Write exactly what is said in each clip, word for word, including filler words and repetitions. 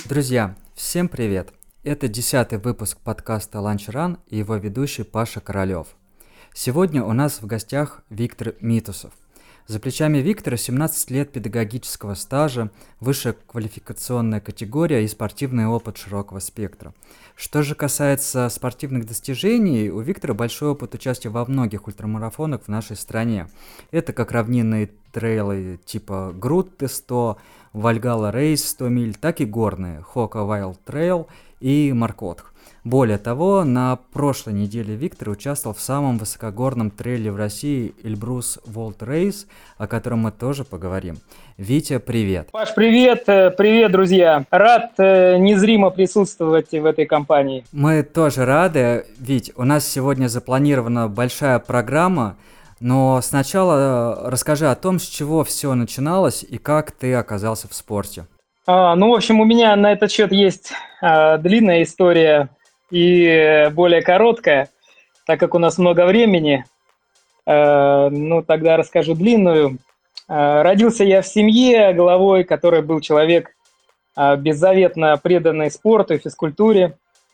Друзья, всем привет! Это десятый выпуск подкаста Lunch Run и его ведущий Паша Королёв. Сегодня у нас в гостях Виктор Митусов. За плечами Виктора семнадцать лет педагогического стажа, высшая квалификационная категория и спортивный опыт широкого спектра. Что же касается спортивных достижений, у Виктора большой опыт участия во многих ультрамарафонах в нашей стране. Это как равнинные трейлы типа Грутты сто, Вальгалла Рейс сто миль, так и горные Хока Вайлд Трейл и Маркотх. Более того, на прошлой неделе Виктор участвовал в самом высокогорном трейле в России Эльбрус Волт Рейс, о котором мы тоже поговорим. Витя, привет! Паш, привет! Привет, друзья! Рад незримо присутствовать в этой компании. Мы тоже рады. Вить, у нас сегодня запланирована большая программа, но сначала расскажи о том, с чего все начиналось и как ты оказался в спорте. А, ну, в общем, у меня на этот счет есть а, длинная история и более короткая, так как у нас много времени. А, ну, тогда расскажу длинную. А, родился я в семье, главой которой был человек а, беззаветно преданный спорту и физкультуре.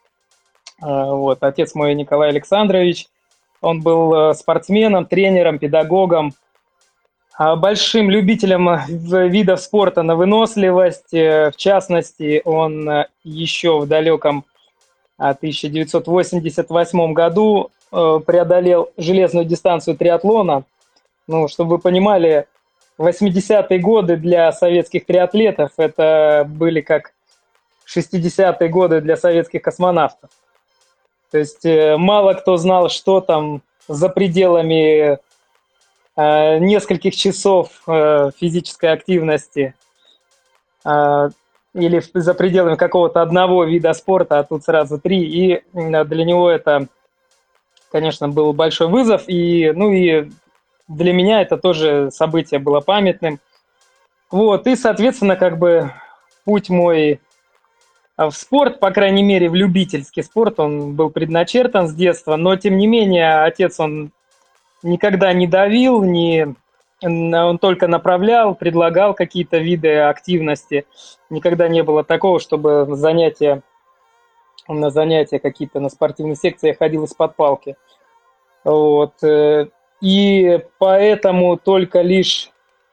А, вот, отец мой Николай Александрович. Он был спортсменом, тренером, педагогом, большим любителем видов спорта на выносливость. В частности, он еще в далеком тысяча девятьсот восемьдесят восьмом году преодолел железную дистанцию триатлона. Ну, чтобы вы понимали, восьмидесятые годы для советских триатлетов это были как шестидесятые годы для советских космонавтов. То есть мало кто знал, что там за пределами э, нескольких часов э, физической активности э, или за пределами какого-то одного вида спорта, а тут сразу три. И для него это, конечно, был большой вызов. И, ну и для меня это тоже событие было памятным. Вот, и, соответственно, как бы путь мой в спорт, по крайней мере, в любительский спорт, он был предначертан с детства, но, тем не менее, отец, он никогда не давил, не, он только направлял, предлагал какие-то виды активности. Никогда не было такого, чтобы занятия, на занятия какие-то, на спортивные секции я ходил из-под палки. Вот. И поэтому только лишь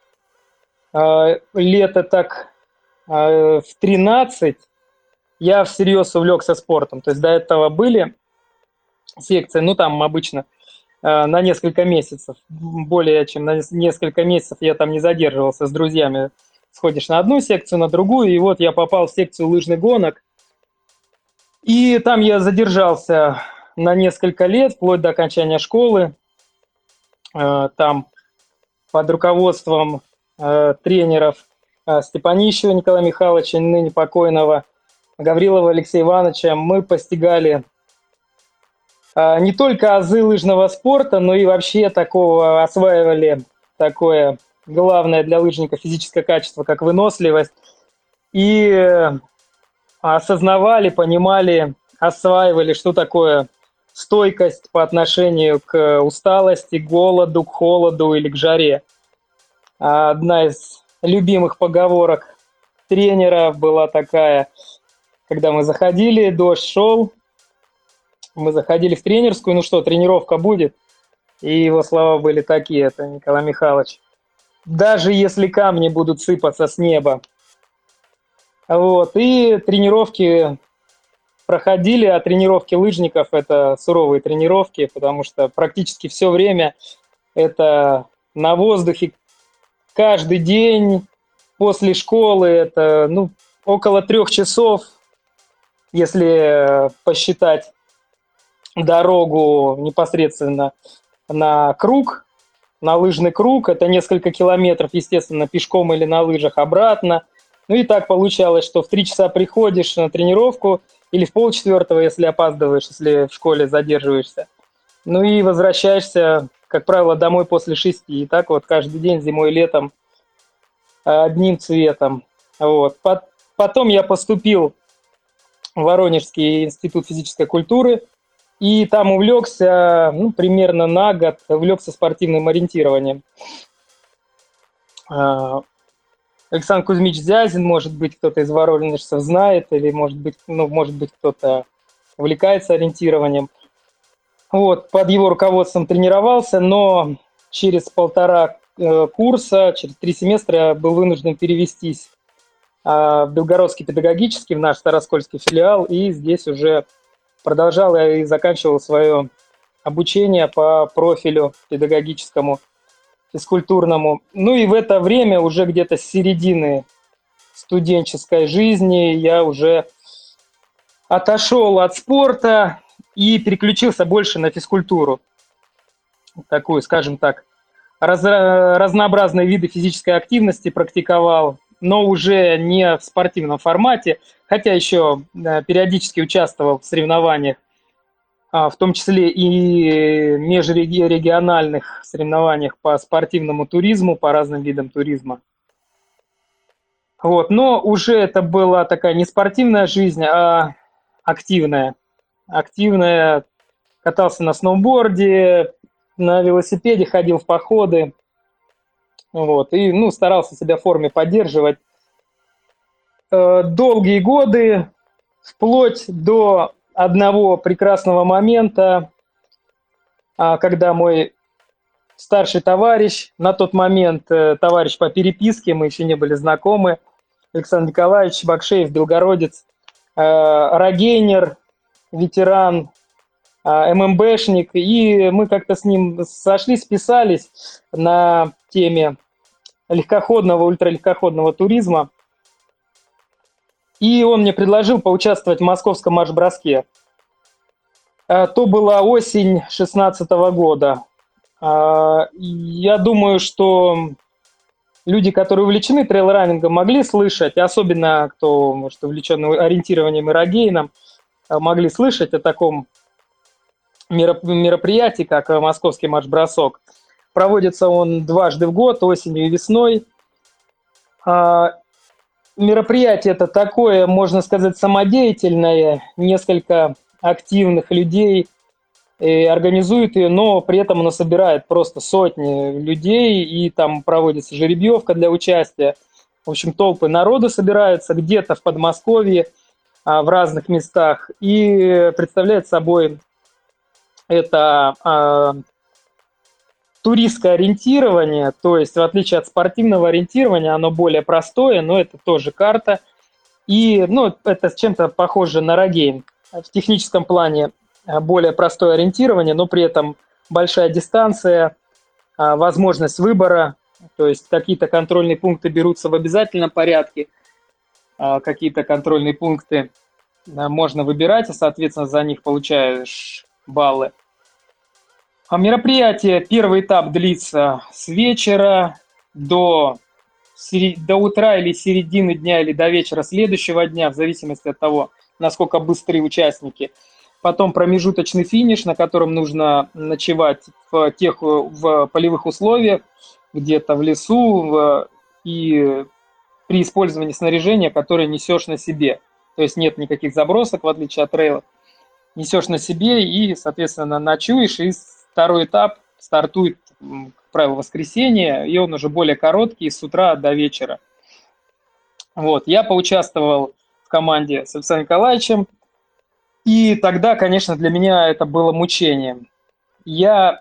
лето так в тринадцать я всерьез увлекся спортом. То есть до этого были секции, ну там обычно э, на несколько месяцев, более чем на несколько месяцев я там не задерживался с друзьями. Сходишь на одну секцию, на другую, и вот я попал в секцию лыжных гонок. И там я задержался на несколько лет, вплоть до окончания школы. Э, там под руководством э, тренеров э, Степанищева Николая Михайловича, ныне покойного, Гаврилова Алексея Ивановича, мы постигали а, не только азы лыжного спорта, но и вообще такого осваивали такое главное для лыжника физическое качество, как выносливость. И а, осознавали, понимали, осваивали, что такое стойкость по отношению к усталости, к голоду, к холоду или к жаре. А, одна из любимых поговорок тренера была такая: когда мы заходили, дождь шел, мы заходили в тренерскую, ну что, тренировка будет? И его слова были такие, это Николай Михайлович: даже если камни будут сыпаться с неба. Вот, и тренировки проходили, а тренировки лыжников – это суровые тренировки, потому что практически все время это на воздухе, каждый день после школы, это ну, около трех часов. Если посчитать дорогу непосредственно на круг, на лыжный круг, это несколько километров, естественно, пешком или на лыжах обратно. Ну и так получалось, что в три часа приходишь на тренировку или в полчетвертого, если опаздываешь, если в школе задерживаешься. Ну и возвращаешься, как правило, домой после шести. И так вот каждый день, зимой и летом, одним цветом. Вот. Потом я поступил Воронежский институт физической культуры, и там увлекся, ну, примерно на год, увлекся спортивным ориентированием. Александр Кузьмич Зязин, может быть, кто-то из воронежцев знает, или, может быть, ну, может быть, кто-то увлекается ориентированием. Вот, под его руководством тренировался, но через полтора э, курса, через три семестра я был вынужден перевестись э, в Белгородский педагогический, в наш Староскольский филиал, и здесь уже продолжал и заканчивал свое обучение по профилю педагогическому, физкультурному. Ну и в это время, уже где-то с середины студенческой жизни, я уже отошел от спорта и переключился больше на физкультуру. Такую, скажем так, раз, разнообразные виды физической активности практиковал, но уже не в спортивном формате, хотя еще периодически участвовал в соревнованиях, в том числе и межрегиональных соревнованиях по спортивному туризму, по разным видам туризма. Вот. Но уже это была такая не спортивная жизнь, а активная. Активная. Катался на сноуборде, на велосипеде, ходил в походы. Вот. И ну, старался себя в форме поддерживать. Долгие годы, вплоть до одного прекрасного момента, когда мой старший товарищ, на тот момент товарищ по переписке, мы еще не были знакомы, Александр Николаевич Бакшеев, белгородец, рогейнер, ветеран, ММБшник, и мы как-то с ним сошлись, списались на теме легкоходного, ультралегкоходного туризма. И он мне предложил поучаствовать в московском марш-броске. То была осень две тысячи шестнадцатого года. Я думаю, что люди, которые увлечены трейл-раннингом, могли слышать, особенно кто, может, увлечен ориентированием и рогейном, могли слышать о таком мероприятии, как московский марш-бросок. Проводится он дважды в год, осенью и весной. Мероприятие это такое, можно сказать, самодеятельное, несколько активных людей организует ее, но при этом оно собирает просто сотни людей, и там проводится жеребьевка для участия. В общем, толпы народу собираются где-то в Подмосковье, в разных местах, и представляет собой это а, туристское ориентирование, то есть в отличие от спортивного ориентирования, оно более простое, но это тоже карта, и ну, это чем-то похоже на рогейн. В техническом плане более простое ориентирование, но при этом большая дистанция, возможность выбора, то есть какие-то контрольные пункты берутся в обязательном порядке, какие-то контрольные пункты можно выбирать, и, соответственно, за них получаешь баллы. А мероприятие, первый этап длится с вечера до, до утра или середины дня, или до вечера следующего дня, в зависимости от того, насколько быстрые участники. Потом промежуточный финиш, на котором нужно ночевать в, тех, в полевых условиях, где-то в лесу, в, и при использовании снаряжения, которое несешь на себе. То есть нет никаких забросок, в отличие от трейлов. Несешь на себе и, соответственно, ночуешь. И второй этап стартует, как правило, в воскресенье, и он уже более короткий, с утра до вечера. Вот. Я поучаствовал в команде с Александром Николаевичем. И тогда, конечно, для меня это было мучением. Я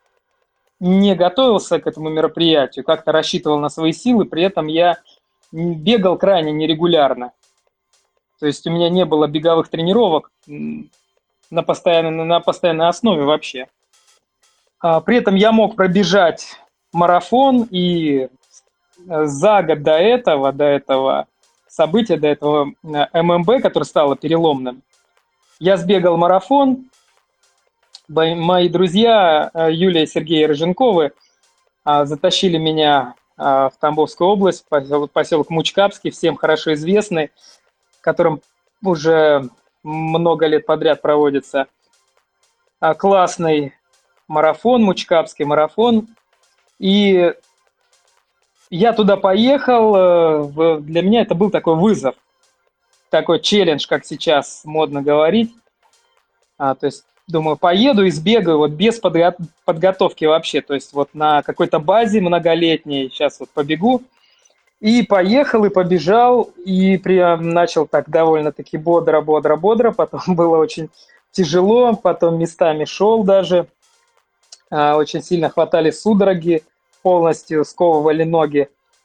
не готовился к этому мероприятию, как-то рассчитывал на свои силы, при этом я бегал крайне нерегулярно. То есть у меня не было беговых тренировок на постоянной, на постоянной основе вообще. При этом я мог пробежать марафон, и за год до этого, до этого события, до этого ММБ, которое стало переломным, я сбегал марафон. Мои друзья Юлия и Сергей Рыженковы затащили меня в Тамбовскую область, поселок, поселок Мучкапский, всем хорошо известный, в котором уже много лет подряд проводится классный марафон, Мучкапский марафон. И я туда поехал. Для меня это был такой вызов, такой челлендж, как сейчас модно говорить. А, то есть, думаю, поеду и сбегаю вот без подго- подготовки вообще. То есть вот на какой-то базе многолетней сейчас вот побегу. И поехал, и побежал, и прям начал так довольно-таки бодро, бодро, бодро. Потом было очень тяжело, потом местами шел даже. А, Очень сильно хватали судороги, полностью сковывали ноги.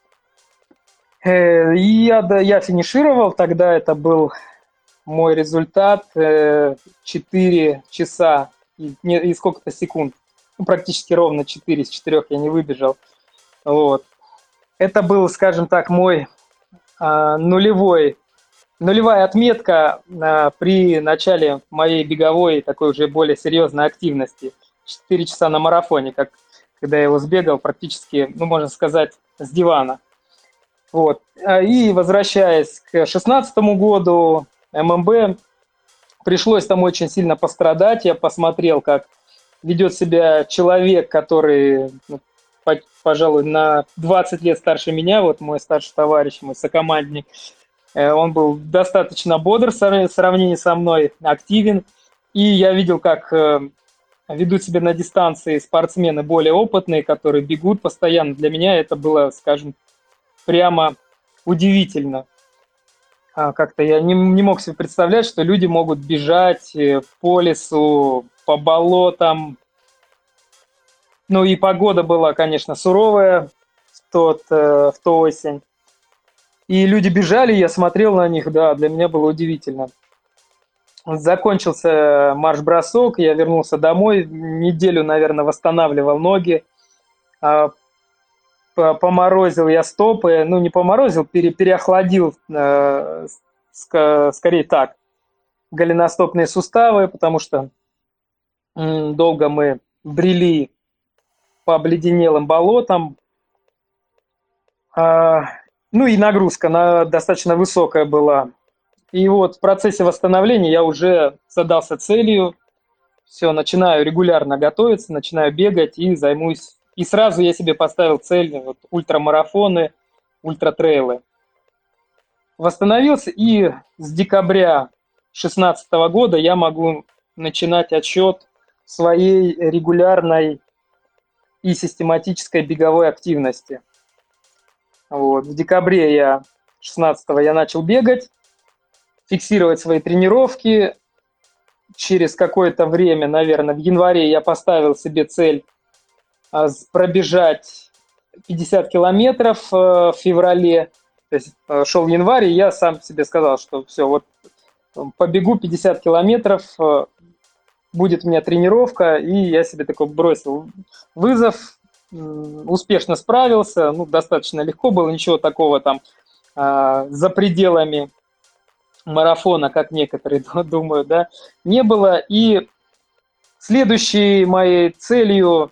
Э, И я, да, я финишировал, тогда это был мой результат э, четыре часа и, не- и сколько-то секунд. Ну, практически ровно четыре из четырех я не выбежал. Вот. Это был, скажем так, мой а, нулевой, нулевая отметка а, при начале моей беговой такой уже более серьезной активности. Четыре часа на марафоне, как когда я его сбегал практически, ну, можно сказать, с дивана. Вот. А, И возвращаясь к шестнадцатому году, эм эм бэ, пришлось там очень сильно пострадать. Я посмотрел, как ведет себя человек, который, ну, по- пожалуй, на двадцать лет старше меня, вот мой старший товарищ, мой сокомандник. Э, Он был достаточно бодр в сра- в сравнении со мной, активен. И я видел, как э, ведут себя на дистанции спортсмены более опытные, которые бегут постоянно. Для меня это было, скажем, прямо удивительно. А, Как-то я не, не мог себе представлять, что люди могут бежать э, по лесу, по болотам. Ну и погода была, конечно, суровая в тот, э, в ту осень. И люди бежали, я смотрел на них, да, для меня было удивительно. Закончился марш-бросок, я вернулся домой, неделю, наверное, восстанавливал ноги, а, по- поморозил я стопы, ну не поморозил, пере- переохладил, э, ска- скорее так, голеностопные суставы, потому что м, долго мы брели по обледенелым болотам. А, ну и нагрузка на, достаточно высокая была. И вот в процессе восстановления я уже задался целью, все, начинаю регулярно готовиться, начинаю бегать и займусь. И сразу я себе поставил цель вот, ультрамарафоны, ультратрейлы. Восстановился, и с декабря две тысячи шестнадцатого года я могу начинать отсчет своей регулярной и систематической беговой активности. Вот. В декабре я шестнадцатого я начал бегать, фиксировать свои тренировки. Через какое-то время, наверное, в январе я поставил себе цель а, с- пробежать пятьдесят километров э, в феврале. То есть э, шел январь, и я сам себе сказал, что все, вот э, побегу пятьдесят километров, э, будет у меня тренировка, и я себе такой бросил вызов, м, успешно справился, ну, достаточно легко было, ничего такого там а, за пределами марафона, как некоторые думают, да, не было. И следующей моей целью,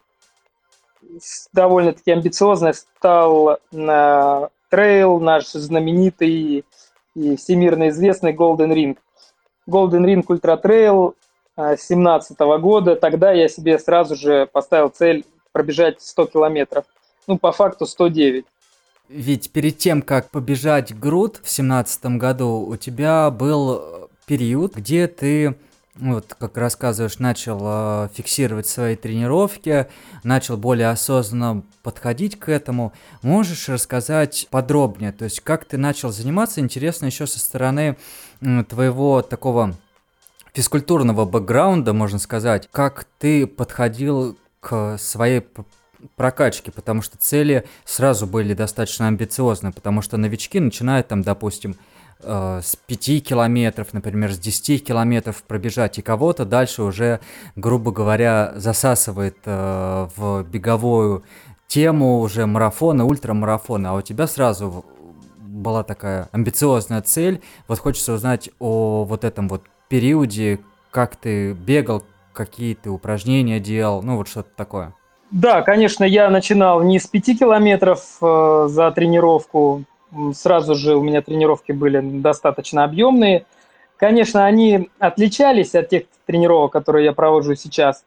с- довольно-таки амбициозной, стал на трейл наш знаменитый и всемирно известный Golden Ring. Golden Ring Ultra Trail семнадцатого года. Тогда я себе сразу же поставил цель пробежать сто километров. Ну, по факту сто девять. Ведь перед тем, как побежать Груд в семнадцатом году, у тебя был э, период, где ты, ну, вот как рассказываешь, начал э, фиксировать свои тренировки, начал более осознанно подходить к этому. Можешь рассказать подробнее, то есть как ты начал заниматься? Интересно еще со стороны м, твоего такого физкультурного бэкграунда, можно сказать, как ты подходил к своей п- прокачке, потому что цели сразу были достаточно амбициозны, потому что новички начинают там, допустим, э, с пяти километров, например, с десяти километров пробежать, и кого-то дальше уже, грубо говоря, засасывает э, в беговую тему уже марафона, ультрамарафона, а у тебя сразу в- была такая амбициозная цель. Вот хочется узнать о вот этом вот периоде, как ты бегал, какие ты упражнения делал, ну вот что-то такое. Да, конечно, я начинал не с пяти километров э, за тренировку. М, Сразу же у меня тренировки были достаточно объемные. Конечно, они отличались от тех тренировок, которые я провожу сейчас.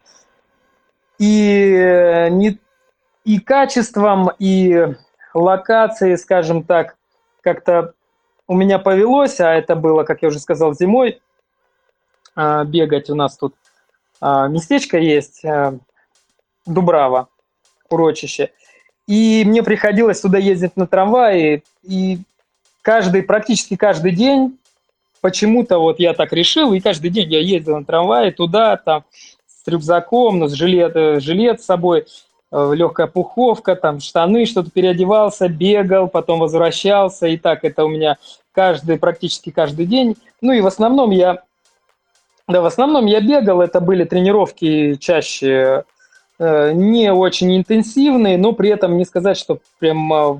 И, э, не, и качеством, и локацией, скажем так, как-то у меня повелось, а это было, как я уже сказал, зимой, а, бегать. У нас тут а, местечко есть, а, Дубрава, урочище. И мне приходилось туда ездить на трамвае, и каждый, практически каждый день почему-то вот я так решил, и каждый день я ездил на трамвае туда, там, с рюкзаком, ну, с жилет, э, жилет с собой, э, легкая пуховка, там, штаны, что-то переодевался, бегал, потом возвращался, и так это у меня каждый, практически каждый день. Ну, и в основном я, да, в основном я бегал, это были тренировки чаще э, не очень интенсивные, но при этом не сказать, что прям, э,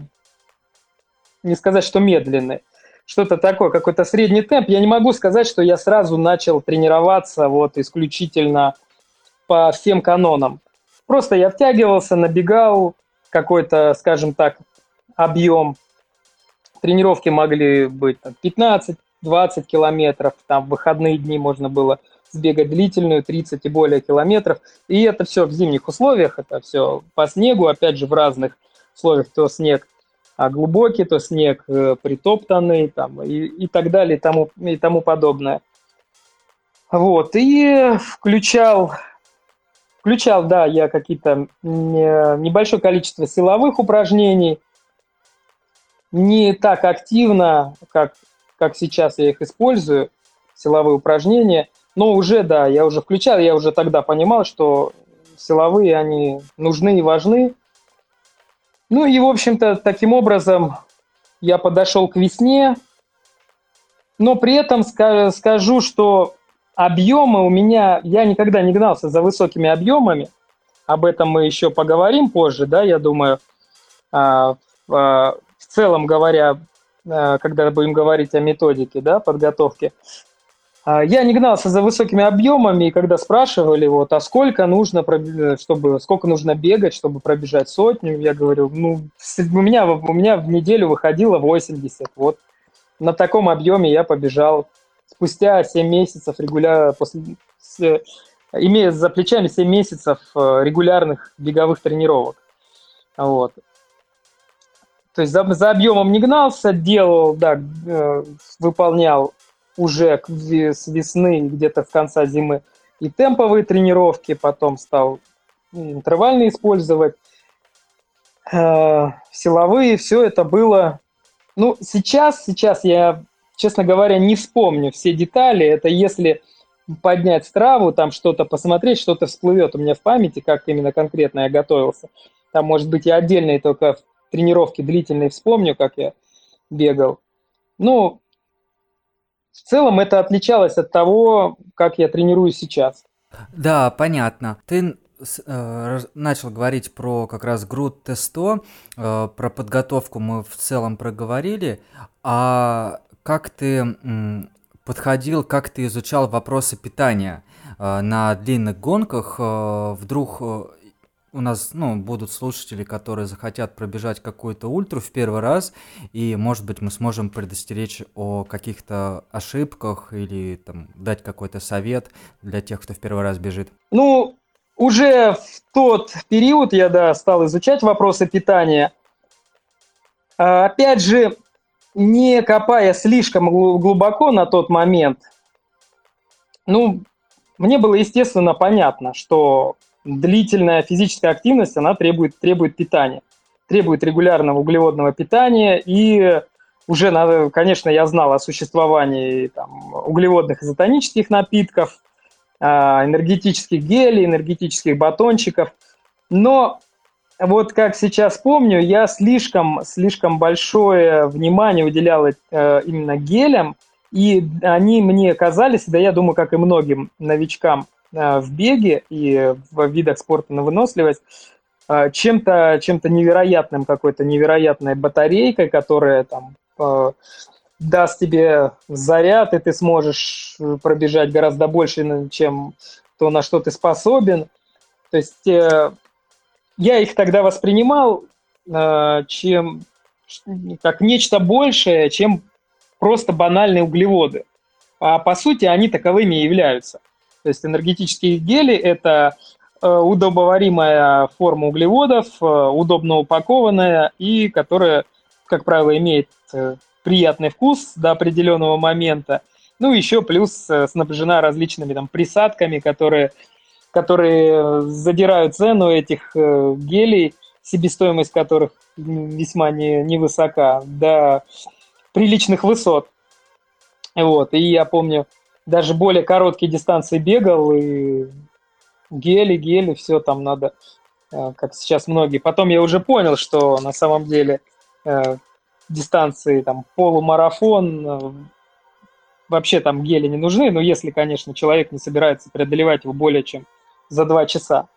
не сказать, что медленные. Что-то такое, какой-то средний темп. Я не могу сказать, что я сразу начал тренироваться вот исключительно по всем канонам. Просто я втягивался, набегал какой-то, скажем так, объем. Тренировки могли быть там, пятнадцать-двадцать километров, там в выходные дни можно было сбегать длительную, тридцать и более километров. И это все в зимних условиях, это все по снегу, опять же, в разных условиях, то снег а глубокий, то снег э, притоптанный, там, и, и так далее, и тому, и тому подобное. Вот, и включал, включал, да, я какие-то не, небольшое количество силовых упражнений, не так активно, как, как сейчас я их использую, силовые упражнения, но уже, да, я уже включал, я уже тогда понимал, что силовые, они нужны и важны. Ну и, в общем-то, таким образом я подошел к весне, но при этом скажу, что объемы у меня, я никогда не гнался за высокими объемами, об этом мы еще поговорим позже, да, я думаю, в целом говоря, когда будем говорить о методике, да, подготовки. Я не гнался за высокими объемами, и когда спрашивали, вот, а сколько нужно, чтобы, сколько нужно бегать, чтобы пробежать сотню, я говорю, ну, у меня, у меня в неделю выходило восемьдесят, вот. На таком объеме я побежал спустя семь месяцев регулярно, после, с, имея за плечами семь месяцев регулярных беговых тренировок. Вот. То есть за, за объемом не гнался, делал, да, выполнял уже с весны, где-то в конце зимы, и темповые тренировки, потом стал интервальные использовать, э, силовые, все это было. Ну, сейчас, сейчас я, честно говоря, не вспомню все детали, это если поднять страву, там что-то посмотреть, что-то всплывет у меня в памяти, как именно конкретно я готовился. Там, может быть, я отдельные только тренировки длительные вспомню, как я бегал. Ну, в целом это отличалось от того, как я тренируюсь сейчас. Да, понятно. Ты э, начал говорить про как раз груд Т сто, э, про подготовку мы в целом проговорили, а как ты м, подходил, как ты изучал вопросы питания э, на длинных гонках? Э, вдруг э, у нас, ну, будут слушатели, которые захотят пробежать какую-то ультру в первый раз, и, может быть, мы сможем предостеречь о каких-то ошибках или там, дать какой-то совет для тех, кто в первый раз бежит. Ну, уже в тот период я, да, стал изучать вопросы питания. А, опять же, не копая слишком глубоко на тот момент, ну, мне было, естественно, понятно, что длительная физическая активность, она требует, требует питания, требует регулярного углеводного питания, и уже, надо, конечно, я знал о существовании там, углеводных изотонических напитков, энергетических гелей, энергетических батончиков, но вот как сейчас помню, я слишком, слишком большое внимание уделял именно гелям, и они мне казались, да я думаю, как и многим новичкам, в беге и в видах спорта на выносливость чем-то, чем-то невероятным, какой-то невероятной батарейкой, которая там э, даст тебе заряд, и ты сможешь пробежать гораздо больше, чем то, на что ты способен. То есть э, я их тогда воспринимал э, чем, как нечто большее, чем просто банальные углеводы. А по сути они таковыми и являются. То есть энергетические гели – это э, удобоваримая форма углеводов, э, удобно упакованная и которая, как правило, имеет э, приятный вкус до определенного момента. Ну, еще плюс э, снабжена различными там присадками, которые, которые задирают цену этих э, гелей себестоимость которых весьма не, невысока, до приличных высот. Вот. И я помню, даже более короткие дистанции бегал, и гели, гели, все там надо, как сейчас многие. Потом я уже понял, что на самом деле э, дистанции, там, полумарафон, э, вообще там гели не нужны, но если, конечно, человек не собирается преодолевать его более чем за два часа.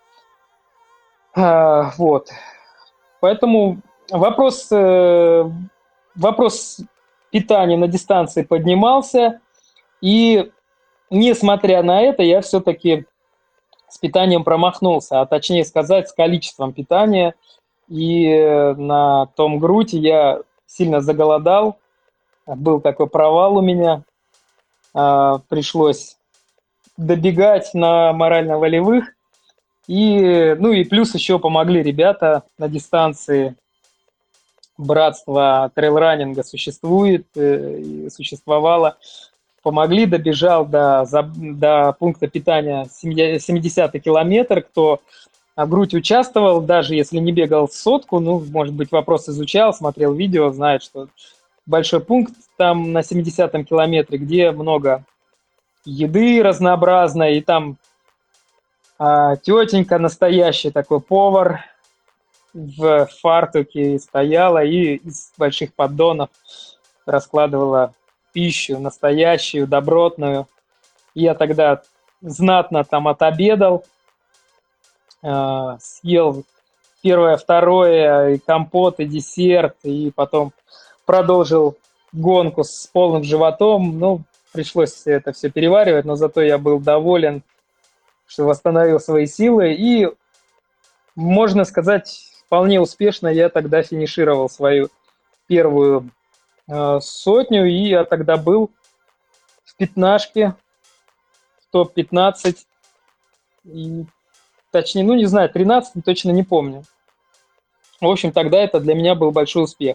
А, вот. Поэтому вопрос, э, вопрос питания на дистанции поднимался, и несмотря на это, я все-таки с питанием промахнулся, а точнее сказать, с количеством питания. И на том груте я сильно заголодал, был такой провал у меня, пришлось добегать на морально-волевых. И, ну и плюс еще помогли ребята на дистанции. Братство трейл-раннинга существует и существовало. Помогли, добежал до, до пункта питания семидесятый километр. Кто в грудь участвовал, даже если не бегал сотку, ну, может быть, вопрос изучал, смотрел видео, знает, что большой пункт там на семидесятом километре, где много еды разнообразной, и там а, тетенька настоящая, такой повар в фартуке стояла и из больших поддонов раскладывала пищу настоящую, добротную. Я тогда знатно там отобедал, э, съел первое, второе, и компот, и десерт, и потом продолжил гонку с полным животом. Ну, пришлось это все переваривать, но зато я был доволен, что восстановил свои силы. И, можно сказать, вполне успешно я тогда финишировал свою первую сотню, и я тогда был в пятнашке, в топ пятнадцать, и, точнее, ну не знаю, тринадцать, точно не помню. В общем, тогда это для меня был большой успех.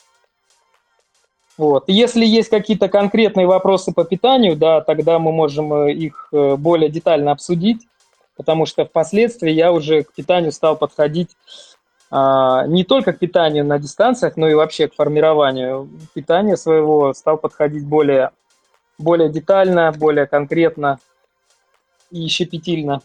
Вот. Если есть какие-то конкретные вопросы по питанию, да, тогда мы можем их более детально обсудить, потому что впоследствии я уже к питанию стал подходить не только к питанию на дистанциях, но и вообще к формированию питания своего, стал подходить более, более детально, более конкретно и щепетильно.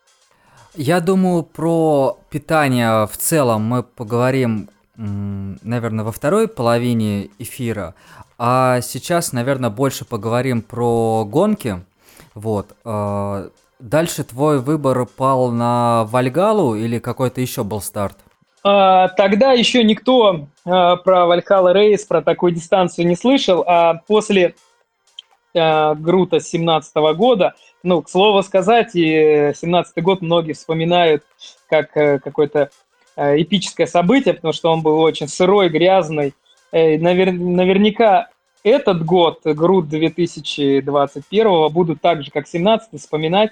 Я думаю, про питание в целом мы поговорим, наверное, во второй половине эфира, а сейчас, наверное, больше поговорим про гонки. Вот. Дальше твой выбор пал на Вальгаллу или какой-то еще был старт? Тогда еще никто про Вальхалла Рейс, про такую дистанцию не слышал, а после Грута семнадцатого года, ну, к слову сказать, и семнадцатый год многие вспоминают как какое-то эпическое событие, потому что он был очень сырой, грязный. Навер- наверняка этот год, Грут две тысячи двадцать первого, будут так же, как семнадцатый, вспоминать,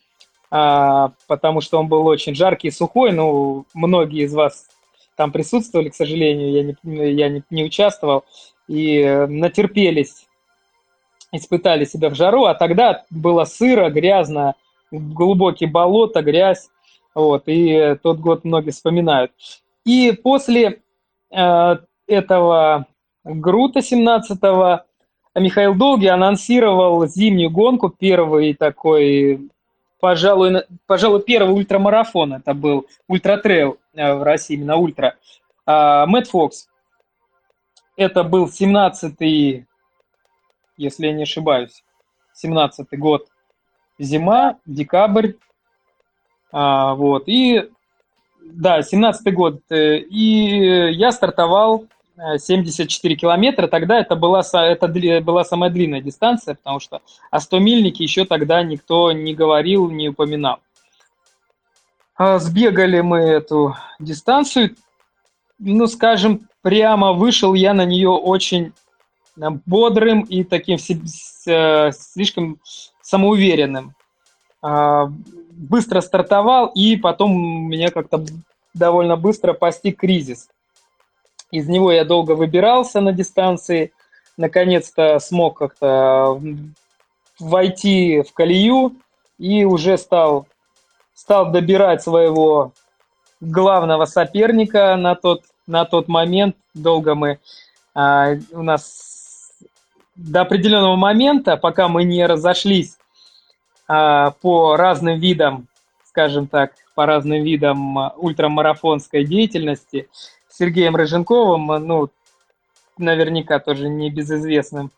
А, потому что он был очень жаркий и сухой. Ну, многие из вас там присутствовали, к сожалению, я не, я не, не участвовал, и натерпелись, испытали себя в жару, а тогда было сыро, грязно, глубокие болота, грязь, вот, и тот год многие вспоминают. И после э, этого Грута семнадцатого Михаил Долгий анонсировал зимнюю гонку, первый такой... Пожалуй, пожалуй, первый ультрамарафон, это был ультратрейл в России, именно ультра. Мэтт Фокс. Это был семнадцатый, если я не ошибаюсь, семнадцатый год, зима, декабрь. А, вот, и, да, семнадцатый год. И я стартовал семьдесят четыре километра, тогда это была, это была самая длинная дистанция, потому что о сто-мильнике еще тогда никто не говорил, не упоминал. Сбегали мы эту дистанцию, ну, скажем, прямо вышел я на нее очень бодрым и таким слишком самоуверенным. Быстро стартовал, и потом меня как-то довольно быстро постиг кризис. Из него я долго выбирался на дистанции, наконец-то смог как-то войти в колею и уже стал, стал добирать своего главного соперника на тот, на тот момент. Долго мы, а, у нас до определенного момента, пока мы не разошлись а, по разным видам, скажем так, по разным видам а, ультрамарафонской деятельности, с Сергеем Рыженковым, ну, наверняка тоже небезызвестным,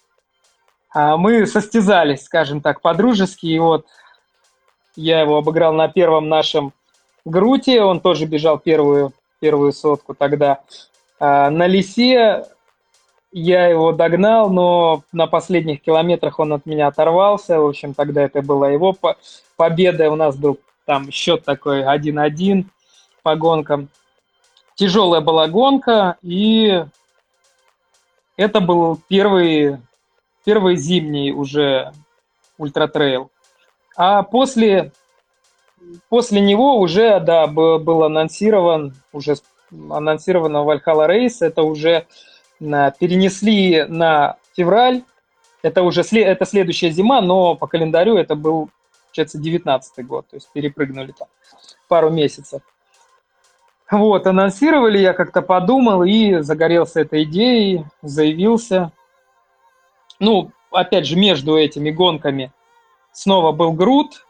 а, мы состязались, скажем так, по-дружески, и вот я его обыграл на первом нашем Груте, он тоже бежал первую, первую сотку тогда. А, на Лисе я его догнал, но на последних километрах он от меня оторвался. В общем, тогда это была его по- победа. У нас был там счет такой один-один по гонкам. Тяжелая была гонка, и это был первый, первый зимний уже ультратрейл. А после, после него уже, да, б- был анонсирован, уже анонсировано Valhalla Race, это уже на- перенесли на февраль, это уже сле- это следующая зима, но по календарю это был, получается, девятнадцатый год, то есть перепрыгнули там пару месяцев. Вот, анонсировали, я как-то подумал и загорелся этой идеей, заявился. Ну, опять же, между этими гонками снова был Грут,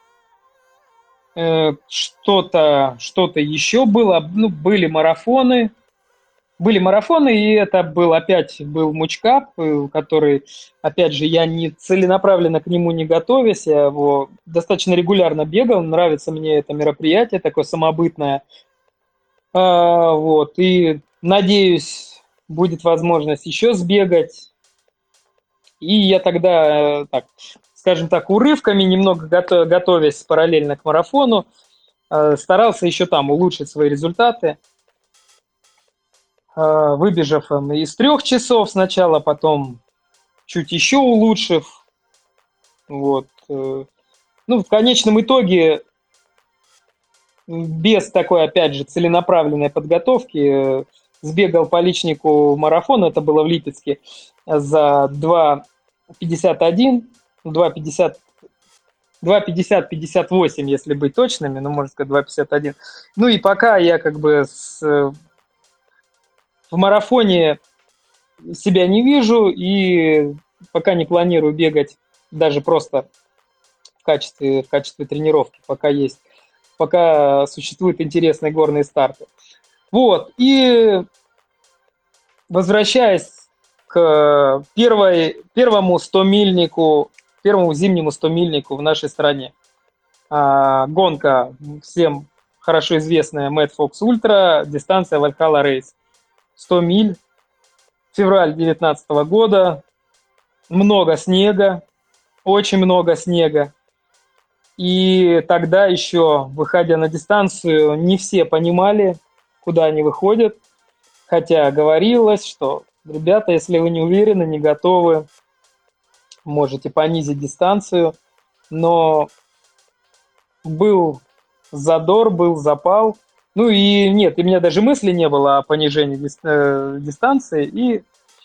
э, что-то, что-то еще было, ну, были марафоны, были марафоны, и это был опять был мучкап, э, который, опять же, я не целенаправленно к нему не готовясь, я его достаточно регулярно бегал, нравится мне это мероприятие, такое самобытное. А, вот, и надеюсь, будет возможность еще сбегать. И я тогда, э, так, скажем так, урывками, немного гото- готовясь параллельно к марафону, э, старался еще там улучшить свои результаты, э, выбежав эм, из трех часов сначала, потом чуть еще улучшив. Вот. э. Ну, в конечном итоге, без такой, опять же, целенаправленной подготовки, э, сбегал по личнику марафон, это было в Липецке, за два пятьдесят один, два пятьдесят, два пятьдесят пятьдесят восемь, если быть точными, ну, можно сказать, два пятьдесят один. Ну и пока я как бы с, в марафоне себя не вижу и пока не планирую бегать даже просто в качестве, в качестве тренировки, пока есть, пока существуют интересные горные старты. Вот, и возвращаясь к первой, первому стомильнику, первому зимнему стомильнику в нашей стране. А, гонка всем хорошо известная Mad Fox Ultra, дистанция Valhalla Race. сто миль, февраль две тысячи девятнадцатого года, много снега, очень много снега. И тогда еще, выходя на дистанцию, не все понимали, куда они выходят. Хотя говорилось, что, ребята, если вы не уверены, не готовы, можете понизить дистанцию. Но был задор, был запал. Ну и нет, у меня даже мысли не было о понижении дис- э, дистанции. И,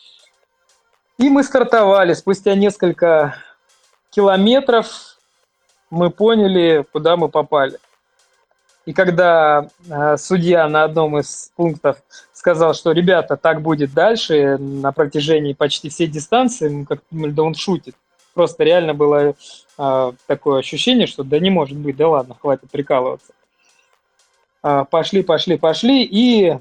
и мы стартовали. Спустя несколько километров мы поняли, куда мы попали. И когда э, судья на одном из пунктов сказал, что, ребята, так будет дальше на протяжении почти всей дистанции, мы как думали, да он шутит. Просто реально было э, такое ощущение, что да не может быть, да ладно, хватит прикалываться. Э, пошли, пошли, пошли, и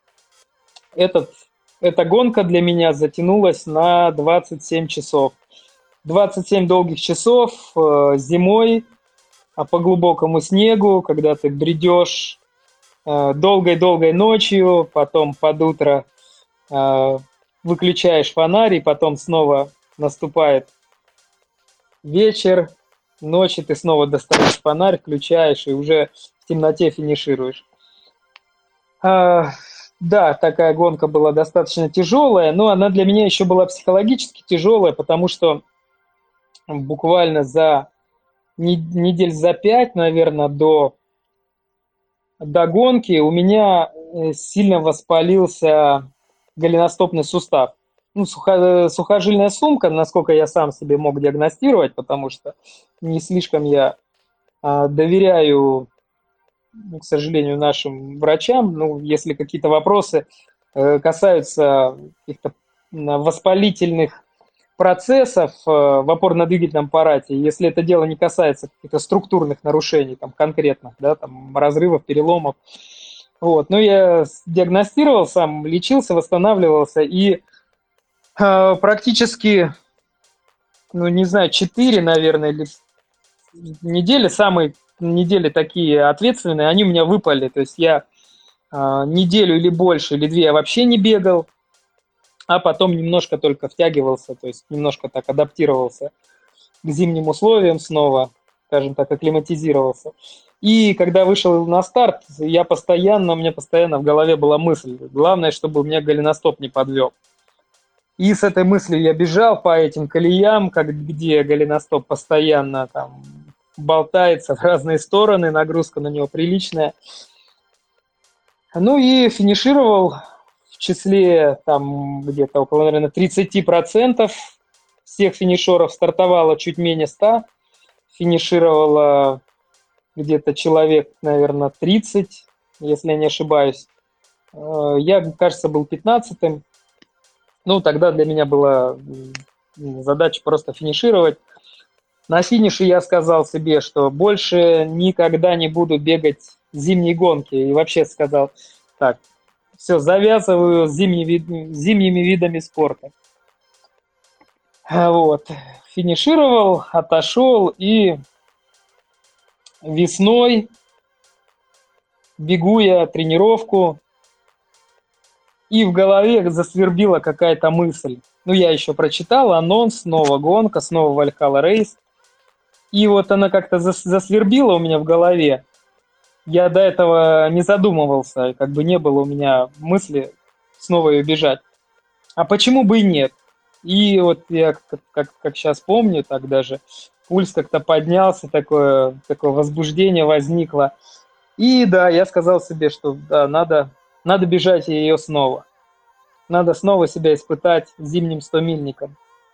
этот, эта гонка для меня затянулась на двадцать семь часов. двадцать семь долгих часов э, зимой, а по глубокому снегу, когда ты бредешь э, долгой-долгой ночью, потом под утро э, выключаешь фонарь, и потом снова наступает вечер, ночи, ты снова достаешь фонарь, включаешь и уже в темноте финишируешь. А, да, такая гонка была достаточно тяжелая, но она для меня еще была психологически тяжелая, потому что буквально за недель за пять, наверное, до, до гонки у меня сильно воспалился голеностопный сустав. Ну, сухо, сухожильная сумка, насколько я сам себе мог диагностировать, потому что не слишком я а, доверяю к сожалению, нашим врачам. Ну, если какие-то вопросы э, касаются каких-то воспалительных процессов э, в опорно-двигательном аппарате, если это дело не касается каких-то структурных нарушений, там, конкретных, да, там, разрывов, переломов. Вот. Но я диагностировал сам, лечился, восстанавливался, и э, практически, ну, не знаю, четыре, наверное, или недели, самые недели такие ответственные, они у меня выпали. То есть я э, неделю или больше, или две я вообще не бегал, а потом немножко только втягивался, то есть немножко так адаптировался к зимним условиям снова, скажем так, акклиматизировался. И когда вышел на старт, я постоянно, у меня постоянно в голове была мысль, главное, чтобы у меня голеностоп не подвел. И с этой мыслью я бежал по этим колеям, как, где голеностоп постоянно там болтается в разные стороны, нагрузка на него приличная. Ну и финишировал в числе там где-то около, наверное, тридцать процентов всех финишеров, стартовало чуть менее ста, финишировало где-то человек, наверное, тридцать, если я не ошибаюсь. Я, кажется, был пятнадцатым. Ну, тогда для меня была задача просто финишировать. На финише я сказал себе, что больше никогда не буду бегать зимние гонки. И вообще сказал, так, все, завязываю с зимними, зимними видами спорта. Вот. Финишировал, отошел, и весной бегу я тренировку, и в голове засвербила какая-то мысль. Ну, я еще прочитал анонс, снова гонка, снова Valhalla Race. И вот она как-то засвербила у меня в голове. Я до этого не задумывался, как бы не было у меня мысли снова ее бежать. А почему бы и нет? И вот я, как, как, как сейчас помню, так даже пульс как-то поднялся, такое, такое возбуждение возникло. И да, я сказал себе, что да, надо, надо бежать ее снова. Надо снова себя испытать зимним стомильником.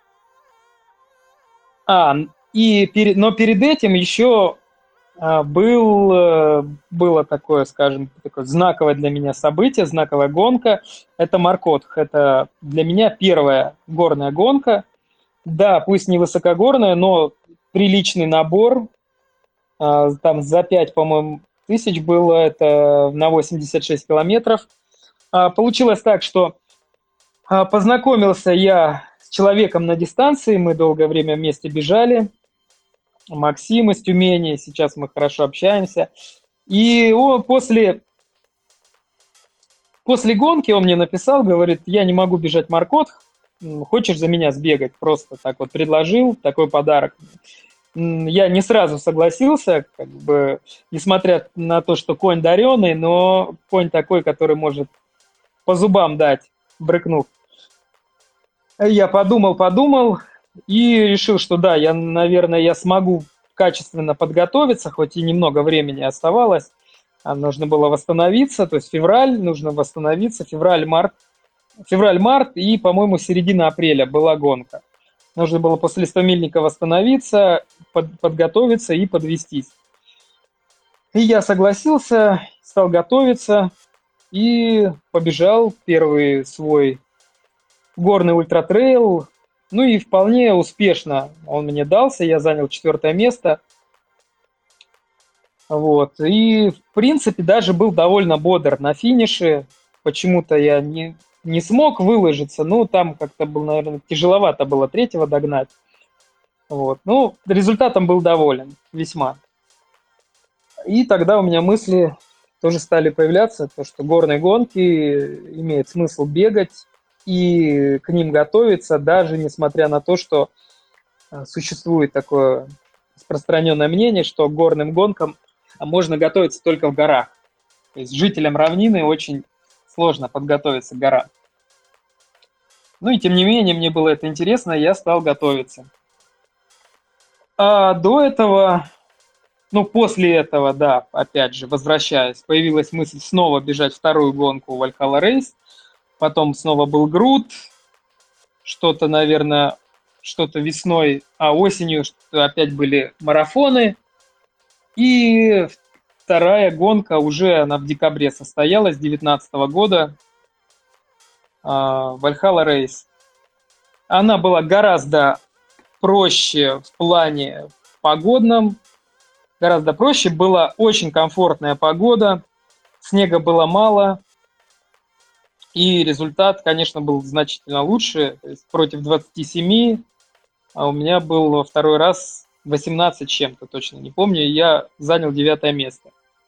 А, и перед, но перед этим еще а, был, было такое, скажем, такое знаковое для меня событие, знаковая гонка. Это Маркотх. Это для меня первая горная гонка. Да, пусть не высокогорная, но приличный набор. А, там за пять, по-моему, тысяч было, это на восемьдесят шесть километров. А, получилось так, что а, познакомился я с человеком на дистанции, мы долгое время вместе бежали. Максим из Тюмени, сейчас мы хорошо общаемся. И он после, после гонки он мне написал, говорит, я не могу бежать Маркотх, хочешь за меня сбегать? Просто так вот предложил, такой подарок. Я не сразу согласился, как бы, несмотря на то, что конь дареный, но конь такой, который может по зубам дать, брыкнув. Я подумал, подумал и решил, что да, я, наверное, я смогу качественно подготовиться, хоть и немного времени оставалось. А нужно было восстановиться, то есть февраль, нужно восстановиться, февраль-март, февраль-март и, по-моему, середина апреля была гонка. Нужно было после стомильника восстановиться, под, подготовиться и подвестись. И я согласился, стал готовиться и побежал первый свой горный ультратрейл. Ну и вполне успешно он мне дался, я занял четвертое место. Вот. И, в принципе, даже был довольно бодр на финише. Почему-то я не, не смог выложиться. Ну, там как-то было, наверное, тяжеловато было третьего догнать. Вот. Ну, результатом был доволен весьма. И тогда у меня мысли тоже стали появляться, то, что горные гонки имеет смысл бегать и к ним готовиться, даже несмотря на то, что существует такое распространенное мнение, что к горным гонкам можно готовиться только в горах. То есть жителям равнины очень сложно подготовиться к горам. Ну и тем не менее, мне было это интересно, и я стал готовиться. А до этого, ну после этого, да, опять же, возвращаясь, появилась мысль снова бежать вторую гонку Valhalla Race. Потом снова был Грут, что-то, наверное, что-то весной, а осенью что опять были марафоны. И вторая гонка уже она в декабре состоялась, две тысячи девятнадцатого года, Valhalla Race. Она была гораздо проще в плане погодном, гораздо проще. Была очень комфортная погода, снега было мало, и результат, конечно, был значительно лучше. То есть против двадцати семи, а у меня был во второй раз восемнадцать чем-то, точно не помню, и я занял девятое место.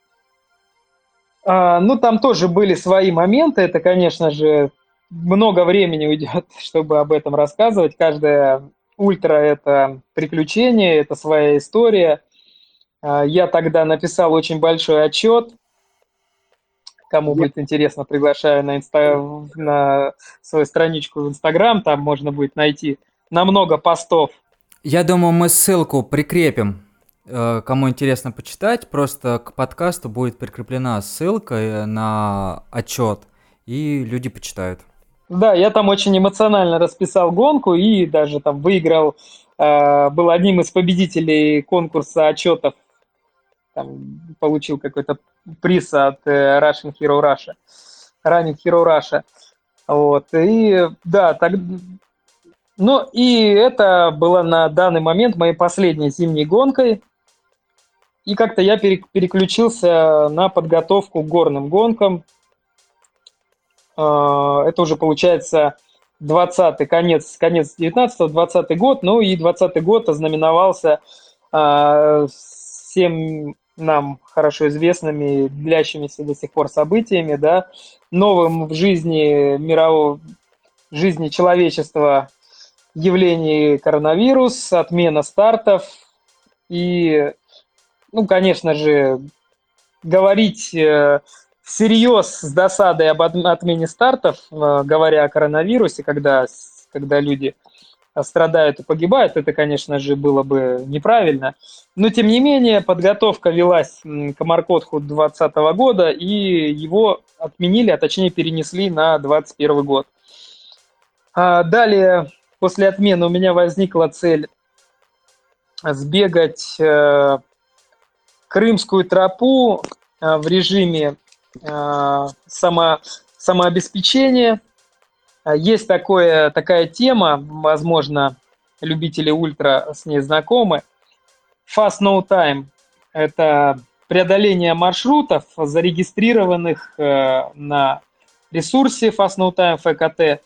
А, ну, там тоже были свои моменты, это, конечно же, много времени уйдет, чтобы об этом рассказывать. Каждая ультра – это приключение, это своя история. А, я тогда написал очень большой отчет. Кому будет интересно, приглашаю на, инста... на свою страничку в Инстаграм, там можно будет найти намного постов. Я думаю, мы ссылку прикрепим. Кому интересно почитать, просто к подкасту будет прикреплена ссылка на отчет, и люди почитают. Да, я там очень эмоционально расписал гонку и даже там выиграл, э, был одним из победителей конкурса отчетов, там, получил какой-то приз от э, Russian Hero Russia, Running Hero Russia. Вот, и да, так, ну и это было на данный момент моей последней зимней гонкой. И как-то я переключился на подготовку к горным гонкам. Это уже получается двадцатый, конец, конец девятнадцатого, двадцатый год. Ну и двадцатый год ознаменовался всем нам хорошо известными, длящимися до сих пор событиями, да, новым в жизни мирового, жизни человечества явлений коронавирус, отмена стартов и... Ну, конечно же, говорить э, всерьез с досадой об отмене стартов, э, говоря о коронавирусе, когда, когда люди страдают и погибают, это, конечно же, было бы неправильно. Но, тем не менее, подготовка велась к Маркотху двадцатого года, и его отменили, а точнее перенесли на двадцать первый год. А далее, после отмены у меня возникла цель сбегать... Э, Крымскую тропу в режиме само, самообеспечения. Есть такое, такая тема, возможно, любители ультра с ней знакомы. Fast No Time – это преодоление маршрутов, зарегистрированных на ресурсе Fast No Time эф ка тэ.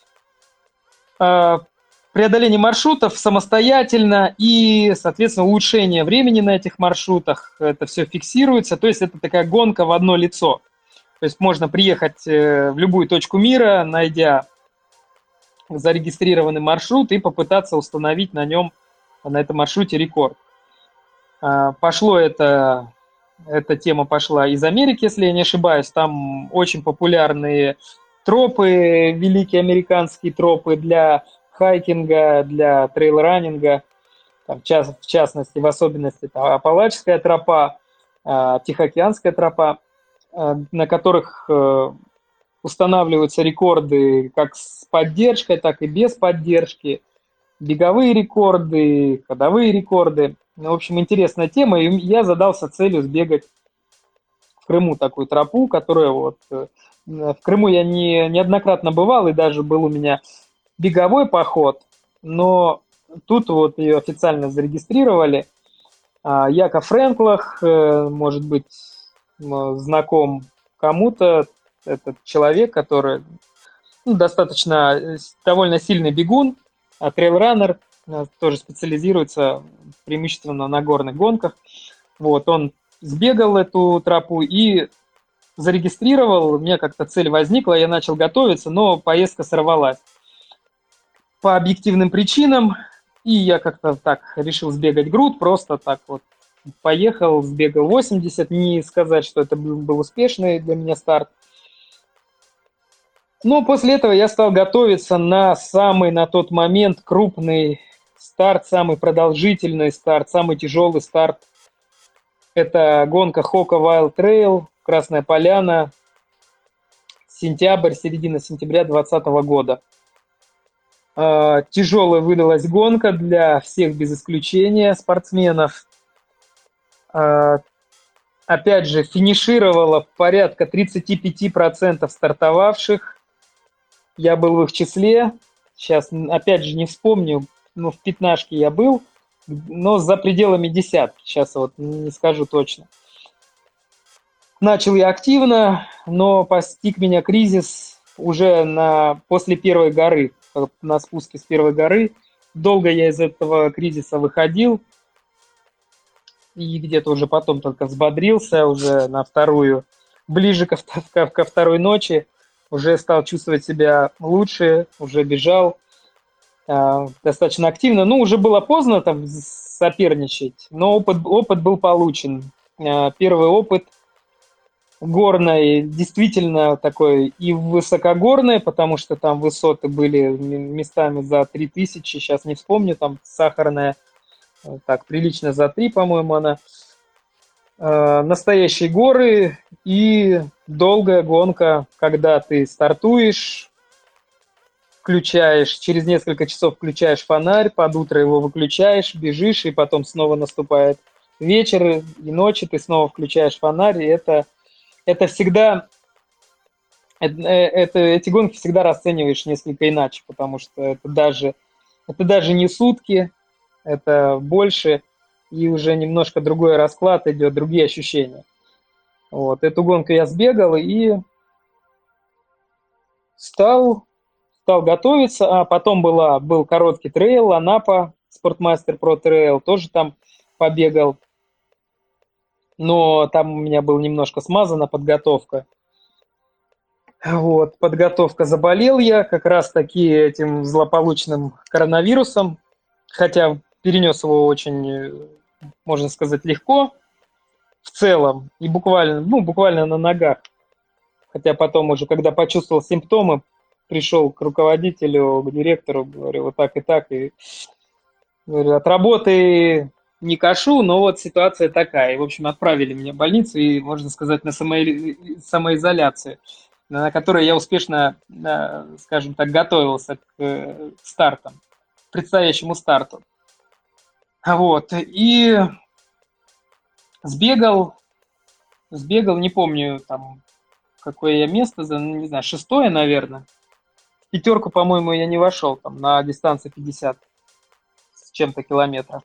Преодоление маршрутов самостоятельно и, соответственно, улучшение времени на этих маршрутах. Это все фиксируется. То есть это такая гонка в одно лицо. То есть можно приехать в любую точку мира, найдя зарегистрированный маршрут и попытаться установить на нем, на этом маршруте рекорд. Пошло это, эта тема пошла из Америки, если я не ошибаюсь. Там очень популярные тропы, великие американские тропы для хайкинга, для трейл-раннинга, там, в, част, в частности, в особенности там, Апалачская тропа, э, Тихоокеанская тропа, э, на которых э, устанавливаются рекорды как с поддержкой, так и без поддержки, беговые рекорды, ходовые рекорды. Ну, в общем, интересная тема, и я задался целью сбегать в Крыму такую тропу, которая вот... Э, в Крыму я не, неоднократно бывал, и даже был у меня беговой поход, но тут вот ее официально зарегистрировали. Яков Френклах, может быть, знаком кому-то, этот человек, который ну, достаточно довольно сильный бегун, трейл-раннер, тоже специализируется преимущественно на горных гонках. Вот, он сбегал эту тропу и зарегистрировал, у меня как-то цель возникла, я начал готовиться, но поездка сорвалась по объективным причинам, и я как-то так решил сбегать груд, просто так вот поехал, сбегал восемьдесят, не сказать, что это был, был успешный для меня старт. Но после этого я стал готовиться на самый на тот момент крупный старт, самый продолжительный старт, самый тяжелый старт. Это гонка Хока Wild Trail, Красная Поляна, сентябрь, середина сентября двадцатого года. Тяжелая выдалась гонка для всех без исключения спортсменов. Там опять же, финишировало порядка тридцать пять процентов стартовавших. Я был в их числе. Сейчас, опять же, не вспомню, ну, в пятнашке я был, но за пределами десятки. Сейчас вот не скажу точно. Начал я активно, но постиг меня кризис уже на, после первой горы, на спуске с первой горы. Долго я из этого кризиса выходил и где-то уже потом только взбодрился, уже на вторую, ближе ко, ко второй ночи, уже стал чувствовать себя лучше, уже бежал э, достаточно активно. Ну, уже было поздно там соперничать, но опыт, опыт был получен. Э, первый опыт горной, действительно такой и высокогорной, потому что там высоты были местами за три тысячи, сейчас не вспомню, там сахарная, так, прилично за три, по-моему, она. Э, настоящие горы и долгая гонка, когда ты стартуешь, включаешь, через несколько часов включаешь фонарь, под утро его выключаешь, бежишь, и потом снова наступает вечер и ночи, ты снова включаешь фонарь, и это Это всегда, это, это, эти гонки всегда расцениваешь несколько иначе, потому что это даже, это даже не сутки, это больше, и уже немножко другой расклад идет, другие ощущения. Вот, эту гонку я сбегал и стал, стал готовиться, а потом была, был короткий трейл, Анапа, Спортмастер Про Трейл, тоже там побегал. Но там у меня была немножко смазана подготовка. Вот, подготовка, заболел я как раз-таки этим злополучным коронавирусом, хотя перенес его очень, можно сказать, легко в целом, и буквально, ну, буквально на ногах. Хотя потом уже, когда почувствовал симптомы, пришел к руководителю, к директору, говорю, вот так и так, и говорю, от работы не кашу, но вот ситуация такая. И, в общем, отправили меня в больницу и, можно сказать, на само- самоизоляцию, на которой я успешно, скажем так, готовился к стартам, к предстоящему старту. Вот. И сбегал, сбегал, не помню, там, какое я место, не знаю, шестое, наверное. В пятерку, по-моему, я не вошел, там, на дистанции пятьдесят с чем-то километров.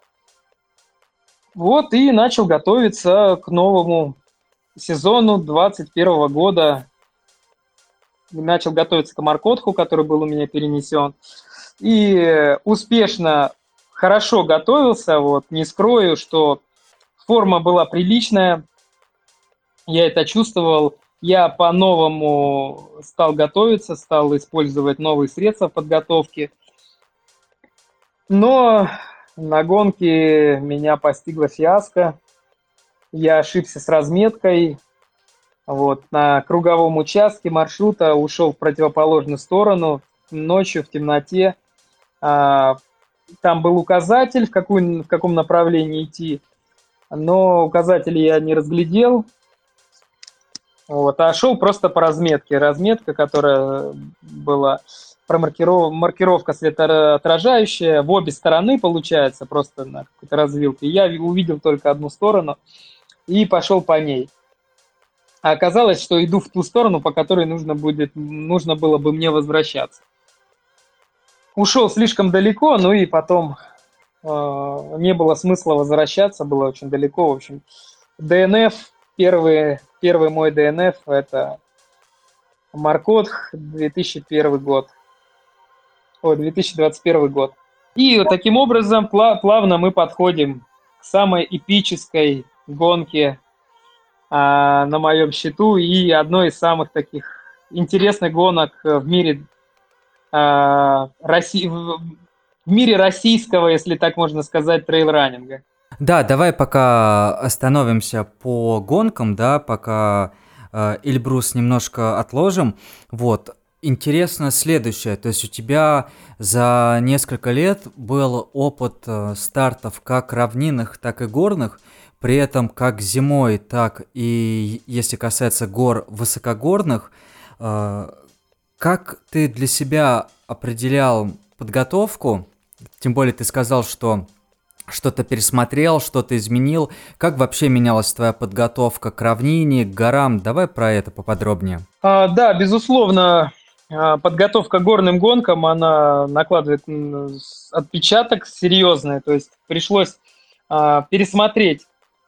Вот, и начал готовиться к новому сезону двадцать первого года. Начал готовиться к Маркотху, который был у меня перенесен. И успешно, хорошо готовился. Вот, не скрою, что форма была приличная. Я это чувствовал. Я по-новому стал готовиться, стал использовать новые средства подготовки. Но на гонке меня постигла фиаско. Я ошибся с разметкой. Вот, на круговом участке маршрута ушел в противоположную сторону ночью в темноте. Там был указатель, в, какую, в каком направлении идти, но указатель я не разглядел. Вот, а шел просто по разметке. Разметка, которая была... маркировка светоотражающая в обе стороны, получается, просто на какой-то развилке. Я увидел только одну сторону и пошел по ней. А оказалось, что иду в ту сторону, по которой нужно, будет, нужно было бы мне возвращаться. Ушел слишком далеко, ну и потом э, не было смысла возвращаться, было очень далеко. В общем, ДНФ, первый, первый мой ДНФ, это Маркотх, две тысячи первый год. Ой, две тысячи двадцать первый год. И вот таким образом плавно мы подходим к самой эпической гонке а, на моем счету и одной из самых таких интересных гонок в мире, а, Росси... в мире российского, если так можно сказать, трейл-раннинга. Да, давай пока остановимся по гонкам, да, пока э, Эльбрус немножко отложим. Вот. Интересно следующее, то есть у тебя за несколько лет был опыт э, стартов как равнинных, так и горных, при этом как зимой, так и, если касается гор, высокогорных. Э, как ты для себя определял подготовку? Тем более ты сказал, что что-то пересмотрел, что-то изменил? Как вообще менялась твоя подготовка к равнине, к горам? Давай про это поподробнее. А, да, безусловно, а, подготовка к горным гонкам, она накладывает м, с- отпечаток серьезный, то есть пришлось а, пересмотреть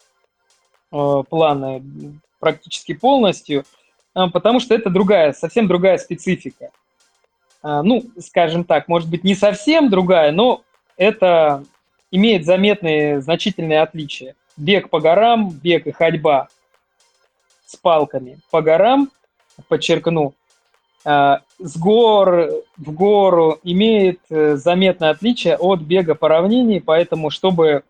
а, планы м, практически полностью, а, потому что это другая, совсем другая специфика. А, ну, скажем так, может быть, не совсем другая, но это имеет заметные, значительные отличия. Бег по горам, бег и ходьба с палками по горам, подчеркну, а, с гор в гору имеет э, заметное отличие от бега по равнине, поэтому, чтобы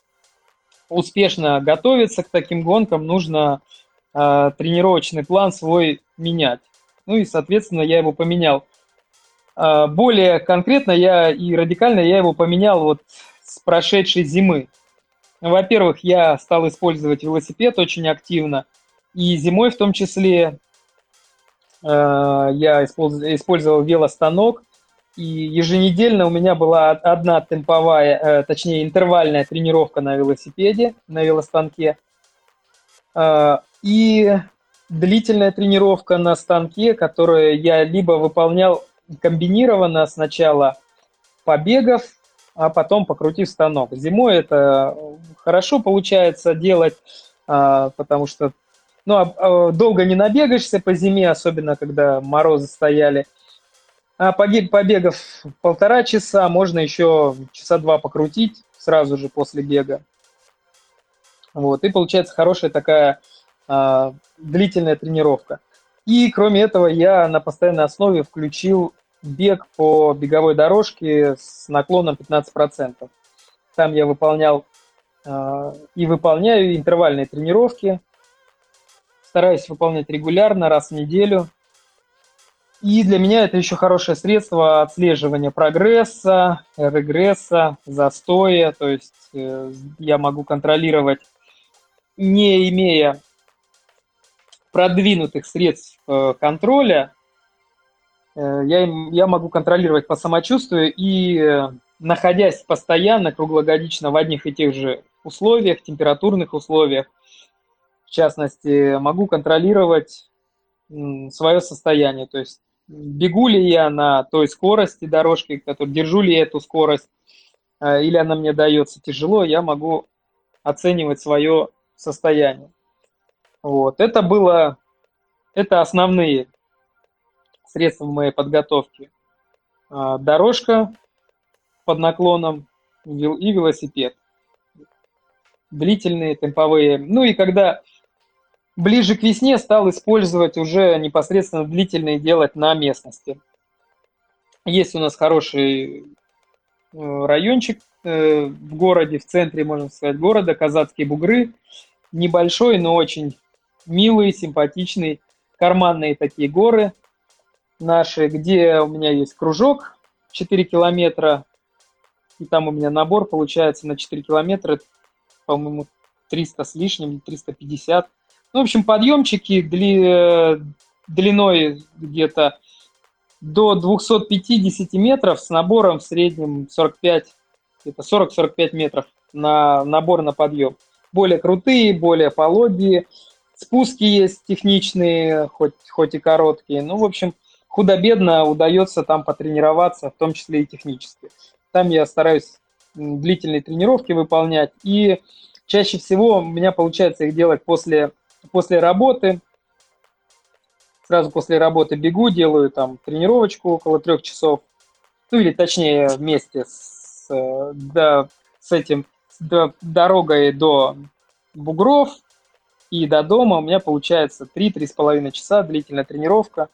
успешно готовиться к таким гонкам, нужно а, тренировочный план свой менять. Ну и, соответственно, я его поменял. А, Более конкретно я и радикально я его поменял вот с прошедшей зимы. Во-первых, я стал использовать велосипед очень активно, и зимой в том числе э, я использ- использовал велостанок, и еженедельно у меня была од- одна темповая, э, точнее интервальная тренировка на велосипеде, на велостанке, э, и длительная тренировка на станке, которую я либо выполнял комбинированно сначала побегов, а потом покрутив станок. Зимой это хорошо получается делать, а, потому что ну, а- а, долго не набегаешься по зиме, особенно когда морозы стояли. А поги- побегав полтора часа, можно еще часа два покрутить сразу же после бега. Вот, и получается хорошая такая а, длительная тренировка. И кроме этого я на постоянной основе включил бег по беговой дорожке с наклоном пятнадцать процентов. Там я выполнял а, и выполняю интервальные тренировки, стараюсь выполнять регулярно, раз в неделю. И для меня это еще хорошее средство отслеживания прогресса, регресса, застоя. То есть э, я могу контролировать, не имея продвинутых средств э, контроля, э, я, им- я могу контролировать по самочувствию и, э, находясь постоянно, круглогодично в одних и тех же условиях, температурных условиях, в частности, могу контролировать свое состояние. То есть бегу ли я на той скорости дорожки, которую, держу ли я эту скорость, э, или она мне дается тяжело, я могу оценивать свое состояние. Вот. Это было, это основные средства моей подготовки. А, Дорожка под наклоном вел- и велосипед. Длительные, темповые. Ну и когда ближе к весне стал использовать уже непосредственно длительные делать на местности. Есть у нас хороший э, райончик э, в городе, в центре, можно сказать, города, Казацкие Бугры. Небольшой, но очень милый, симпатичный. Карманные такие горы наши, где у меня есть кружок четыре километра, и там у меня набор получается на четыре километра, по-моему, триста с лишним, триста пятьдесят. Ну, в общем, подъемчики дли- длиной где-то до двухсот пятидесяти метров с набором в среднем сорок пять, где-то сорок-сорок пять метров на набор на подъем. Более крутые, более пологие. Спуски есть техничные, хоть, хоть и короткие. Ну, в общем, худо-бедно удается там потренироваться, в том числе и технически. Там я стараюсь м, длительные тренировки выполнять. И чаще всего у меня получается их делать после, после работы. Сразу после работы бегу, делаю там тренировочку около трех часов. Ну или точнее вместе с, э, да, с этим с до- дорогой до Бугров и до дома у меня получается три-три с половиной часа длительная тренировка.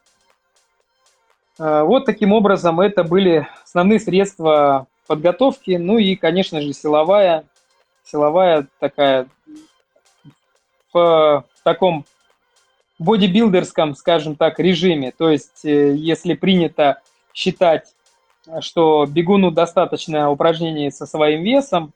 Э, Вот таким образом это были основные средства подготовки. Ну и, конечно же, силовая, силовая такая в, в таком бодибилдерском, скажем так, режиме. То есть, э, если принято считать, что бегуну достаточно упражнений со своим весом,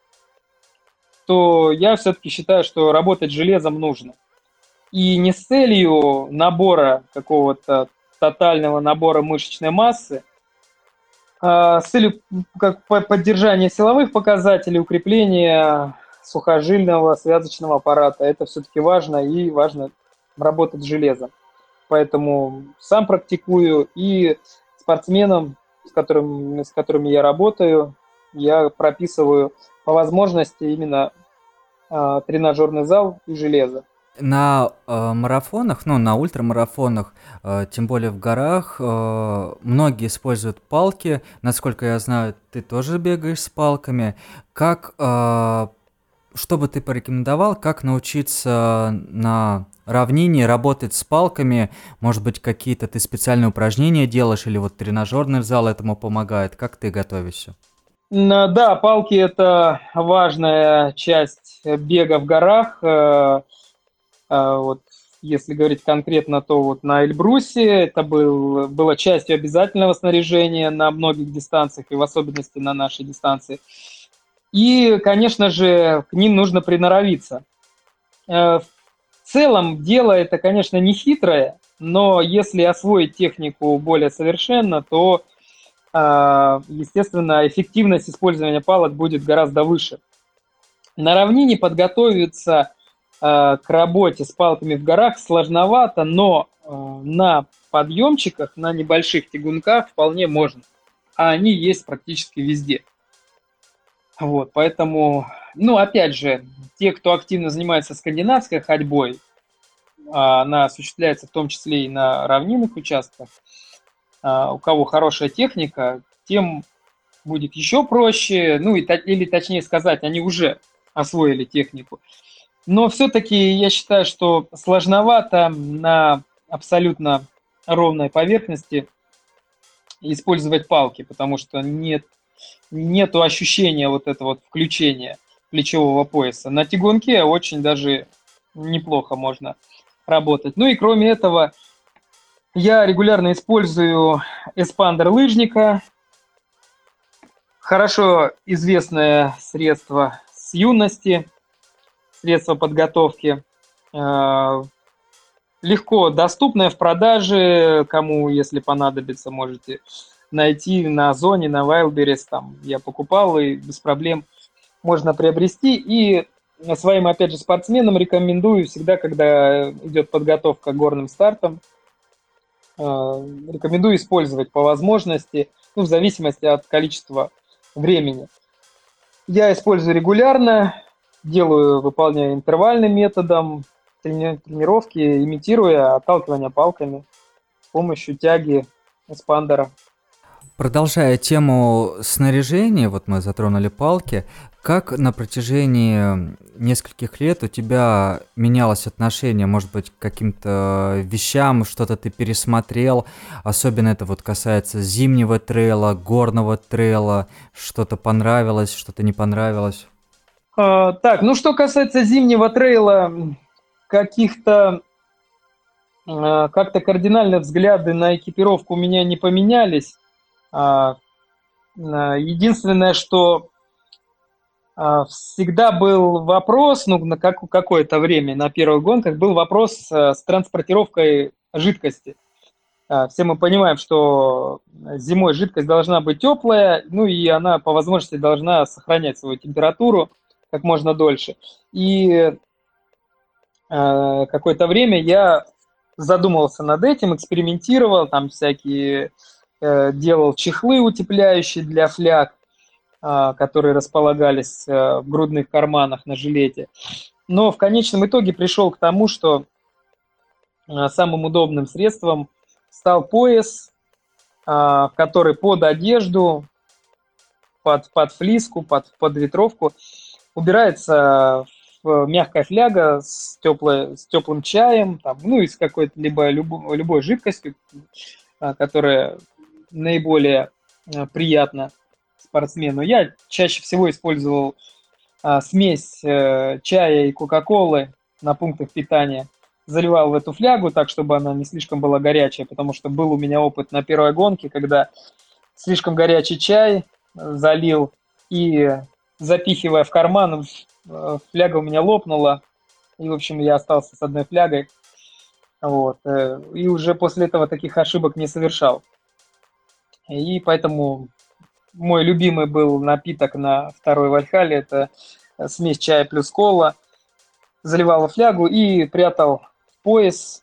то я все-таки считаю, что работать железом нужно. И не с целью набора какого-то тотального набора мышечной массы, А, с целью как по- поддержания силовых показателей, укрепления сухожильного связочного аппарата. Это все-таки важно, и важно работать с железом. Поэтому сам практикую, и спортсменам, с которыми, с которыми я работаю, я прописываю по возможности именно а, тренажерный зал и железо. На э, марафонах, ну, на ультрамарафонах, э, тем более в горах, э, многие используют палки. Насколько я знаю, ты тоже бегаешь с палками. Как, э, что бы ты порекомендовал, как научиться на равнине работать с палками? Может быть, какие-то ты специальные упражнения делаешь, или вот тренажерный зал этому помогает? Как ты готовишься? Н- Да, палки – это важная часть бега в горах. Э, э, Вот если говорить конкретно, то вот на Эльбрусе это был, было частью обязательного снаряжения на многих дистанциях, и в особенности на нашей дистанции. И, конечно же, к ним нужно приноровиться. Э, В целом дело это, конечно, не хитрое, но если освоить технику более совершенно, то, а, естественно, эффективность использования палок будет гораздо выше. На равнине подготовиться а, к работе с палками в горах сложновато, но а, на подъемчиках, на небольших тягунках вполне можно. А они есть практически везде. Вот, поэтому, ну, опять же, те, кто активно занимается скандинавской ходьбой, а, она осуществляется в том числе и на равнинных участках. А, У кого хорошая техника, тем будет еще проще, ну и, или точнее сказать, они уже освоили технику. Но все-таки я считаю, что сложновато на абсолютно ровной поверхности использовать палки, потому что нет, нету ощущения вот этого вот включения плечевого пояса. На тягунке очень даже неплохо можно работать. Ну и кроме этого, я регулярно использую эспандер лыжника, хорошо известное средство с юности, средство подготовки, э, легко доступное в продаже, кому, если понадобится, можете найти на Озоне, на Wildberries, там я покупал, и без проблем можно приобрести. И своим, опять же, спортсменам рекомендую всегда, когда идет подготовка к горным стартам, э, рекомендую использовать по возможности, ну, в зависимости от количества времени. Я использую регулярно, делаю, выполняю интервальным методом трени- тренировки, имитируя отталкивание палками с помощью тяги эспандера. Продолжая тему снаряжения, вот мы затронули палки, как на протяжении нескольких лет у тебя менялось отношение, может быть, к каким-то вещам, что-то ты пересмотрел, особенно это вот касается зимнего трейла, горного трейла, что-то понравилось, что-то не понравилось? А, так, ну что касается зимнего трейла, каких-то а, как-то кардинально взгляды на экипировку у меня не поменялись. А, а, единственное, что а, всегда был вопрос, ну, на как, какое-то время на первых гонках был вопрос а, с транспортировкой жидкости. А, Все мы понимаем, что зимой жидкость должна быть теплая, ну и она по возможности должна сохранять свою температуру как можно дольше. И э, какое-то время я задумывался над этим, экспериментировал, там всякие э, делал чехлы утепляющие для фляг, э, которые располагались э, в грудных карманах на жилете. Но в конечном итоге пришел к тому, что э, самым удобным средством стал пояс, э, который под одежду, под, под флиску, под, под ветровку убирается в мягкая фляга с, теплой, с теплым чаем, там, ну и с какой-то либо любой, любой жидкостью, а, которая наиболее а, приятна спортсмену. Я чаще всего использовал а, смесь э, чая и кока-колы на пунктах питания. Заливал в эту флягу так, чтобы она не слишком была горячая, потому что был у меня опыт на первой гонке, когда слишком горячий чай залил и, запихивая в карман, э, фляга у меня лопнула, и, в общем, я остался с одной флягой, вот, э, и уже после этого таких ошибок не совершал. И поэтому мой любимый был напиток на второй Вальхалле, это смесь чая плюс кола. Заливал во флягу и прятал в пояс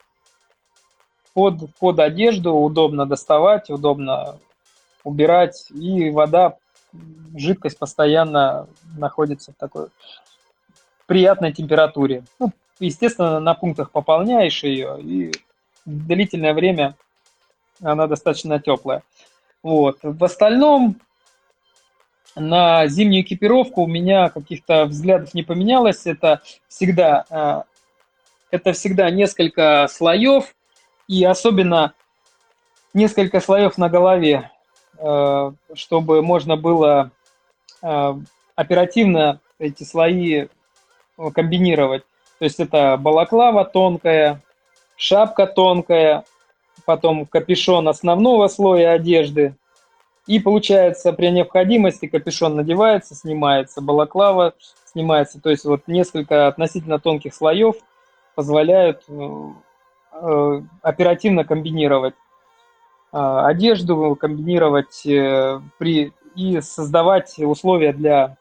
под, под одежду, удобно доставать, удобно убирать, и вода, жидкость постоянно находится в такой приятной температуре. Ну, естественно, на пунктах пополняешь ее, и длительное время она достаточно теплая. Вот. В остальном на зимнюю экипировку у меня каких-то взглядов не поменялось. Это всегда, это всегда несколько слоев, и особенно несколько слоев на голове, чтобы можно было оперативно эти слои комбинировать. То есть это балаклава тонкая, шапка тонкая, потом капюшон основного слоя одежды. И получается, при необходимости капюшон надевается, снимается, балаклава снимается. То есть вот несколько относительно тонких слоев позволяют э, оперативно комбинировать э, одежду, комбинировать э, при, и создавать условия для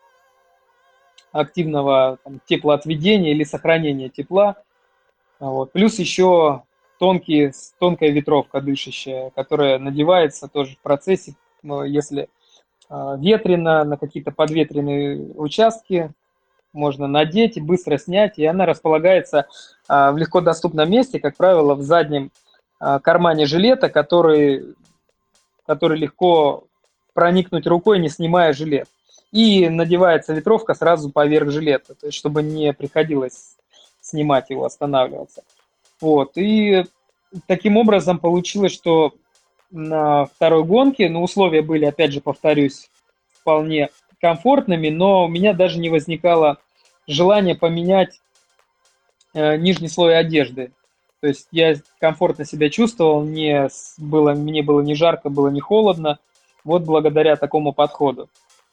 активного там, теплоотведения или сохранения тепла. Вот. Плюс еще тонкие, тонкая ветровка дышащая, которая надевается тоже в процессе, если ветрено, на какие-то подветренные участки, можно надеть и быстро снять, и она располагается в легко доступном месте, как правило, в заднем кармане жилета, который, который легко проникнуть рукой, не снимая жилет. И надевается ветровка сразу поверх жилета, то есть чтобы не приходилось снимать его, останавливаться. Вот. И таким образом получилось, что на второй гонке, ну, условия были, опять же, повторюсь, вполне комфортными, но у меня даже не возникало желания поменять э, нижний слой одежды. То есть я комфортно себя чувствовал, не было, мне было не жарко, было не холодно, вот благодаря такому подходу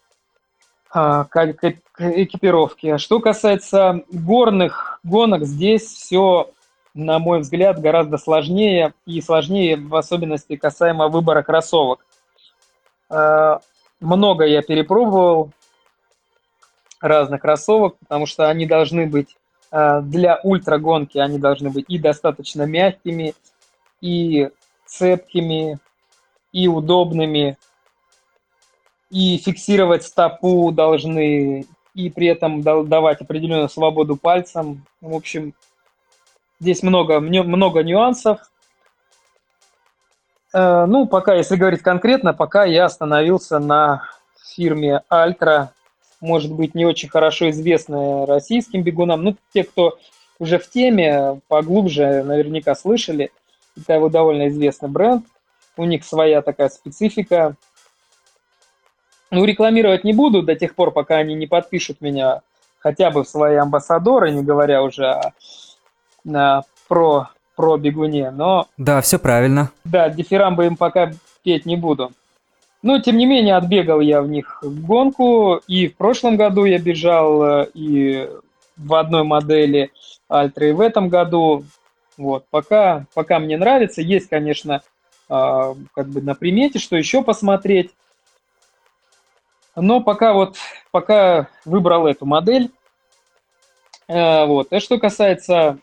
а, к, к, к экипировке. Что касается горных гонок, здесь все, на мой взгляд, гораздо сложнее, и сложнее в особенности касаемо выбора кроссовок. Много я перепробовал разных кроссовок, потому что они должны быть для ультрагонки, они должны быть и достаточно мягкими, и цепкими, и удобными, и фиксировать стопу должны, и при этом давать определенную свободу пальцам. В общем, здесь много, много нюансов. Ну, пока, если говорить конкретно, пока я остановился на фирме Altra, может быть, не очень хорошо известная российским бегунам. Ну, те, кто уже в теме, поглубже, наверняка слышали. Это довольно известный бренд. У них своя такая специфика. Ну, рекламировать не буду до тех пор, пока они не подпишут меня хотя бы в свои амбассадоры, не говоря уже о, о, про, про бегуне. Но, да, все правильно. Да, дифирамбы им пока петь не буду. Но, тем не менее, отбегал я в них гонку. И в прошлом году я бежал, и в одной модели Альтры, и в этом году. Вот, пока, пока мне нравится. Есть, конечно, как бы на примете, что еще посмотреть. Но пока вот, пока выбрал эту модель. Вот. А что касается,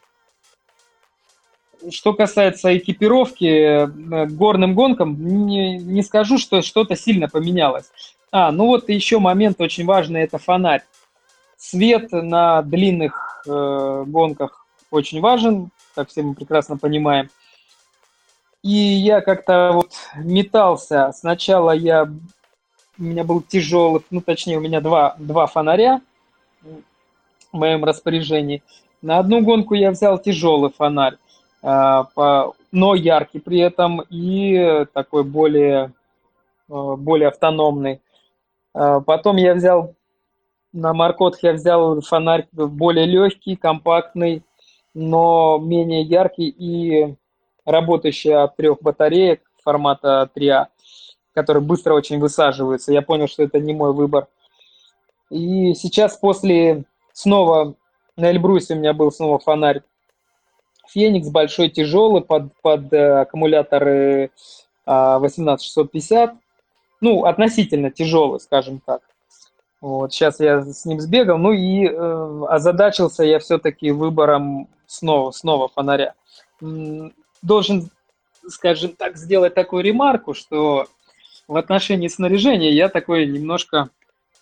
что касается экипировки к горным гонкам, не, не скажу, что что-то сильно поменялось. А, ну вот еще момент очень важный, это фонарь. Свет на длинных э, гонках очень важен, как все мы прекрасно понимаем. И я как-то вот метался. Сначала я... У меня был тяжелый, ну точнее у меня два, два фонаря в моем распоряжении. На одну гонку я взял тяжелый фонарь, но яркий при этом и такой более, более автономный. Потом я взял, на Маркотах я взял фонарь более легкий, компактный, но менее яркий и работающий от трех батареек формата три А. Которые быстро очень высаживаются. Я понял, что это не мой выбор. И сейчас после снова на Эльбрусе у меня был снова фонарь Феникс, большой, тяжелый, под, под аккумуляторы восемнадцать шестьсот пятьдесят. ну, относительно тяжелый, скажем так. Вот, сейчас я с ним сбегал, ну и э, озадачился я все-таки выбором снова, снова фонаря. М, Должен, скажем так, сделать такую ремарку, что в отношении снаряжения я такой немножко,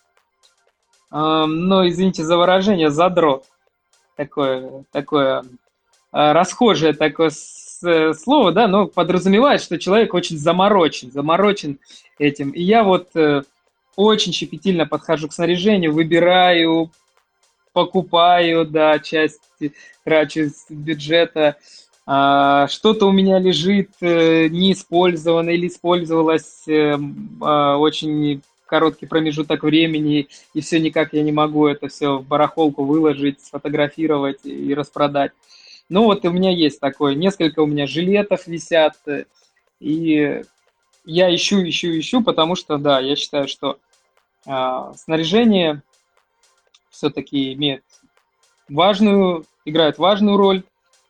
э, ну, извините за выражение, задрот. Такое, такое э, расхожее такое с- э, слово, да, но подразумевает, что человек очень заморочен, заморочен этим. И я вот э, очень щепетильно подхожу к снаряжению, выбираю, покупаю, да, часть трачу из бюджета. А, что-то у меня лежит э, неиспользованно или использовалось э, а, очень короткий промежуток времени, и все никак я не могу это все в барахолку выложить, сфотографировать и распродать. Ну вот у меня есть такое, несколько у меня жилетов висят, э, и я ищу, ищу, ищу, потому что, да, я считаю, что а, снаряжение все-таки имеет важную, играет важную роль.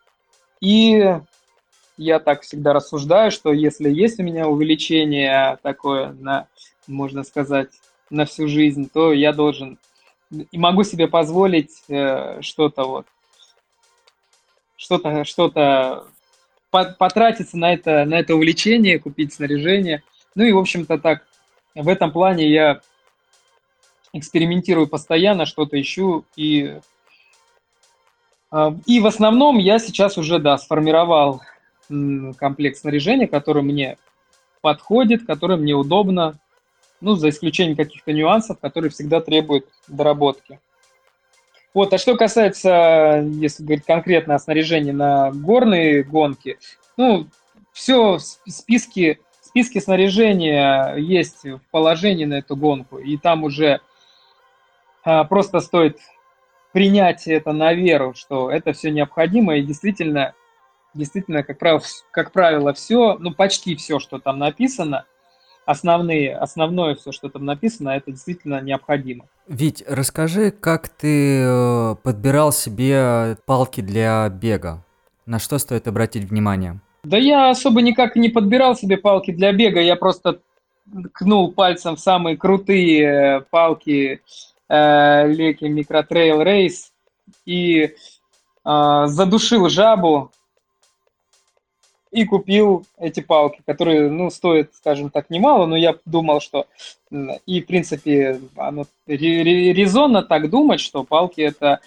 И я так всегда рассуждаю, что если есть у меня увеличение такое, на, можно сказать, на всю жизнь, то я должен и могу себе позволить э, что-то вот, что-то, что-то по- потратиться на это, на это увлечение, купить снаряжение. Ну и, в общем-то, так, в этом плане я экспериментирую постоянно, что-то ищу и А, И в основном я сейчас уже, да, сформировал м, комплект снаряжения, который мне подходит, который мне удобно, ну, за исключением каких-то нюансов, которые всегда требуют доработки. Вот, а что касается, если говорить конкретно о снаряжении на горные гонки, ну, все в списке, в списке снаряжения есть в положении на эту гонку, и там уже а, просто стоит принять это на веру, что это все необходимо, и действительно Действительно, как правило, как правило, все, ну, почти все, что там написано, основные, основное все, что там написано, это действительно необходимо. Вить, расскажи, как ты э, подбирал себе палки для бега? На что стоит обратить внимание? Да я особо никак не подбирал себе палки для бега, я просто ткнул пальцем в самые крутые э, палки э, Леки Микротрейл Рейс и э, задушил жабу, и купил эти палки, которые, ну, стоят, скажем так, немало, но я думал, что и, в принципе, оно резонно так думать, что палки – это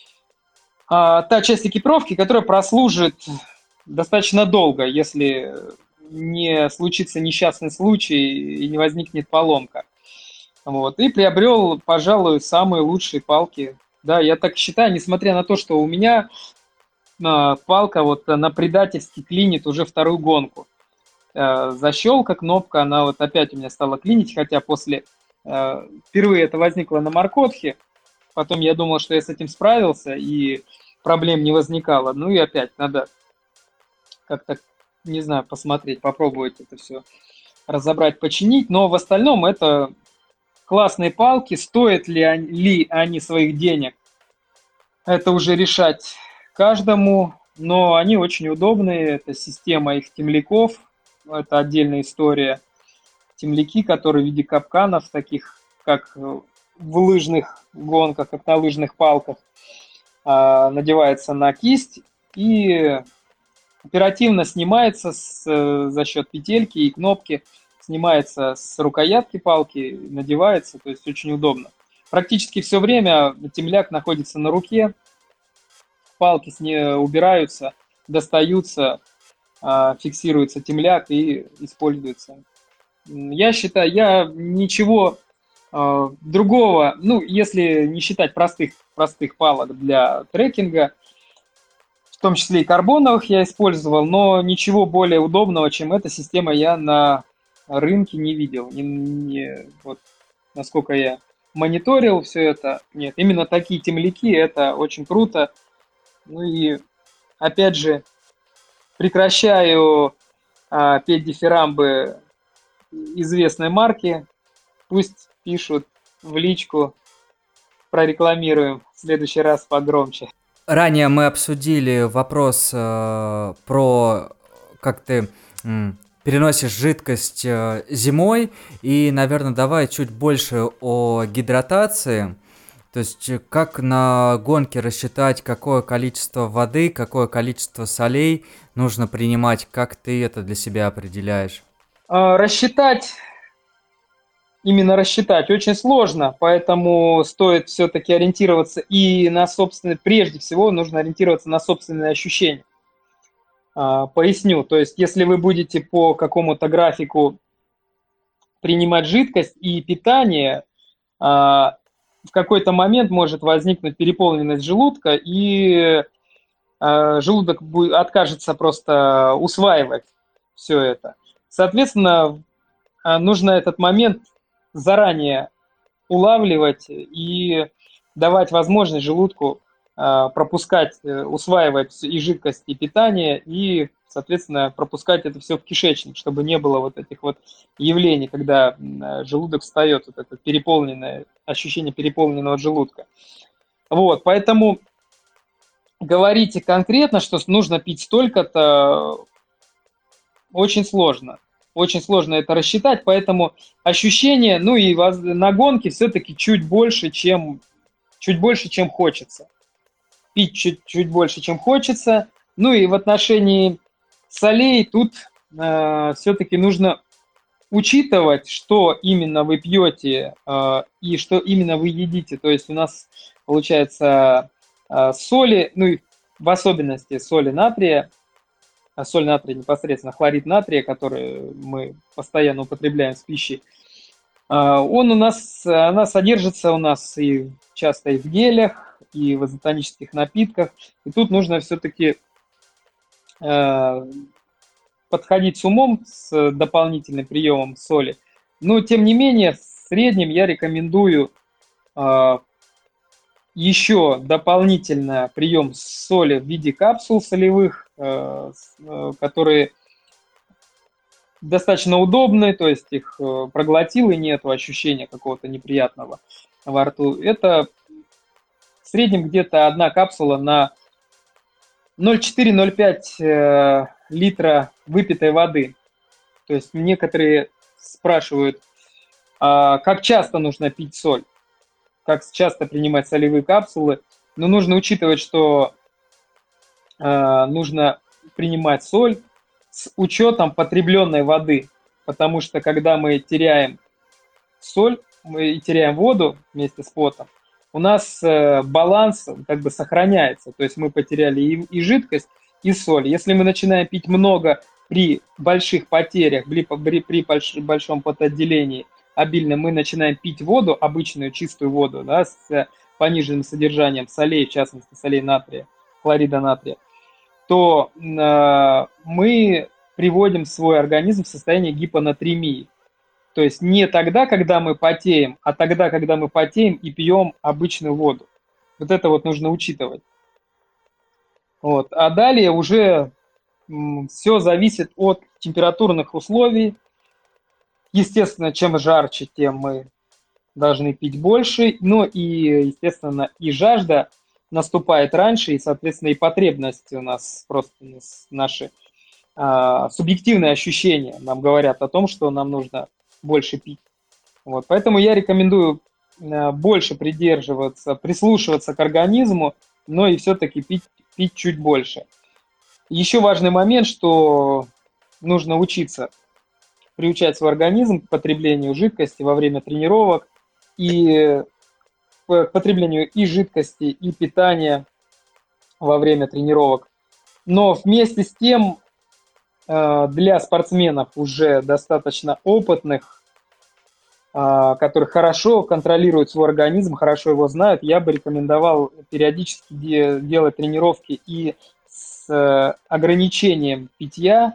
а, та часть экипировки, которая прослужит достаточно долго, если не случится несчастный случай и не возникнет поломка. Вот. И приобрел, пожалуй, самые лучшие палки. Да, я так считаю, несмотря на то, что у меня а, палка вот на предательски клинит уже вторую гонку. Э, защелка, кнопка, она вот опять у меня стала клинить, хотя после э, впервые это возникло на Маркотхе, потом я думал, что я с этим справился и проблем не возникало. Ну и опять надо как-то, не знаю, посмотреть, попробовать это все разобрать, починить, но в остальном это классные палки, стоят ли они, ли они своих денег, это уже решать каждому, но они очень удобные, это система их темляков, это отдельная история. Темляки, которые в виде капканов, таких как в лыжных гонках, как на лыжных палках, а, надевается на кисть и оперативно снимается с, э, за счет петельки и кнопки, снимается с рукоятки палки, надевается, то есть очень удобно. Практически все время темляк находится на руке, палки с ней убираются, достаются, а, фиксируется темляк и используется. Я считаю, я ничего э, другого, ну, если не считать простых, простых палок для трекинга, в том числе и карбоновых я использовал, но ничего более удобного, чем эта система, я на рынке не видел. Не, не- вот, насколько я мониторил все это, нет, именно такие темляки, это очень круто. Ну и, опять же, прекращаю а, петь дифирамбы известной марки, пусть пишут в личку, прорекламируем в следующий раз погромче. Ранее мы обсудили вопрос э, про как ты м, переносишь жидкость э, зимой. И, наверное, давай чуть больше о гидратации. То есть э, как на гонке рассчитать, какое количество воды, какое количество солей нужно принимать, как ты это для себя определяешь? А, Рассчитать, именно рассчитать очень сложно, поэтому стоит все-таки ориентироваться и на собственные, прежде всего нужно ориентироваться на собственные ощущения. А, Поясню, то есть если вы будете по какому-то графику принимать жидкость и питание, а, в какой-то момент может возникнуть переполненность желудка, и а, желудок бу- откажется просто усваивать все это. Соответственно, а, нужно этот момент заранее улавливать и давать возможность желудку а, пропускать, э, усваивать и жидкость, и питание, и, соответственно, пропускать это все в кишечник, чтобы не было вот этих вот явлений, когда м, э, желудок встает, вот это переполненное, ощущение переполненного желудка. Вот, поэтому говорите конкретно, что нужно пить столько-то, очень сложно. Очень сложно это рассчитать, поэтому ощущение, ну и воз- на гонке все-таки чуть больше, чем, чуть больше, чем хочется. Пить чуть, чуть больше, чем хочется. Ну и в отношении солей тут э, все-таки нужно учитывать, что именно вы пьете э, и что именно вы едите. То есть у нас получается э, соли, ну и в особенности соли натрия, а соль натрия непосредственно, хлорид натрия, который мы постоянно употребляем в пище, а, он у нас, она содержится у нас и часто и в гелях, и в изотонических напитках. И тут нужно все-таки э, подходить с умом, с дополнительным приемом соли. Но, тем не менее, в среднем я рекомендую э, еще дополнительно прием соли в виде капсул солевых, э, э, которые достаточно удобны, то есть их э, проглотил и нету ощущения какого-то неприятного во рту. Это в среднем где-то одна капсула на ноль целых четыре - ноль целых пять э, литра выпитой воды. То есть некоторые спрашивают, а как часто нужно пить соль, как часто принимать солевые капсулы. Но нужно учитывать, что э, нужно принимать соль с учетом потребленной воды, потому что когда мы теряем соль, мы и теряем воду вместе с потом, у нас э, баланс как бы сохраняется, то есть мы потеряли и, и жидкость, и соль. Если мы начинаем пить много при больших потерях, при, при, при больш, большом потоотделении обильно, мы начинаем пить воду, обычную чистую воду, да, с пониженным содержанием солей, в частности солей натрия, хлорида натрия, то э, мы приводим свой организм в состояние гипонатремии. То есть не тогда, когда мы потеем, а тогда, когда мы потеем и пьем обычную воду. Вот это вот нужно учитывать. Вот. А далее уже м, все зависит от температурных условий. Естественно, чем жарче, тем мы должны пить больше. Ну и, естественно, и жажда наступает раньше, и, соответственно, и потребности у нас просто у нас наши а, субъективные ощущения нам говорят о том, что нам нужно больше пить. Вот, поэтому я рекомендую э, больше придерживаться, прислушиваться к организму, но и все-таки пить, пить чуть больше. Еще важный момент, что нужно учиться приучать свой организм к потреблению жидкости во время тренировок и к потреблению и жидкости, и питания во время тренировок. Но вместе с тем э, для спортсменов уже достаточно опытных, которые хорошо контролируют свой организм, хорошо его знают, я бы рекомендовал периодически де- делать тренировки и с ограничением питья,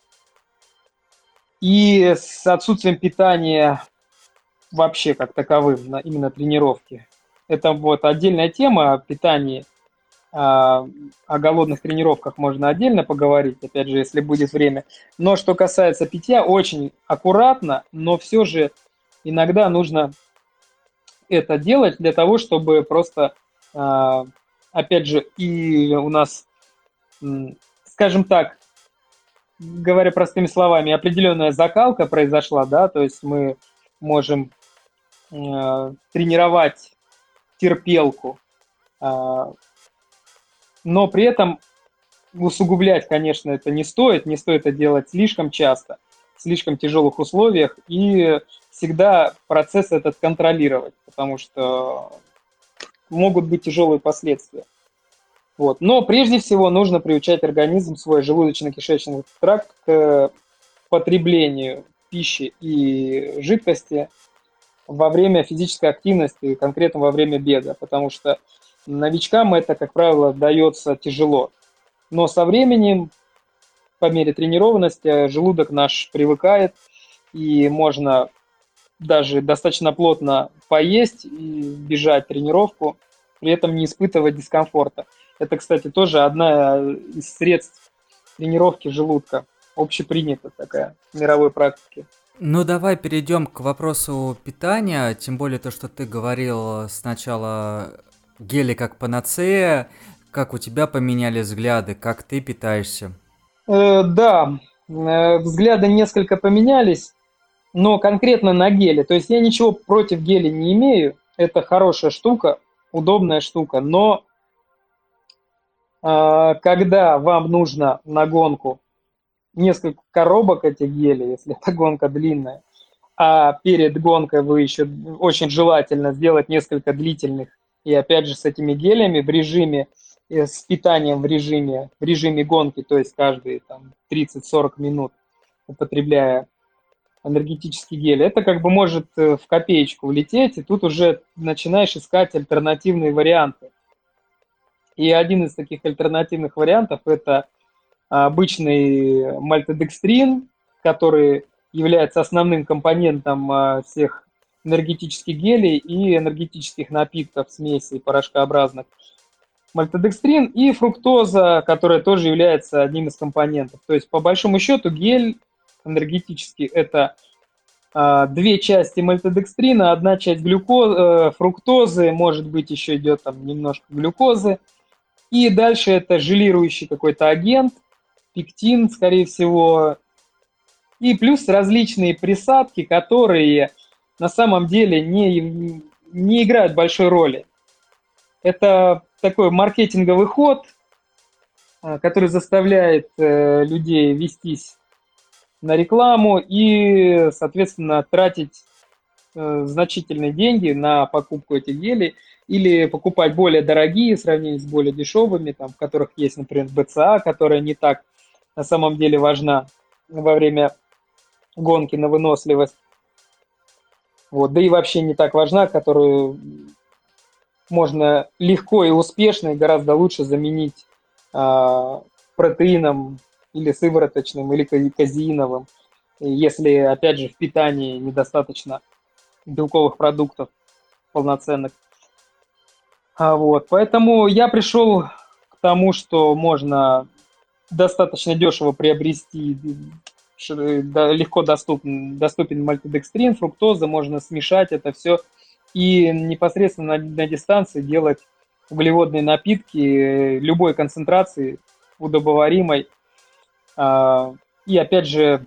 и с отсутствием питания вообще как таковым на именно тренировки. Это вот отдельная тема о питании, а, о голодных тренировках можно отдельно поговорить, опять же, если будет время. Но что касается питья, очень аккуратно, но все же иногда нужно это делать для того, чтобы просто, а, опять же, и у нас, м, скажем так, говоря простыми словами, определенная закалка произошла, да, то есть мы можем э, тренировать терпелку, э, но при этом усугублять, конечно, это не стоит, не стоит это делать слишком часто, в слишком тяжелых условиях, и всегда процесс этот контролировать, потому что могут быть тяжелые последствия. Вот. Но прежде всего нужно приучать организм, свой желудочно-кишечный тракт к потреблению пищи и жидкости во время физической активности, конкретно во время бега, потому что новичкам это, как правило, дается тяжело. Но со временем, по мере тренированности, желудок наш привыкает, и можно даже достаточно плотно поесть и бежать тренировку, при этом не испытывать дискомфорта. Это, кстати, тоже одна из средств тренировки желудка, общепринята такая в мировой практике. Ну, давай перейдем к вопросу питания, тем более то, что ты говорил сначала гели как панацея, как у тебя поменялись взгляды, как ты питаешься? Э, да, э, взгляды несколько поменялись, но конкретно на геле. То есть я ничего против геля не имею, это хорошая штука, удобная штука, но э, когда вам нужно на гонку несколько коробок этих гелей, если эта гонка длинная, а перед гонкой вы еще очень желательно сделать несколько длительных, и опять же с этими гелями в режиме, э, с питанием в режиме, в режиме гонки, то есть каждые там тридцать-сорок минут употребляя энергетический гель, это как бы может э, в копеечку влететь, и тут уже начинаешь искать альтернативные варианты. И один из таких альтернативных вариантов – это обычный мальтодекстрин, который является основным компонентом а, всех энергетических гелей и энергетических напитков, смесей порошкообразных. Мальтодекстрин и фруктоза, которая тоже является одним из компонентов. То есть, по большому счету, гель энергетический – это а, две части мальтодекстрина, одна часть глюкозы, э, фруктозы, может быть, еще идет там немножко глюкозы. И дальше это желирующий какой-то агент, пектин, скорее всего, и плюс различные присадки, которые на самом деле не, не играют большой роли. Это такой маркетинговый ход, который заставляет людей вестись на рекламу и, соответственно, тратить значительные деньги на покупку этих гелей или покупать более дорогие в сравнении с более дешевыми, там, в которых есть, например, бэ цэ а, которая не так на самом деле важна во время гонки на выносливость. Вот, да и вообще не так важна, которую можно легко и успешно и гораздо лучше заменить э, протеином или сывороточным, или казеиновым, если, опять же, в питании недостаточно белковых продуктов полноценных. А вот, поэтому я пришел к тому, что можно достаточно дешево приобрести, легко доступен, доступен мальтодекстрин, фруктоза, можно смешать это все и непосредственно на, на дистанции делать углеводные напитки любой концентрации, удобоваримой. И опять же,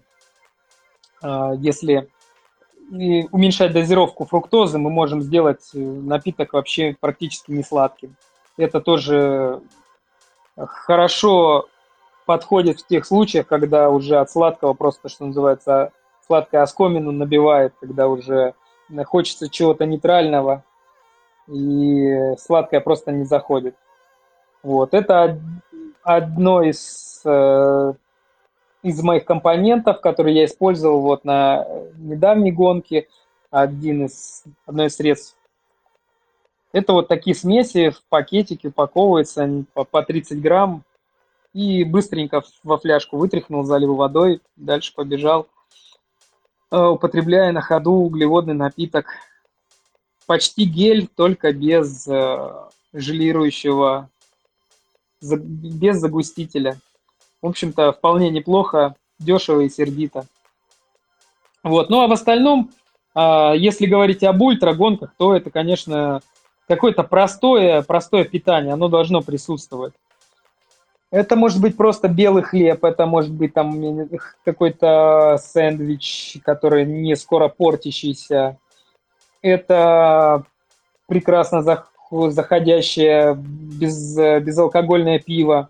если уменьшать дозировку фруктозы, мы можем сделать напиток вообще практически не сладким. Это тоже хорошо подходит в тех случаях, когда уже от сладкого просто, что называется, сладкая оскомину набивает, когда уже хочется чего-то нейтрального, и сладкое просто не заходит. Вот. Это одно из, э, из моих компонентов, которые я использовал вот на недавней гонке, один из, одно из средств. Это вот такие смеси в пакетике упаковываются по, по тридцать грамм, и быстренько во фляжку вытряхнул, залил водой, дальше побежал, употребляя на ходу углеводный напиток. Почти гель, только без желирующего, без загустителя. В общем-то, вполне неплохо, дешево и сердито. Вот. Ну а в остальном, если говорить об ультрагонках, то это, конечно, какое-то простое, простое питание, оно должно присутствовать. Это может быть просто белый хлеб, это может быть там какой-то сэндвич, который не скоро портящийся. Это прекрасно заходящее без, безалкогольное пиво.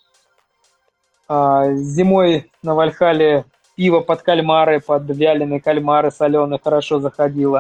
А, зимой на Вальхале пиво под кальмары, под вяленые кальмары соленые хорошо заходило.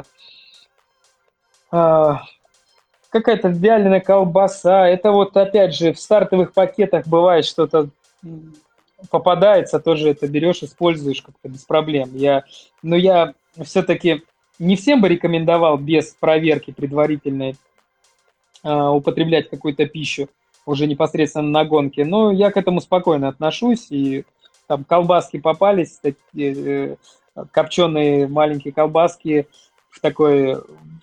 А, какая-то вяленая колбаса. Это вот опять же в стартовых пакетах бывает что-то попадается, тоже это берешь, используешь как-то без проблем. Я, но я все-таки не всем бы рекомендовал без проверки предварительной а, употреблять какую-то пищу уже непосредственно на гонке, но я к этому спокойно отношусь, и там колбаски попались, такие э, копченые маленькие колбаски в такой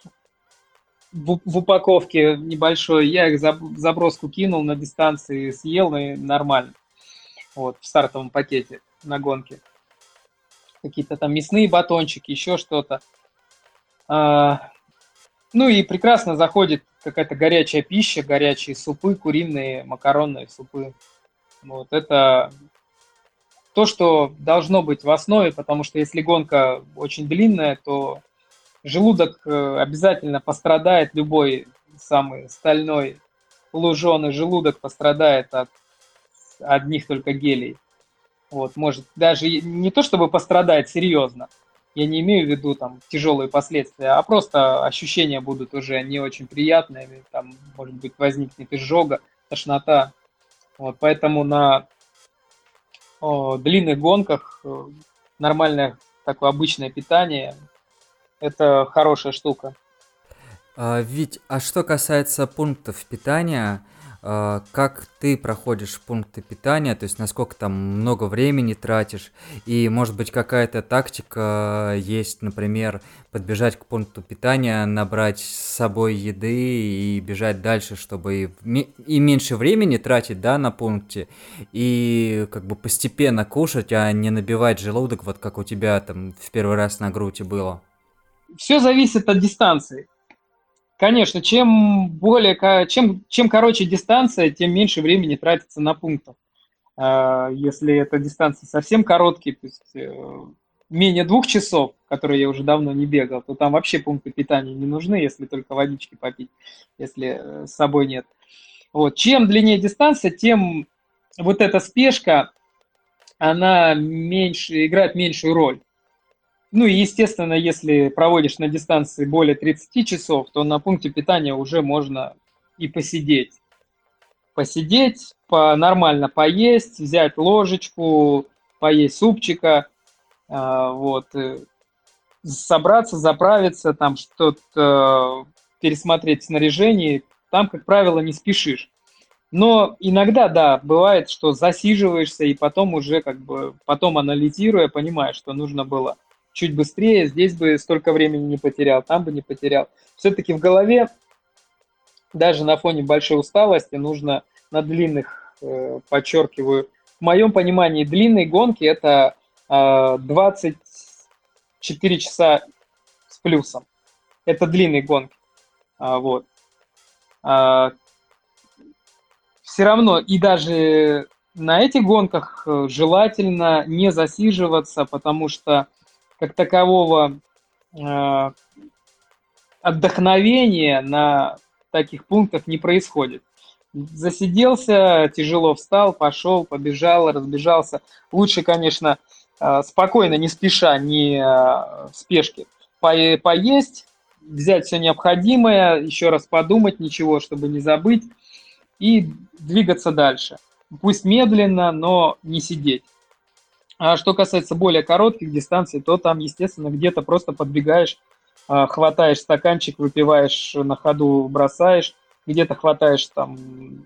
в, в упаковке небольшой, я их в заброску кинул на дистанции, съел, и нормально. Вот, в стартовом пакете на гонке. Какие-то там мясные батончики, еще что-то. А, ну и прекрасно заходит какая-то горячая пища, горячие супы, куриные, макаронные супы. Вот это то, что должно быть в основе, потому что если гонка очень длинная, то желудок обязательно пострадает, любой самый стальной луженый желудок пострадает от одних только гелей. Вот, может, даже не то чтобы пострадает серьезно, я не имею в виду там тяжелые последствия, а просто ощущения будут уже не очень приятными, там, может быть, возникнет изжога, тошнота. Вот, поэтому на о, длинных гонках о, нормальное такое обычное питание – это хорошая штука. А, Вить, а что касается пунктов питания, а, как ты проходишь пункты питания, то есть насколько там много времени тратишь, и может быть какая-то тактика есть, например, подбежать к пункту питания, набрать с собой еды и бежать дальше, чтобы и, ме- и меньше времени тратить, да, на пункте, и как бы постепенно кушать, а не набивать желудок, вот как у тебя там в первый раз на груди было. Все зависит от дистанции. Конечно, чем более, чем, чем короче дистанция, тем меньше времени тратится на пунктах. Если эта дистанция совсем короткие, то есть менее двух часов, которые я уже давно не бегал, то там вообще пункты питания не нужны, если только водички попить, если с собой нет. Вот. Чем длиннее дистанция, тем вот эта спешка, она меньше, играет меньшую роль. Ну и, естественно, если проводишь на дистанции более тридцати часов, то на пункте питания уже можно и посидеть. Посидеть, по, нормально поесть, взять ложечку, поесть супчика, э, вот, э, собраться, заправиться, там что-то, э, пересмотреть снаряжение. Там, как правило, не спешишь. Но иногда, да, бывает, что засиживаешься и потом уже как бы, потом анализируя, понимаешь, что нужно было чуть быстрее, здесь бы столько времени не потерял, там бы не потерял. Все-таки в голове, даже на фоне большой усталости, нужно на длинных, э, подчеркиваю, в моем понимании длинные гонки это э, двадцать четыре часа с плюсом. Это длинные гонки. А, вот. А, все равно и даже на этих гонках желательно не засиживаться, потому что как такового э, отдохновения на таких пунктах не происходит. Засиделся, тяжело встал, пошел, побежал, разбежался. Лучше, конечно, э, спокойно, не спеша, не э, в спешке, по- поесть, взять все необходимое, еще раз подумать, ничего, чтобы не забыть, и двигаться дальше. Пусть медленно, но не сидеть. А что касается более коротких дистанций, то там, естественно, где-то просто подбегаешь, хватаешь стаканчик, выпиваешь на ходу, бросаешь, где-то хватаешь там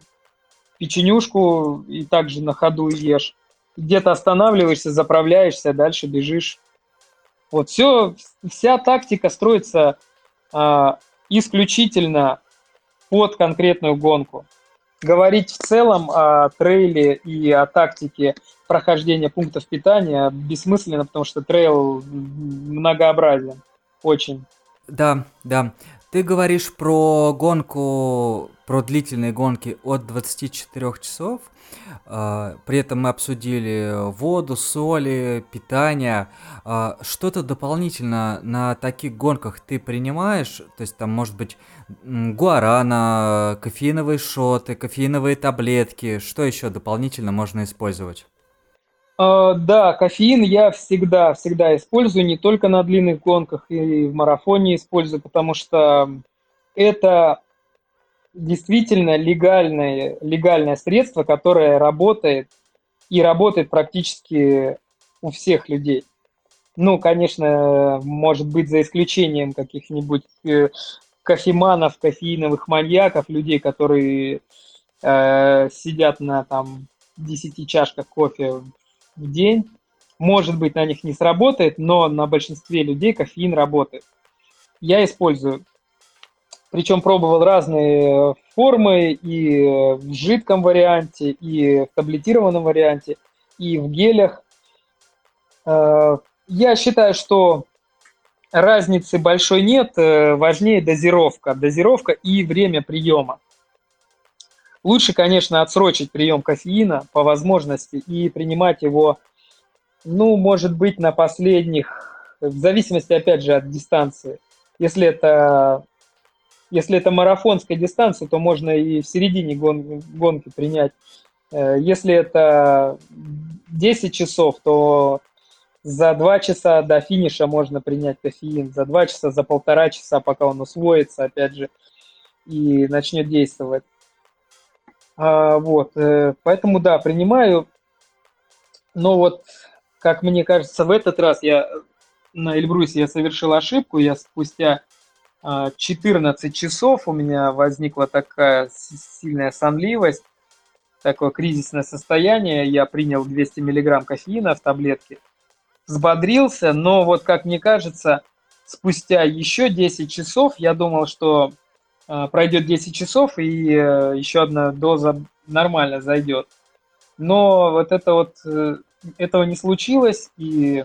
печенюшку и также на ходу ешь, где-то останавливаешься, заправляешься, дальше бежишь. Вот все, вся тактика строится а, исключительно под конкретную гонку. Говорить в целом о трейле и о тактике прохождения пунктов питания бессмысленно, потому что трейл многообразен очень. Да, да. Ты говоришь про гонку, про длительные гонки от двадцати четырёх часов. А, При этом мы обсудили воду, соли, питание. А, Что-то дополнительно на таких гонках ты принимаешь? То есть там может быть м, гуарана, кофеиновые шоты, кофеиновые таблетки. Что еще дополнительно можно использовать? А, Да, кофеин я всегда, всегда использую, не только на длинных гонках, и в марафоне использую, потому что это действительно легальное, легальное средство, которое работает и работает практически у всех людей. Ну, конечно, может быть, за исключением каких-нибудь э, кофеманов, кофеиновых маньяков, людей, которые э, сидят на там десяти чашках кофе в день. Может быть, на них не сработает, но на большинстве людей кофеин работает. Я использую. Причем пробовал разные формы и в жидком варианте, и в таблетированном варианте, и в гелях. Э, Я считаю, что разницы большой нет, э, важнее дозировка. Дозировка и время приема. Лучше, конечно, отсрочить прием кофеина по возможности и принимать его, ну, может быть, на последних, в зависимости, опять же, от дистанции. Если это, если это марафонская дистанция, то можно и в середине гон, гонки принять. Э, Если это десять часов, то за два часа до финиша можно принять кофеин, за два часа, за полтора часа, пока он усвоится, опять же, и начнет действовать. А, вот, э, поэтому, да, принимаю, но вот, как мне кажется, в этот раз я на Эльбрусе я совершил ошибку, я спустя а, четырнадцать часов у меня возникла такая с- сильная сонливость, такое кризисное состояние, я принял двести миллиграмм кофеина в таблетке, взбодрился, но вот, как мне кажется, спустя еще десять часов, я думал, что э, пройдет десять часов и э, еще одна доза нормально зайдет. Но вот это вот, э, этого не случилось, и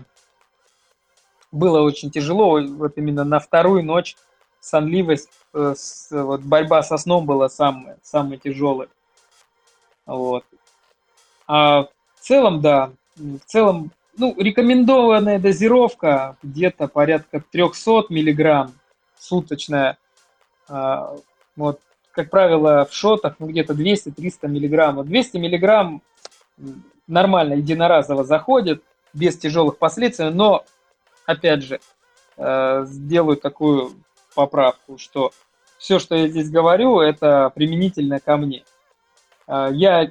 было очень тяжело. Вот именно на вторую ночь сонливость, э, с- вот борьба со сном была самая, самая тяжелая. Вот. А в целом, да, в целом, ну, рекомендованная дозировка где-то порядка трехсот миллиграмм суточная. А, Вот, как правило, в шотах, ну, где-то двести-триста миллиграмм. Вот двести миллиграмм м, нормально, единоразово заходит, без тяжелых последствий, но, опять же, э, сделаю такую поправку, что все, что я здесь говорю, это применительно ко мне. Э, Я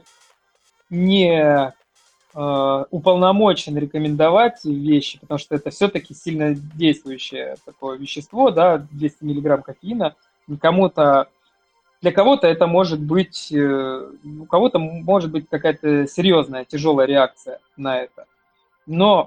не э, уполномочен рекомендовать вещи, потому что это все-таки сильно действующее такое вещество, да, двести миллиграмм кофеина. Кому-то, для кого-то это может быть, э, у кого-то может быть какая-то серьезная, тяжелая реакция на это. Но,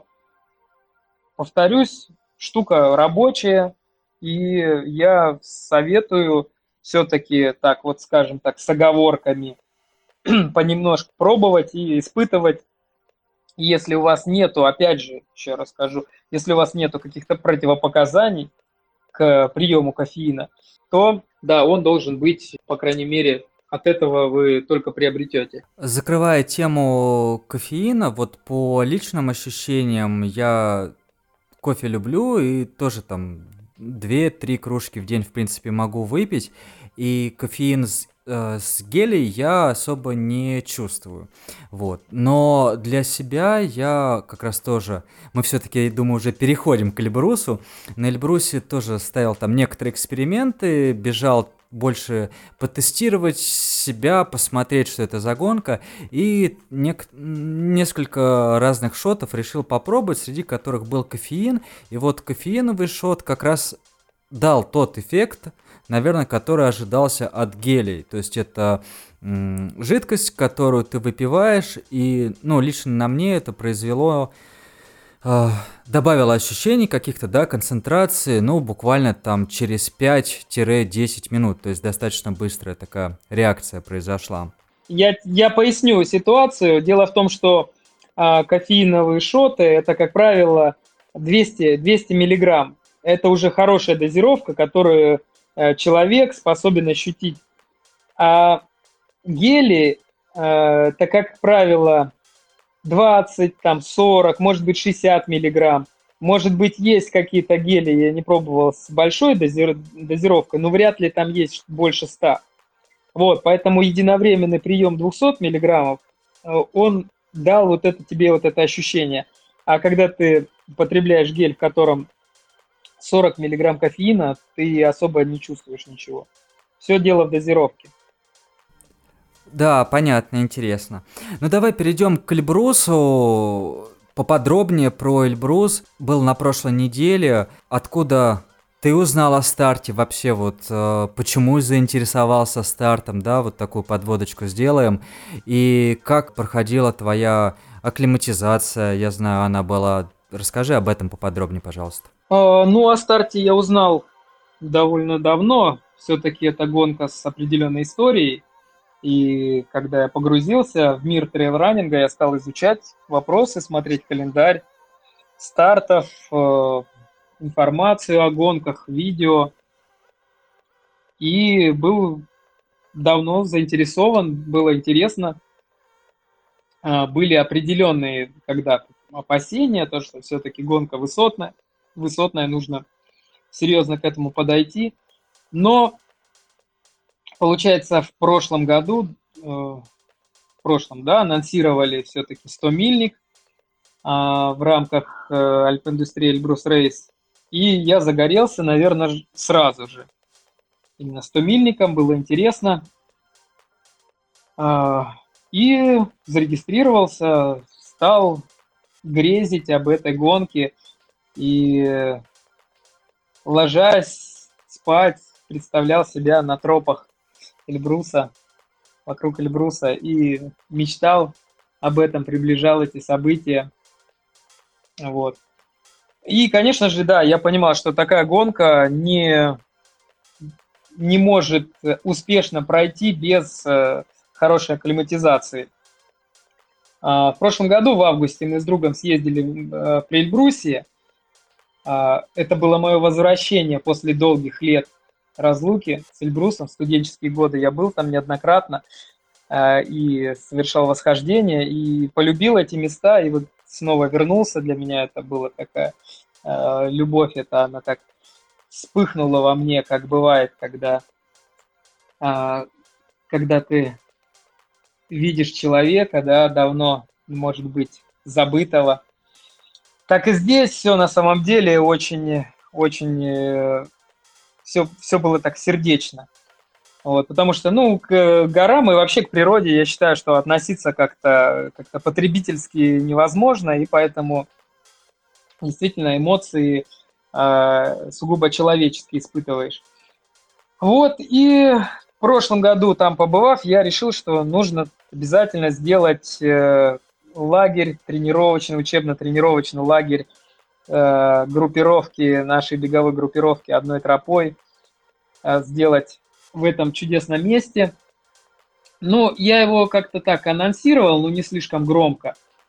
повторюсь, штука рабочая, и я советую все-таки, так вот скажем так, с оговорками, понемножку пробовать и испытывать. Если у вас нету, опять же, еще раз скажу, если у вас нету каких-то противопоказаний к приему кофеина, то да, он должен быть, по крайней мере, от этого вы только приобретете. Закрывая тему кофеина, вот по личным ощущениям, я кофе люблю и тоже там две-три кружки в день, в принципе, могу выпить. И кофеин с, э, с гелей я особо не чувствую. Вот. Но для себя я как раз тоже... Мы все-таки, думаю, уже переходим к Эльбрусу. На Эльбрусе тоже ставил там некоторые эксперименты, бежал больше потестировать себя, посмотреть, что это за гонка, и нек- несколько разных шотов решил попробовать, среди которых был кофеин, и вот кофеиновый шот как раз дал тот эффект, наверное, который ожидался от гелей, то есть это м, жидкость, которую ты выпиваешь, и, ну, лично на мне это произвело а, добавила ощущений каких-то, да, концентрации, ну, буквально там через пять-десять минут, то есть достаточно быстрая такая реакция произошла. Я, я поясню ситуацию. Дело в том, что а, кофеиновые шоты, это, как правило, двести, двести миллиграмм. Это уже хорошая дозировка, которую э, человек способен ощутить. А гели, э, это, как правило, двадцать, там, сорок, может быть, шестьдесят миллиграмм. Может быть, есть какие-то гели, я не пробовал, с большой дози- дозировкой, но вряд ли там есть больше ста. Вот, поэтому единовременный прием двухсот миллиграммов, э, он дал вот это тебе вот это ощущение. А когда ты употребляешь гель, в котором сорок миллиграмм кофеина, ты особо не чувствуешь ничего. Все дело в дозировке. Да, понятно, интересно. Ну давай перейдем к Эльбрусу. Поподробнее про Эльбрус. Был на прошлой неделе. Откуда ты узнал о старте вообще? Вот э, почему заинтересовался стартом, да? Вот такую подводочку сделаем. И как проходила твоя акклиматизация? Я знаю, она была. Расскажи об этом поподробнее, пожалуйста. А, ну, о старте я узнал довольно давно. Все-таки это гонка с определенной историей. И когда я погрузился в мир трейл-раннинга, я стал изучать вопросы, смотреть календарь стартов, э, информацию о гонках, видео. И был давно заинтересован, было интересно. А, Были определенные когда опасения, то, что все-таки гонка высотная, высотная, нужно серьезно к этому подойти. Но, получается, в прошлом году, э, в прошлом, да, анонсировали все-таки сто-мильник а, в рамках э, Альпиндустрии Эльбрус Рейс. И я загорелся, наверное, ж- сразу же. Именно сто-мильником было интересно. А, И зарегистрировался, стал грезить об этой гонке. И э, ложась спать, представлял себя на тропах Эльбруса, вокруг Эльбруса, и мечтал об этом, приближал эти события. Вот. И, конечно же, да, я понимал, что такая гонка не, не может успешно пройти без э, хорошей акклиматизации. А, в прошлом году, в августе, мы с другом съездили э, при Эльбрусе. А, это было мое возвращение после долгих лет разлуки с Эльбрусом в студенческие годы. Я был там неоднократно а, и совершал восхождение, и полюбил эти места, и вот снова вернулся. Для меня это была такая а, любовь, это она так вспыхнула во мне, как бывает, когда, а, когда ты видишь человека, да, давно, может быть, забытого. Так и здесь все на самом деле очень, очень все, все было так сердечно. Вот, потому что, ну, к горам и вообще к природе, я считаю, что относиться как-то как потребительски невозможно, и поэтому действительно эмоции э, сугубо человеческие испытываешь. Вот, и в прошлом году там побывав, я решил, что нужно обязательно сделать э, лагерь тренировочный, учебно-тренировочный лагерь э, группировки, нашей беговой группировки одной тропой, э, сделать в этом чудесном месте. Ну, я его как-то так анонсировал, но не слишком громко.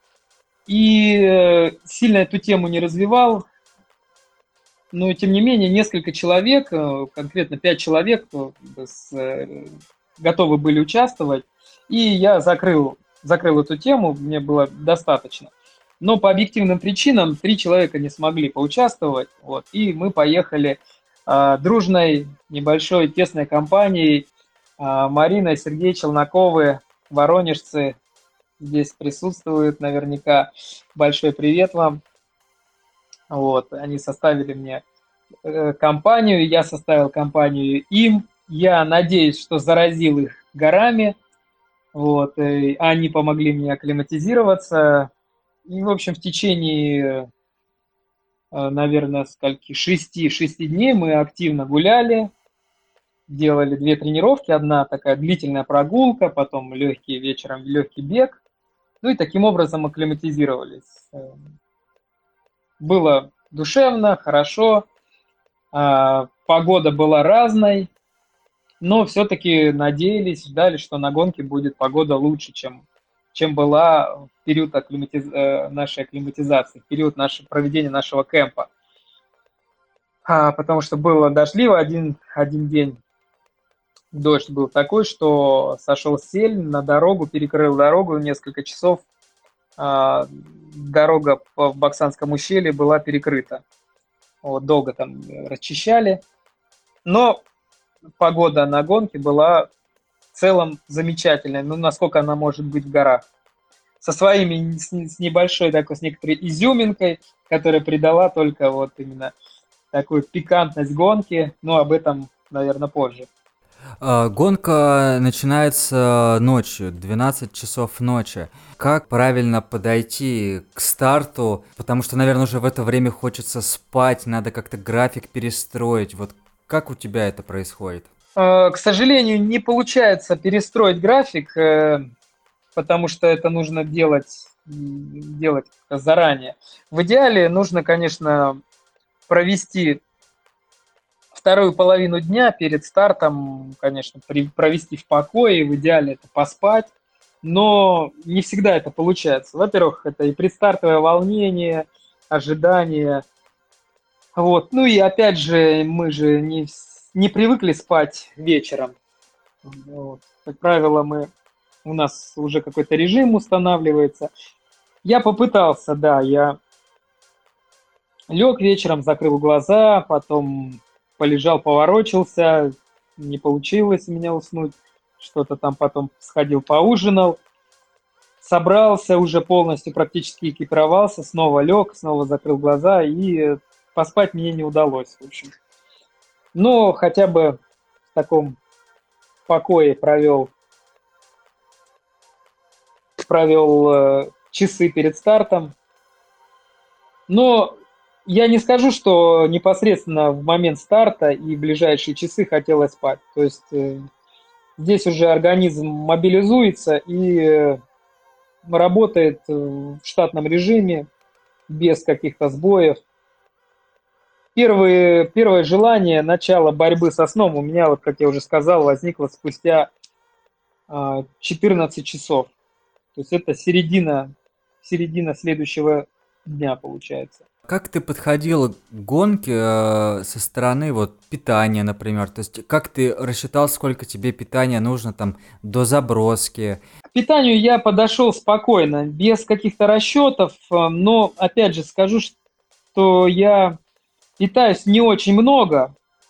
И э, сильно эту тему не развивал. Но, тем не менее, несколько человек, э, конкретно пять человек, э, с, э, готовы были участвовать. И я закрыл, закрыл эту тему, мне было достаточно. Но по объективным причинам три человека не смогли поучаствовать. Вот, и мы поехали э, дружной, небольшой, тесной компанией. Э, Марина и Сергей Челноковы, воронежцы, здесь присутствуют наверняка. Большой привет вам. Вот, они составили мне э, компанию, я составил компанию им. Я надеюсь, что заразил их горами. Вот, и они помогли мне акклиматизироваться. И, в общем, в течение, э, наверное, скольки, шести, шести дней мы активно гуляли, делали две тренировки. Одна такая длительная прогулка, потом легкий вечером легкий бег. Ну и таким образом акклиматизировались. Э, Было душевно, хорошо. А, Погода была разной, но все-таки надеялись, ждали, что на гонке будет погода лучше, чем, чем была в период акклиматиз... э, нашей акклиматизации, в период нашего, проведения нашего кемпа. а, потому что было дождливо один, один день. Дождь был такой, что сошел сель на дорогу, перекрыл дорогу несколько часов. а, Дорога по- в Баксанском ущелье была перекрыта. Вот, долго там э, расчищали. Но погода на гонке была в целом замечательная. Ну, насколько она может быть в горах. Со своими, с, с небольшой такой, с некоторой изюминкой, которая придала только вот именно такую пикантность гонки. Но об этом, наверное, позже. А, Гонка начинается ночью, двенадцать часов ночи. Как правильно подойти к старту? Потому что, наверное, уже в это время хочется спать, надо как-то график перестроить. Вот как у тебя это происходит? Э, К сожалению, не получается перестроить график, э, потому что это нужно делать, м, делать заранее. В идеале нужно, конечно, провести вторую половину дня перед стартом, конечно, при- провести в покое, в идеале это поспать, но не всегда это получается. Во-первых, это и предстартовое волнение, ожидание. Вот. Ну и опять же, мы же не, вс- не привыкли спать вечером. Вот. Как правило, мы, у нас уже какой-то режим устанавливается. Я попытался, да, я лег вечером, закрыл глаза, потом полежал, поворочился, не получилось у меня уснуть, что-то там потом сходил, поужинал, собрался, уже полностью практически экипировался, снова лег, снова закрыл глаза, и поспать мне не удалось, в общем. Но хотя бы в таком покое провел, провел э, часы перед стартом. Но я не скажу, что непосредственно в момент старта и в ближайшие часы хотелось спать. То есть э, здесь уже организм мобилизуется и э, работает э, в штатном режиме, без каких-то сбоев. Первые, первое желание, начало борьбы со сном у меня, вот как я уже сказал, возникло спустя э, четырнадцать часов. То есть это середина, середина следующего дня получается. Как ты подходил к гонке э, со стороны вот питания, например? То есть как ты рассчитал, сколько тебе питания нужно там до заброски? К питанию я подошел спокойно, без каких-то расчетов, э, но опять же скажу, что я питаюсь не очень много,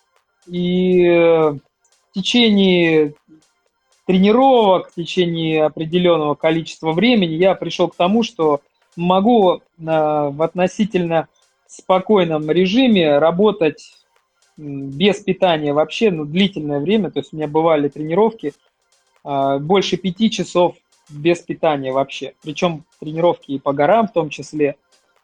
и э, в течение тренировок, в течение определенного количества времени я пришел к тому, что могу э, в относительно спокойном режиме работать м, без питания вообще, ну, длительное время. То есть у меня бывали тренировки а, больше пяти часов без питания вообще. Причем тренировки и по горам в том числе.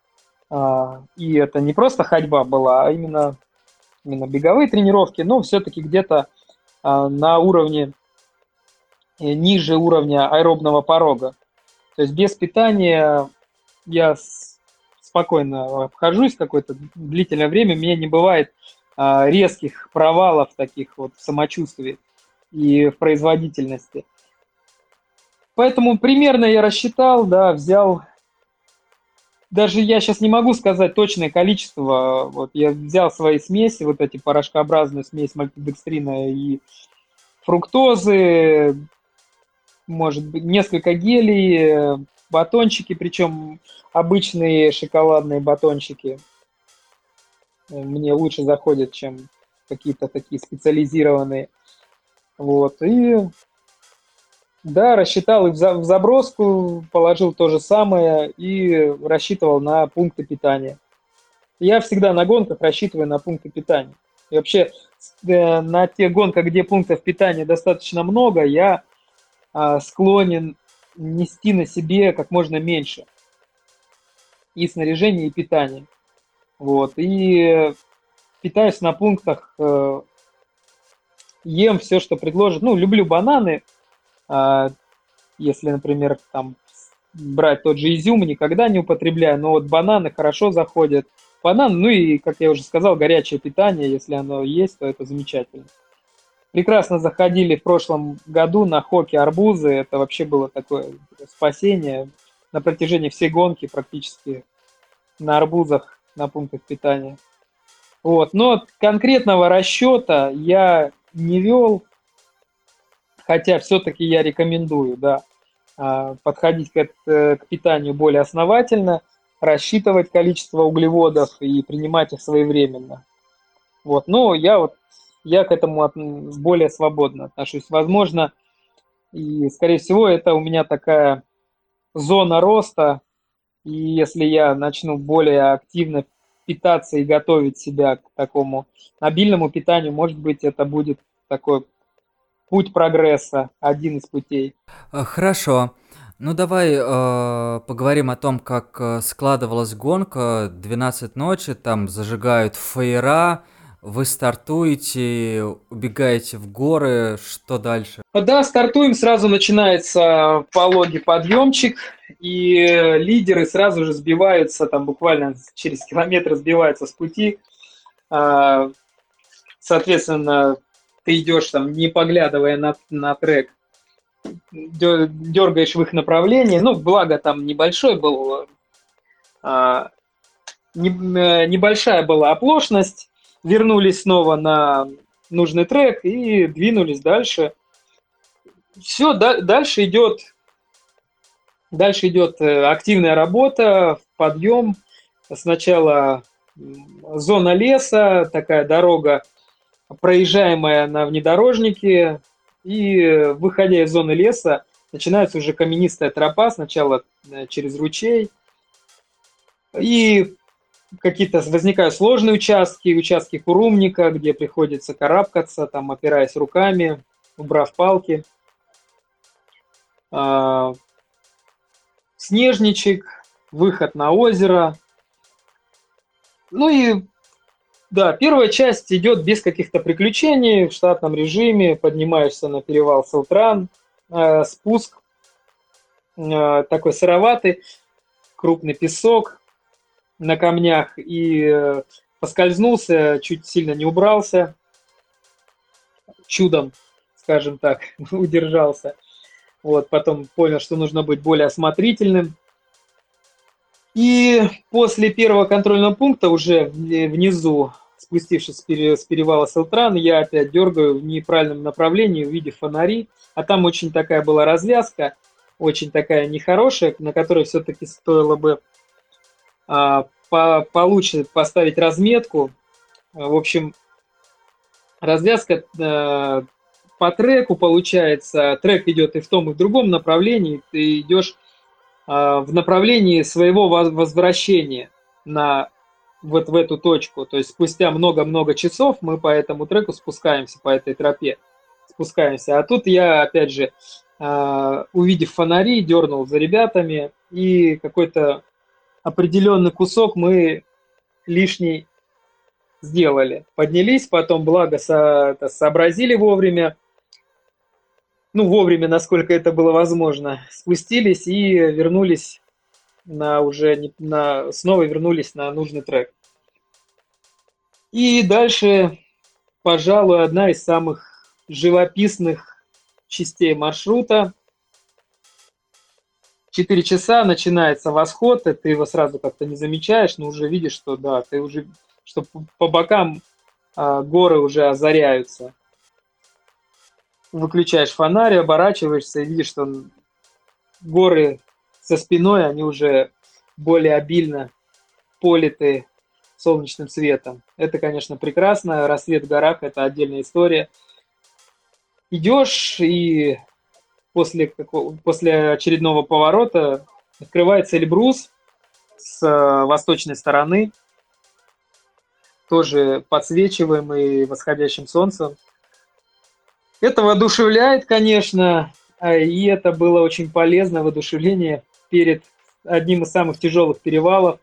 А, И это не просто ходьба была, а именно, именно беговые тренировки, но все-таки где-то а, на уровне, э, ниже уровня аэробного порога. То есть без питания я с- спокойно обхожусь какое-то длительное время. У меня не бывает а, резких провалов таких вот в самочувствии и в производительности. Поэтому примерно я рассчитал, да, взял. Даже я сейчас не могу сказать точное количество. Вот я взял свои смеси, вот эти порошкообразную смесь мальтодекстрина и фруктозы, может быть, несколько гелей, э, батончики, причем обычные шоколадные батончики. Э, Мне лучше заходят, чем какие-то такие специализированные. Вот. И да, рассчитал и в за- в заброску, положил то же самое и рассчитывал на пункты питания. Я всегда на гонках рассчитываю на пункты питания. И вообще э, на тех гонках, где пунктов питания достаточно много, я а, склонен нести на себе как можно меньше и снаряжения, и питания. Вот. И питаюсь на пунктах, э, ем все, что предложат. Ну, люблю бананы. а, Если, например, там брать тот же изюм, никогда не употребляю, но вот бананы хорошо заходят. Банан, ну и, как я уже сказал, горячее питание, если оно есть, то это замечательно. Прекрасно заходили в прошлом году на хоке арбузы, это вообще было такое спасение. На протяжении всей гонки практически на арбузах, на пунктах питания. Вот. Но конкретного расчета я не вел, хотя все-таки я рекомендую, да, а, подходить к, эт- к питанию более основательно, рассчитывать количество углеводов и принимать их своевременно. Вот. Но я вот я к этому от- более свободно отношусь. Возможно, и, скорее всего, это у меня такая зона роста, и если я начну более активно питаться и готовить себя к такому обильному питанию, может быть, это будет такой путь прогресса, один из путей. Э, Хорошо. Ну давай э, поговорим о том, как э, складывалась гонка. двенадцать ночи, там зажигают фаера, вы стартуете, убегаете в горы, что дальше? Да, стартуем, сразу начинается пологий подъемчик, и лидеры сразу же сбиваются, там буквально через километр сбиваются с пути. А, Соответственно, ты идешь там, не поглядывая на, на трек, дё- дергаешь в их направлении. Ну, благо там небольшой был, а, не- э, небольшая была оплошность. Вернулись снова на нужный трек и двинулись дальше. Все, дальше идет, дальше идет э, активная работа, подъем. Сначала м, зона леса, такая дорога, проезжаемая на внедорожнике, и э, выходя из зоны леса, начинается уже каменистая тропа, сначала э, через ручей, и какие-то возникают сложные участки, участки курумника, где приходится карабкаться, там, опираясь руками, убрав палки. А, Снежничек, выход на озеро. Ну и да, первая часть идет без каких-то приключений, в штатном режиме, поднимаешься на перевал Сылтран, э, спуск э, такой сыроватый, крупный песок на камнях, и э, поскользнулся, чуть сильно не убрался, чудом, скажем так, удержался. Вот, потом понял, что нужно быть более осмотрительным. И после первого контрольного пункта уже внизу, спустившись с перевала Сылтран, я опять дергаю в неправильном направлении, увидев фонари. А там очень такая была развязка, очень такая нехорошая, на которой все-таки стоило бы а, по, получше поставить разметку. В общем, развязка а, по треку получается. Трек идет и в том, и в другом направлении. Ты идешь в направлении своего возвращения на вот в эту точку. То есть спустя много-много часов мы по этому треку спускаемся, по этой тропе спускаемся. А тут я, опять же, увидев фонари, дернул за ребятами, и какой-то определенный кусок мы лишний сделали. Поднялись, потом, благо, со, сообразили вовремя, ну, вовремя, насколько это было возможно, спустились и вернулись на уже не, на, снова вернулись на нужный трек. И дальше, пожалуй, одна из самых живописных частей маршрута. Четыре часа начинается восход, и ты его сразу как-то не замечаешь, но уже видишь, что да, ты уже, что по бокам а, горы уже озаряются. Выключаешь фонарь, оборачиваешься и видишь, что горы со спиной, они уже более обильно политы солнечным светом. Это, конечно, прекрасно. Рассвет в горах – это отдельная история. Идешь, и после, какого, после очередного поворота открывается Эльбрус с восточной стороны, тоже подсвечиваемый восходящим солнцем. Это воодушевляет, конечно, и это было очень полезное воодушевление перед одним из самых тяжелых перевалов,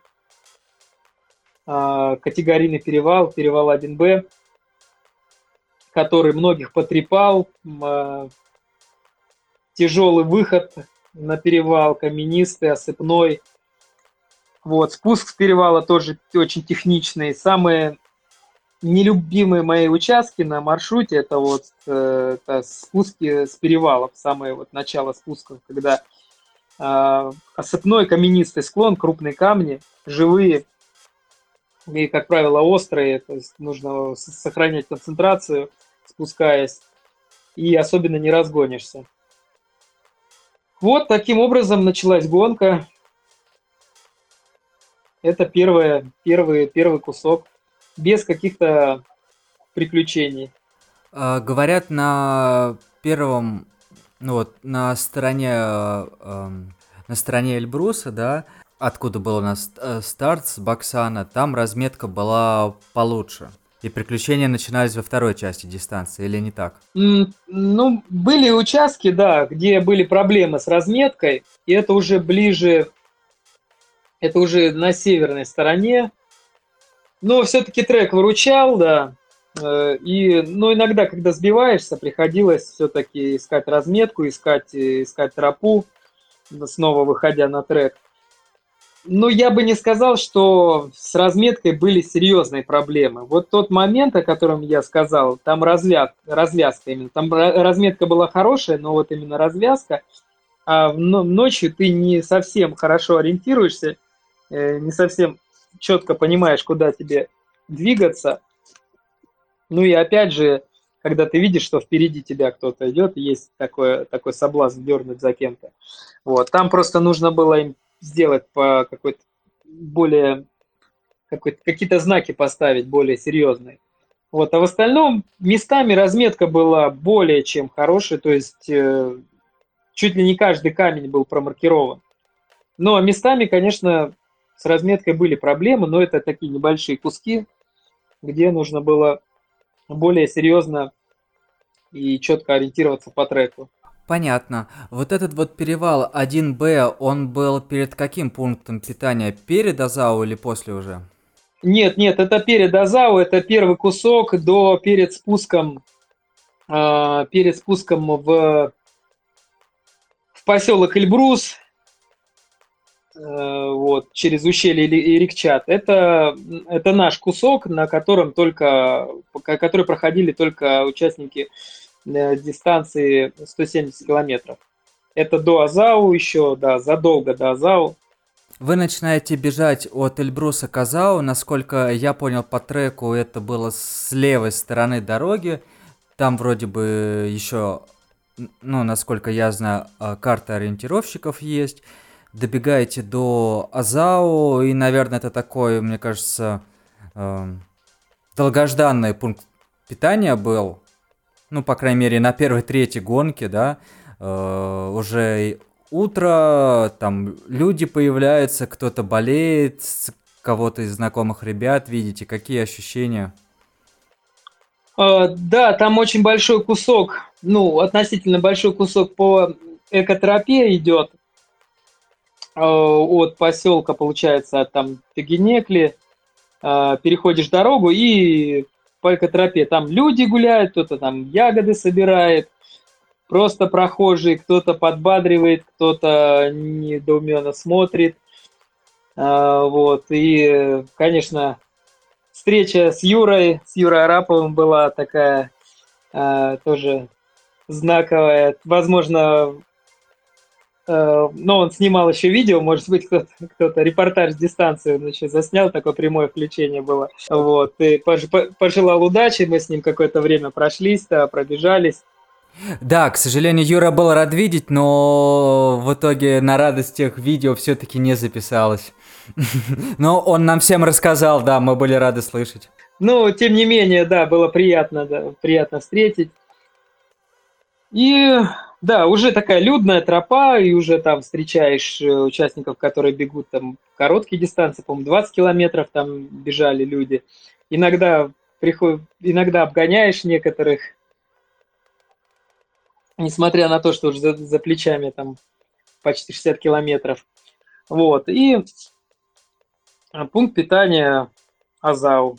категорийный перевал, перевал один бэ, который многих потрепал. Тяжелый выход на перевал, каменистый, осыпной. Вот, спуск с перевала тоже очень техничный. Самые нелюбимые мои участки на маршруте это вот это спуски с перевалов, самое вот начало спуска, когда э, осыпной каменистый склон, крупные камни, живые. и, как правило, острые, то есть нужно сохранять концентрацию, спускаясь, и особенно не разгонишься. Вот таким образом началась гонка. Это первое, первый, первый кусок, без каких-то приключений. А, говорят, на первом, ну вот, на стороне, э, эм, на стороне Эльбруса, да, откуда был у нас э, старт с Баксана, там разметка была получше. И приключения начинались во второй части дистанции, или не так? М, Ну, были участки, да, где были проблемы с разметкой, и это уже ближе, это уже на северной стороне. Но все-таки трек выручал, да. Э, И, ну, иногда, когда сбиваешься, приходилось все-таки искать разметку, искать, э, искать тропу, снова выходя на трек. Ну, я бы не сказал, что с разметкой были серьезные проблемы. Вот тот момент, о котором я сказал, там развяз, развязка именно. Там ра- разметка была хорошая, но вот именно развязка. А в но- ночью ты не совсем хорошо ориентируешься, э, не совсем четко понимаешь, куда тебе двигаться. Ну и опять же, когда ты видишь, что впереди тебя кто-то идет, есть такой, такой соблазн дернуть за кем-то. Вот. Там просто нужно было им сделать по какой-то более, какой какие-то знаки поставить более серьезные. Вот. А в остальном местами разметка была более чем хорошая, то есть э, чуть ли не каждый камень был промаркирован. Но местами, конечно, с разметкой были проблемы, но это такие небольшие куски, где нужно было более серьезно и четко ориентироваться по треку. Понятно. Вот этот вот перевал один Б, он был перед каким пунктом питания? Перед Азау или после уже? Нет, нет, это перед Азау, это первый кусок до перед спуском, э, перед спуском в, в поселок Эльбрус, э, вот, через ущелье Ири- Ирикчат. Это, это наш кусок, на котором только, по- который проходили только участники э, дистанции сто семьдесят километров. Это до Азау еще, да, задолго до Азау. Вы начинаете бежать от Эльбруса к Азау. Насколько я понял по треку, это было с левой стороны дороги. Там вроде бы еще, н- ну, насколько я знаю, а, карта ориентировщиков есть. Добегаете до Азау, и, наверное, это такой, мне кажется, эм, долгожданный пункт питания был. Ну, по крайней мере, на первой трети гонки, да, э, уже и утро, там люди появляются, кто-то болеет, с- кого-то из знакомых ребят видите, какие ощущения? Э, Да, там очень большой кусок, ну, относительно большой кусок по экотропе идет э, от поселка, получается, от там Тагинекли, э, переходишь дорогу и по экотропе. Там люди гуляют, кто-то там ягоды собирает, просто прохожий, кто-то подбадривает, кто-то недоуменно смотрит. Э, Вот, и, конечно, встреча с Юрой, с Юрой Араповым была такая э, тоже знаковая. Возможно, э, но он снимал еще видео, может быть, кто-то, кто-то репортаж с дистанции он еще заснял, такое прямое включение было. Вот, и пож- по- пожелал удачи, мы с ним какое-то время прошлись, да, пробежались. Да, к сожалению, Юра был рад видеть, но в итоге на радостях видео все-таки не записалось. Но он нам всем рассказал, да, мы были рады слышать. Но, тем не менее, да, было приятно, да, приятно встретить. И да, уже такая людная тропа, и уже там встречаешь э, участников, которые бегут там короткие дистанции, по-моему, двадцать километров там бежали люди. Иногда приход... иногда обгоняешь некоторых, несмотря на то, что уже за, за плечами там почти шестьдесят километров. Вот, и а, пункт питания Азау.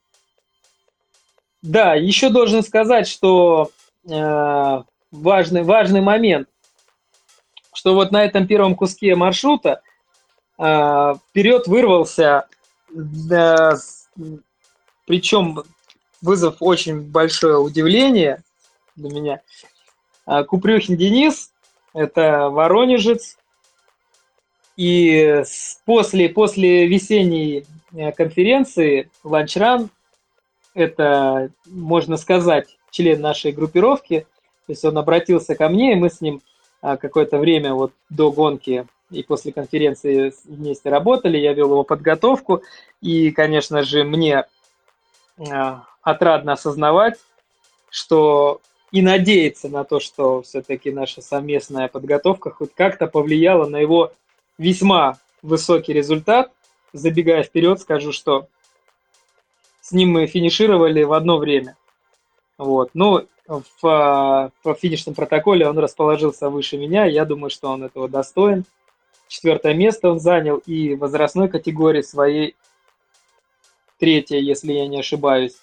Да, еще должен сказать, что э, важный, важный момент, что вот на этом первом куске маршрута э, вперед вырвался, да, причем вызвав очень большое удивление для меня, э, Купрюхин Денис, это воронежец, И после, после весенней конференции Lunch Run, это, можно сказать, член нашей группировки, то есть он обратился ко мне, и мы с ним какое-то время вот до гонки и после конференции вместе работали, я вел его подготовку, и, конечно же, мне отрадно осознавать, что и надеяться на то, что все-таки наша совместная подготовка хоть как-то повлияла на его весьма высокий результат. Забегая вперед, скажу, что с ним мы финишировали в одно время. Вот. Ну, в, в финишном протоколе он расположился выше меня, я думаю, что он этого достоин. Четвертое место он занял, и в возрастной категории своей третье, если я не ошибаюсь.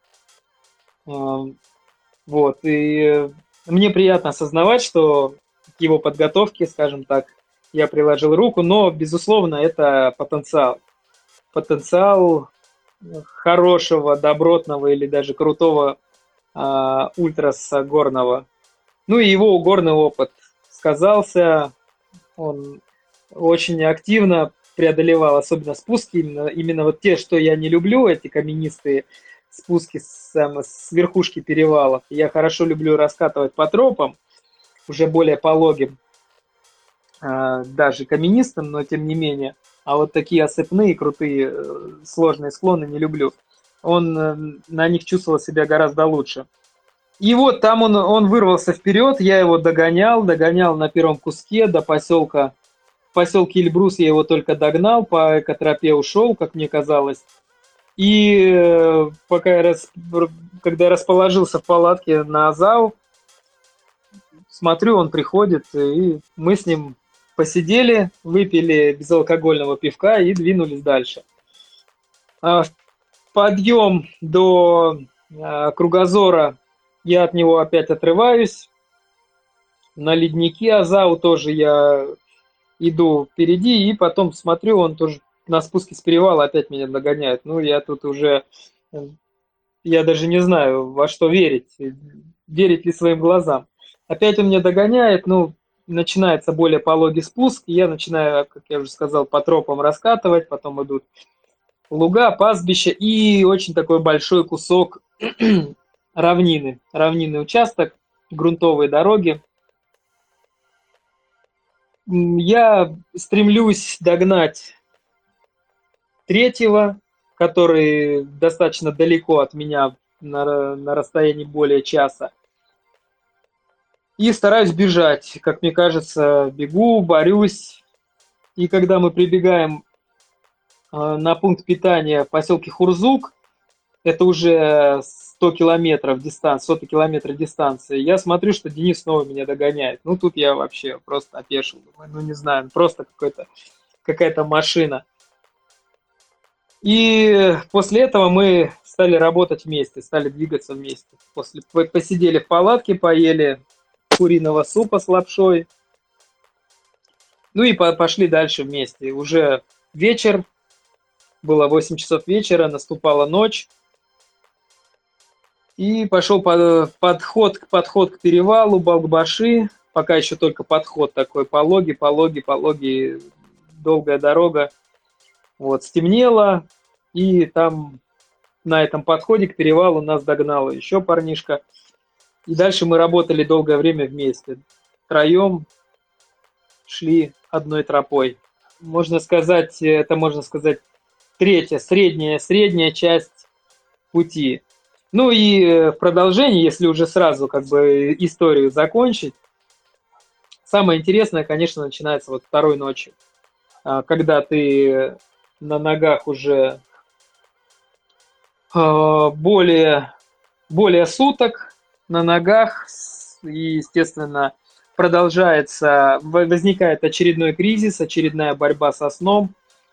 Вот, и мне приятно осознавать, что к его подготовке, скажем так, я приложил руку, но, безусловно, это потенциал. Потенциал хорошего, добротного или даже крутого э, ультраса горного. Ну и его горный опыт сказался, он очень активно преодолевал, особенно спуски, именно, именно вот те, что я не люблю, эти каменистые спуски с, с верхушки перевалов. Я хорошо люблю раскатывать по тропам, уже более пологим, э, даже каменистым, но тем не менее. А вот такие осыпные, крутые, сложные склоны не люблю. Он э, на них чувствовал себя гораздо лучше. И вот там он, он вырвался вперед, я его догонял, догонял на первом куске до поселка. В поселке Эльбрус я его только догнал, по экотропе ушел, как мне казалось. И э, пока я рас... когда я расположился в палатке на Азау, смотрю, он приходит, и мы с ним посидели, выпили безалкогольного пивка и двинулись дальше. А подъем до а, кругозора, я от него опять отрываюсь. На ледники Азау тоже я иду впереди, и потом смотрю, он тоже на спуске с перевала опять меня догоняет. Ну, я тут уже, я даже не знаю, во что верить, верить ли своим глазам. Опять он меня догоняет, ну, начинается более пологий спуск, и я начинаю, как я уже сказал, по тропам раскатывать, потом идут луга, пастбища и очень такой большой кусок равнины, равнинный участок, грунтовые дороги. Я стремлюсь догнать третьего, который достаточно далеко от меня, на, на расстоянии более часа. И стараюсь бежать. Как мне кажется, бегу, борюсь. И когда мы прибегаем э, на пункт питания в поселке Хурзук, это уже сто километров дистанции, сотый километр дистанции, я смотрю, что Денис снова меня догоняет. Ну, тут я вообще просто опешил. Ну, не знаю, просто какой-то, какая-то машина. И после этого мы стали работать вместе, стали двигаться вместе. После посидели в палатке, поели куриного супа с лапшой. Ну и пошли дальше вместе. Уже вечер, было восемь часов вечера, наступала ночь. И пошел под, подход, подход к перевалу Балгбаши. Пока еще только подход такой, пологий, пологий, пологий, долгая дорога. Вот, стемнело, и там на этом подходе к перевалу нас догнал еще парнишка. И дальше мы работали долгое время вместе. Втроем шли одной тропой. Можно сказать, это можно сказать третья, средняя, средняя часть пути. Ну и в продолжении, если уже сразу как бы историю закончить, самое интересное, конечно, начинается вот второй ночью, когда ты на ногах уже более, более суток на ногах, и, естественно, продолжается, возникает очередной кризис, очередная борьба со сном,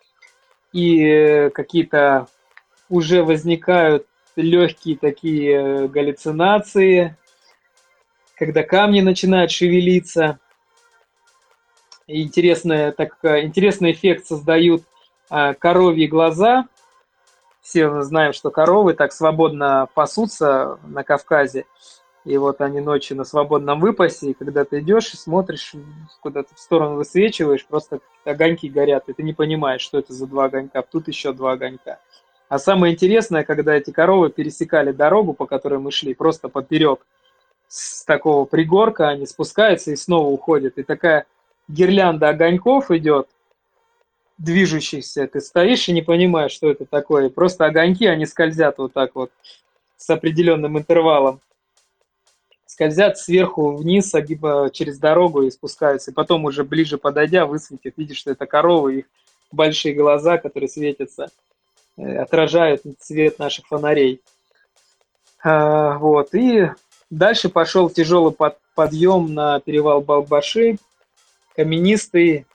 и какие-то уже возникают легкие такие галлюцинации, когда камни начинают шевелиться. Интересный, так, интересный эффект создают а, коровьи глаза. Все мы знаем, что коровы так свободно пасутся на Кавказе. И вот они ночью на свободном выпасе, и когда ты идешь и смотришь, куда-то в сторону высвечиваешь, просто огоньки горят, и ты не понимаешь, что это за два огонька, тут еще два огонька. А самое интересное, когда эти коровы пересекали дорогу, по которой мы шли, просто поперек с такого пригорка, они спускаются и снова уходят. И такая гирлянда огоньков идет, движущихся. Ты стоишь и не понимаешь, что это такое. Просто огоньки, они скользят вот так вот с определенным интервалом. Скользят сверху вниз, огиба через дорогу и спускаются. И потом уже ближе подойдя, высветив, видишь, что это коровы, их большие глаза, которые светятся, отражают свет наших фонарей. А, вот. И дальше пошел тяжелый под, подъем на перевал Балбаши, каменистый.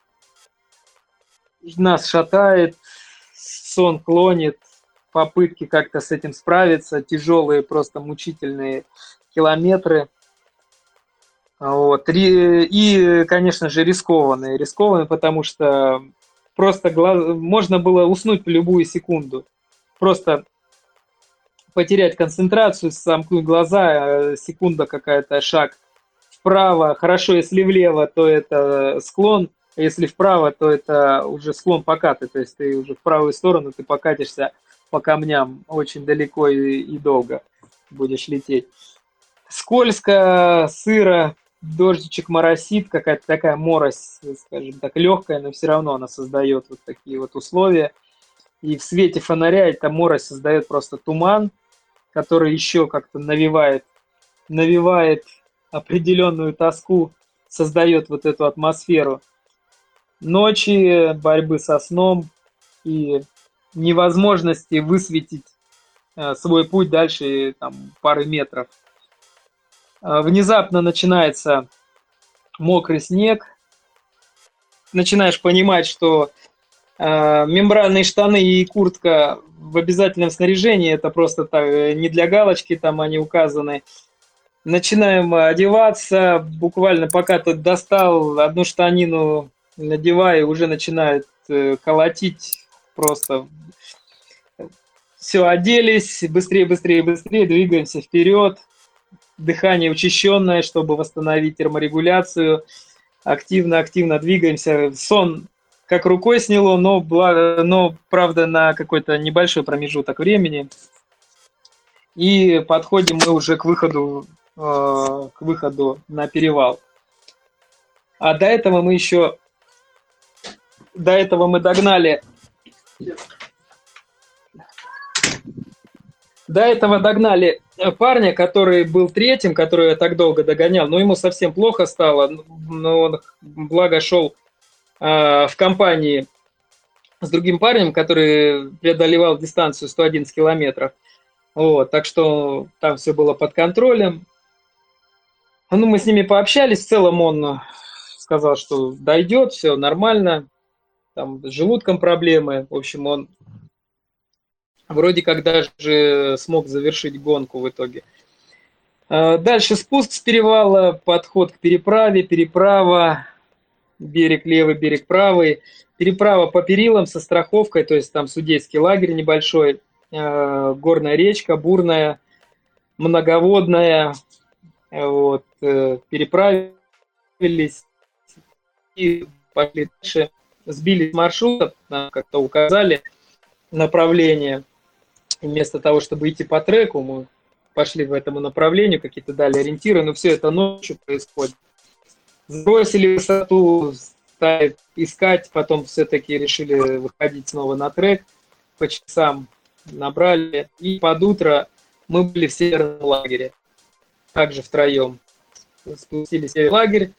Нас шатает, сон клонит, попытки как-то с этим справиться, тяжелые, просто мучительные километры. Вот. И, конечно же, рискованные. Рискованные, потому что просто глаз... можно было уснуть в любую секунду. Просто потерять концентрацию, сомкнуть глаза, секунда какая-то, шаг вправо. Хорошо, если влево, то это склон, а если вправо, то это уже склон покатый. То есть ты уже в правую сторону, ты покатишься по камням очень далеко и, и долго будешь лететь. Скользко, сыро, дождичек моросит, какая-то такая морось, скажем так, легкая, но все равно она создает вот такие вот условия. И в свете фонаря эта морось создает просто туман, который еще как-то навевает, навевает определенную тоску, создает вот эту атмосферу ночи, борьбы со сном и невозможности высветить свой путь дальше там, пары метров. Внезапно начинается мокрый снег, начинаешь понимать, что э, мембранные штаны и куртка в обязательном снаряжении, это просто так, не для галочки, там они указаны. Начинаем одеваться, буквально пока ты достал одну штанину, надевая, уже начинает э, колотить просто. Все, оделись, быстрее, быстрее, быстрее, двигаемся вперед. Дыхание учащенное, чтобы восстановить терморегуляцию. Активно-активно двигаемся. Сон как рукой сняло, но, но, правда, на какой-то небольшой промежуток времени. И подходим мы уже к выходу, э, к выходу на перевал. А до этого мы еще... До этого мы догнали... До этого догнали парня, который был третьим, который я так долго догонял, но ему совсем плохо стало, но он, благо, шел э, в компании с другим парнем, который преодолевал дистанцию сто одиннадцать километров. Вот, так что там все было под контролем. Ну, мы с ними пообщались, в целом он сказал, что дойдет, все нормально, там с желудком проблемы, в общем, он вроде как даже смог завершить гонку в итоге. Дальше спуск с перевала, подход к переправе, переправа, берег левый, берег правый, переправа по перилам со страховкой, то есть там судейский лагерь небольшой, горная речка, бурная, многоводная, вот, переправились и пошли дальше, сбились с маршрута, нам как-то указали направление. Вместо того, чтобы идти по треку, мы пошли в этому направлению, какие-то дали ориентиры, но все это ночью происходит. Сбросили высоту, стали искать, потом все-таки решили выходить снова на трек, по часам набрали, и под утро мы были в северном лагере, также втроем. Спустились в лагерь,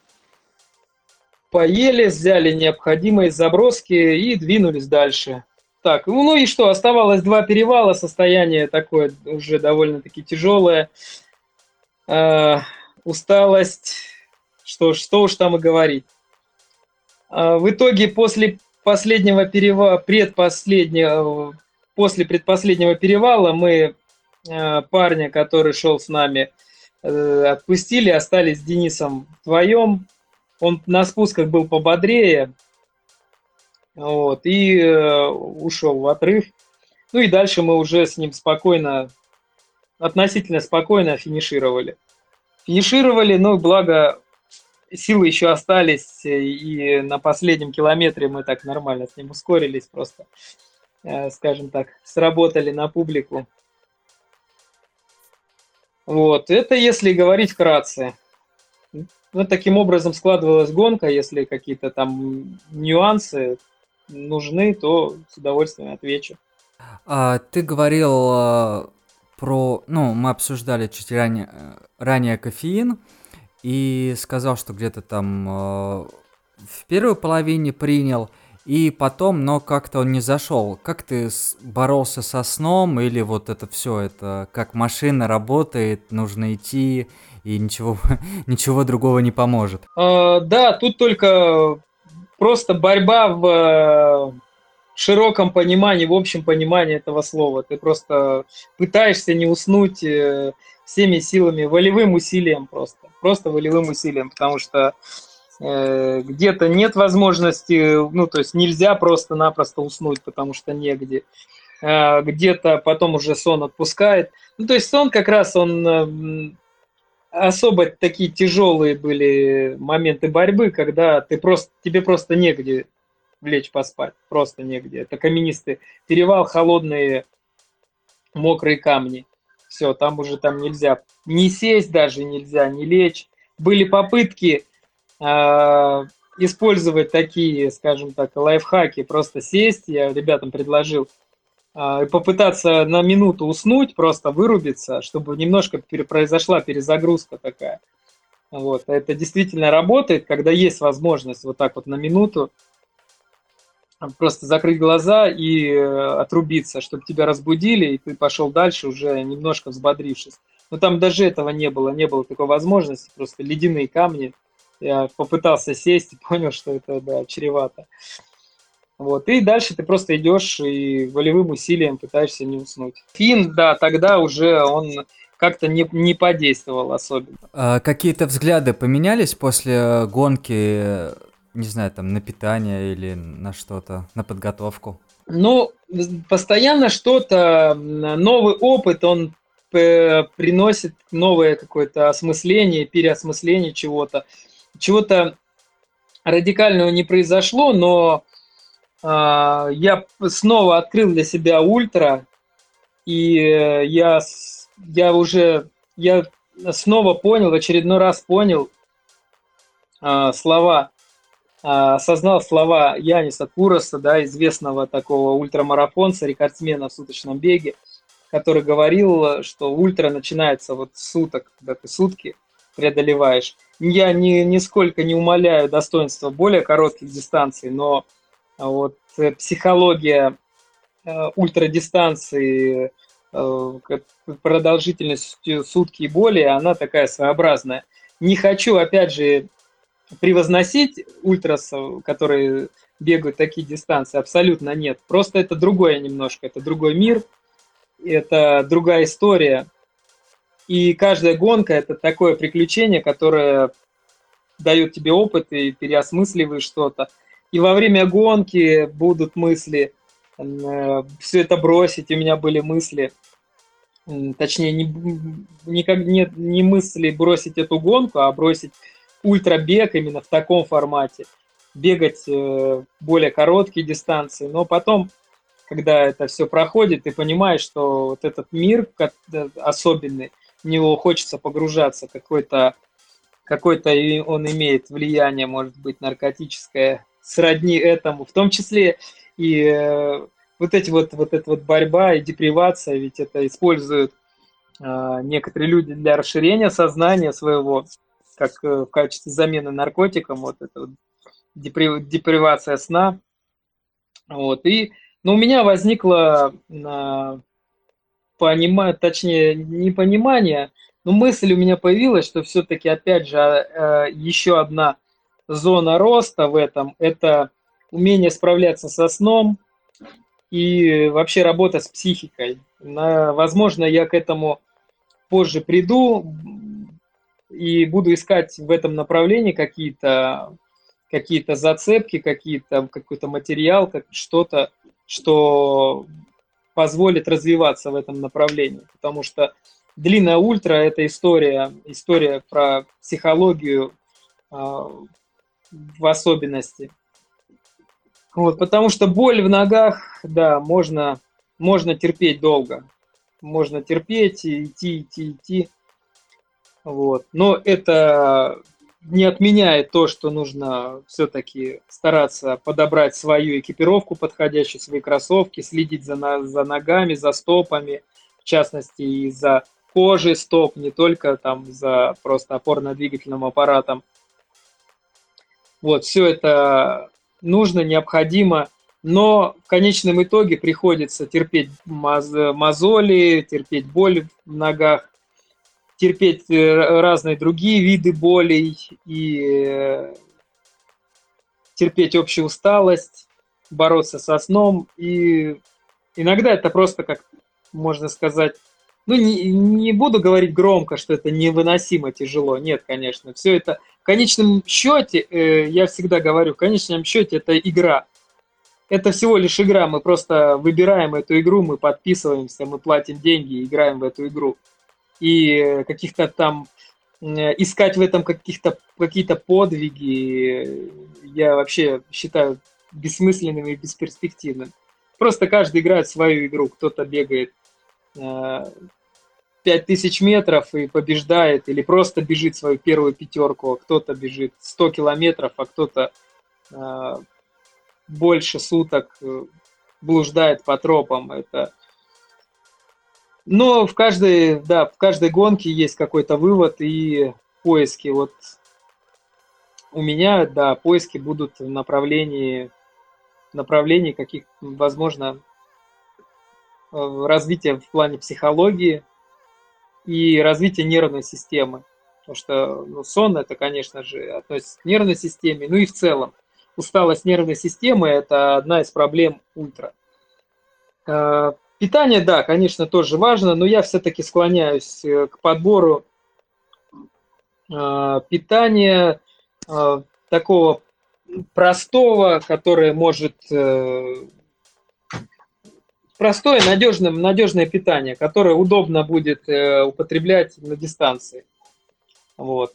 поели, взяли необходимые заброски и двинулись дальше. Так, ну и что, оставалось два перевала, состояние такое уже довольно-таки тяжелое, э, усталость, что, что уж там и говорить. Э, в итоге после последнего перевала, предпоследнего, после предпоследнего перевала мы э, парня, который шел с нами, э, отпустили, остались с Денисом вдвоем. Он на спусках был пободрее. Вот, и э, ушел в отрыв. Ну и дальше мы уже с ним спокойно, относительно спокойно финишировали. Финишировали, ну, благо, силы еще остались, и на последнем километре мы так нормально с ним ускорились просто, э, скажем так, сработали на публику. Вот, это если говорить вкратце. Ну, таким образом складывалась гонка, если какие-то там нюансы нужны, то с удовольствием отвечу. А, ты говорил а, про, ну, мы обсуждали чуть ранее, э, ранее кофеин, и сказал, что где-то там а, в первой половине принял, и потом, но как-то он не зашел. Как ты с- боролся со сном, или вот это все, это как машина работает, нужно идти, и ничего, ничего другого не поможет. А, да, тут только просто борьба в э, широком понимании, в общем понимании этого слова. Ты просто пытаешься не уснуть э, всеми силами, волевым усилием просто. Просто волевым усилием, потому что э, где-то нет возможности, ну, то есть нельзя просто-напросто уснуть, потому что негде. Э, где-то потом уже сон отпускает. Ну, то есть сон как раз, он э, особо такие тяжелые были моменты борьбы, когда ты просто, тебе просто негде лечь поспать, просто негде. Это каменистый перевал, холодные мокрые камни. Все, там уже там нельзя не сесть даже, нельзя не лечь. Были попытки э, использовать такие, скажем так, лайфхаки, просто сесть, я ребятам предложил, э, и попытаться на минуту уснуть, просто вырубиться, чтобы немножко пере- произошла перезагрузка такая. Вот. Это действительно работает, когда есть возможность вот так вот на минуту просто закрыть глаза и э, отрубиться, чтобы тебя разбудили, и ты пошел дальше уже немножко взбодрившись. Но там даже этого не было, не было такой возможности, просто ледяные камни. Я попытался сесть и понял, что это, да, чревато. Вот. И дальше ты просто идешь и волевым усилием пытаешься не уснуть. Фин, да, тогда уже он как-то не, не подействовал особенно. А какие-то взгляды поменялись после гонки, э, не знаю, там, на питание или на что-то, на подготовку? Ну, постоянно что-то, новый опыт, он п- приносит новое какое-то осмысление, переосмысление чего-то. Чего-то радикального не произошло, но а, я снова открыл для себя ультра, и э, я, с- я уже, я снова понял, в очередной раз понял а, слова, а, осознал слова Яниса Куроса, да, известного такого ультрамарафонца, рекордсмена в суточном беге, который говорил, что ультра начинается вот с суток, когда ты сутки преодолеваешь. Я ни, нисколько не умаляю достоинства более коротких дистанций, но вот э, психология э, ультрадистанции э, к- продолжительностью сутки и более, она такая своеобразная. Не хочу, опять же, превозносить ультрасов, которые бегают такие дистанции, абсолютно нет. Просто это другое немножко, это другой мир, это другая история. И каждая гонка – это такое приключение, которое дает тебе опыт и переосмысливаешь что-то. И во время гонки будут мысли э, все это бросить. У меня были мысли, м, точнее, не, никак не, не мысли бросить эту гонку, а бросить ультрабег именно в таком формате. Бегать э, более короткие дистанции. Но потом, когда это все проходит, ты понимаешь, что вот этот мир как- э, особенный, в него хочется погружаться, какой-то какой-то и он имеет влияние, может быть, наркотическое, сродни этому, в том числе и э, вот эти вот, вот эта вот борьба и депривация, ведь это используют э, некоторые люди для расширения сознания своего, как э, в качестве замены наркотикам, вот это вот депри- депривация сна, вот, и, ну, у меня возникло э, понимание, точнее, не понимание, но мысль у меня появилась, что все-таки, опять же, э, еще одна зона роста в этом – это умение справляться со сном и вообще работа с психикой. На- Возможно, я к этому позже приду и буду искать в этом направлении какие-то какие-то зацепки, какие-то, какой-то материал, как что-то, что позволит развиваться в этом направлении. Потому что длинная ультра – это история, история про психологию э, в особенности. Вот, потому что боль в ногах, да, можно, можно терпеть долго. Можно терпеть, и идти, идти, идти. Вот. Но это не отменяет то, что нужно все-таки стараться подобрать свою экипировку подходящую, свои кроссовки, следить за, на, за ногами, за стопами, в частности, и за кожей стоп, не только там за просто опорно-двигательным аппаратом. Вот, все это нужно, необходимо, но в конечном итоге приходится терпеть моз- мозоли, терпеть боль в ногах, терпеть э, разные другие виды болей и э, терпеть общую усталость, бороться со сном. И иногда это просто, как можно сказать, ну, не, не буду говорить громко, что это невыносимо тяжело. Нет, конечно. Все это в конечном счете, э, я всегда говорю, в конечном счете это игра. Это всего лишь игра. Мы просто выбираем эту игру, мы подписываемся, мы платим деньги и играем в эту игру. И каких-то там искать в этом каких-то, какие-то подвиги я вообще считаю бессмысленными и бесперспективными. Просто каждый играет свою игру. Кто-то бегает пять тысяч метров и побеждает, или просто бежит свою первую пятерку, а кто-то бежит сто километров, а кто-то больше суток блуждает по тропам. Это... Но в каждой, да, в каждой гонке есть какой-то вывод и поиски. Вот у меня, да, поиски будут в направлении, в направлении каких, возможно, развития в плане психологии и развития нервной системы. Потому что ну, сон это, конечно же, относится к нервной системе, ну и в целом. Усталость нервной системы – это одна из проблем ультра. Питание, да, конечно, тоже важно, но я все-таки склоняюсь к подбору питания такого простого, которое может... Простое, надежное, надежное питание, которое удобно будет употреблять на дистанции. Вот.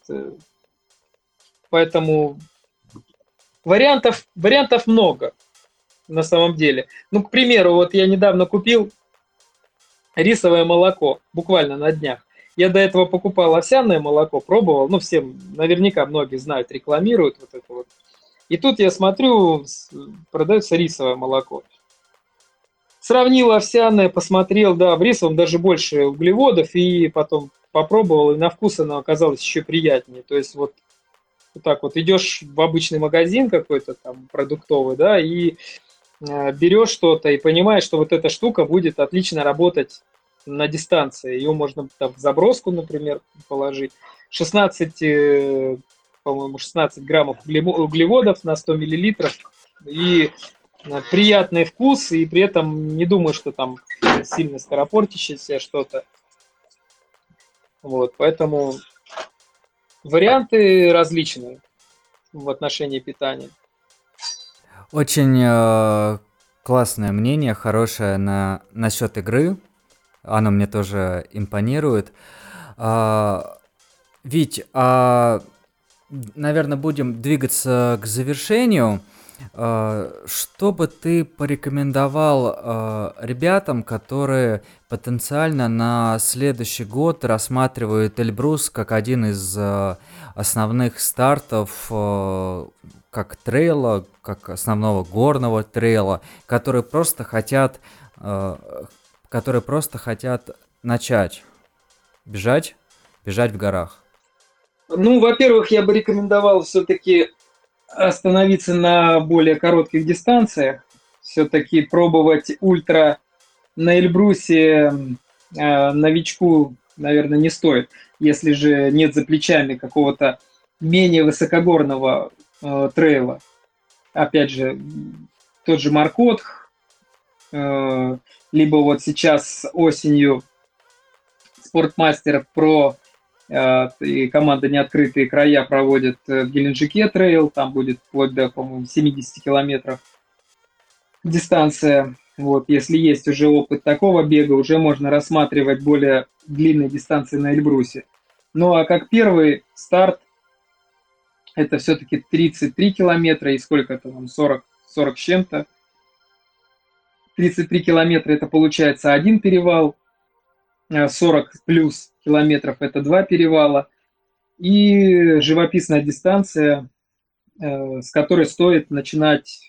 Поэтому вариантов, вариантов много. На самом деле. Ну, к примеру, вот я недавно купил рисовое молоко, буквально на днях. Я до этого покупал овсяное молоко, пробовал, ну, всем, наверняка многие знают, рекламируют вот это вот. И тут я смотрю, продается рисовое молоко. Сравнил овсяное, посмотрел, да, в рисовом даже больше углеводов, и потом попробовал, и на вкус оно оказалось еще приятнее. То есть вот, вот так вот идешь в обычный магазин какой-то там продуктовый, да, и берешь что-то и понимаешь, что вот эта штука будет отлично работать на дистанции. Ее можно там в заброску, например, положить. шестнадцать, по-моему, шестнадцать граммов углеводов на сто миллилитров. И приятный вкус, и при этом не думаю, что там сильно скоропортящееся что-то. Вот, поэтому варианты различные в отношении питания. Очень э, классное мнение, хорошее на, насчет игры. Оно мне тоже импонирует. А, Вить, а, наверное, будем двигаться к завершению. А, что бы ты порекомендовал а, ребятам, которые потенциально на следующий год рассматривают Эльбрус как один из а, основных стартов а, как трейла, как основного горного трейла, которые просто хотят, э, которые просто хотят начать бежать, бежать в горах? Ну, во-первых, я бы рекомендовал все-таки остановиться на более коротких дистанциях, все-таки пробовать ультра на Эльбрусе э, новичку, наверное, не стоит, если же нет за плечами какого-то менее высокогорного трейла. Опять же, тот же Маркотх, э, либо вот сейчас осенью Спортмастер Про э, и команда «Неоткрытые края» проводит в Геленджике трейл, там будет вплоть до, по-моему, семьдесят километров дистанция. Вот, если есть уже опыт такого бега, уже можно рассматривать более длинные дистанции на Эльбрусе. Ну а как первый старт, это все-таки тридцать три километра и сколько-то там, сорок, сорок с чем-то. тридцать три километра это получается один перевал, сорок плюс километров это два перевала. И живописная дистанция, с которой стоит начинать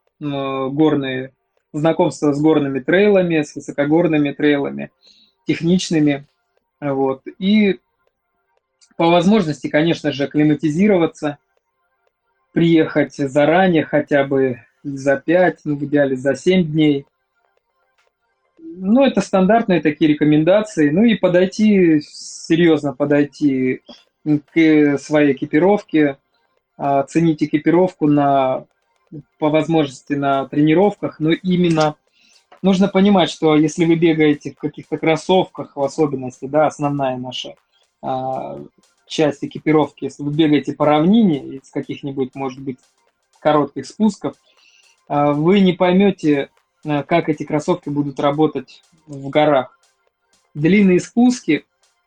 горные знакомство с горными трейлами, с высокогорными трейлами, техничными. Вот. И по возможности, конечно же, акклиматизироваться, приехать заранее, хотя бы за пять, ну, в идеале за семь дней. Ну, это стандартные такие рекомендации. Ну и подойти, серьезно подойти к своей экипировке, оценить экипировку на, по возможности на тренировках, но именно нужно понимать, что если вы бегаете в каких-то кроссовках, в особенности, да, основная наша а, часть экипировки, если вы бегаете по равнине из каких-нибудь, может быть, коротких спусков, а, вы не поймете, а, как эти кроссовки будут работать в горах. Длинные спуски,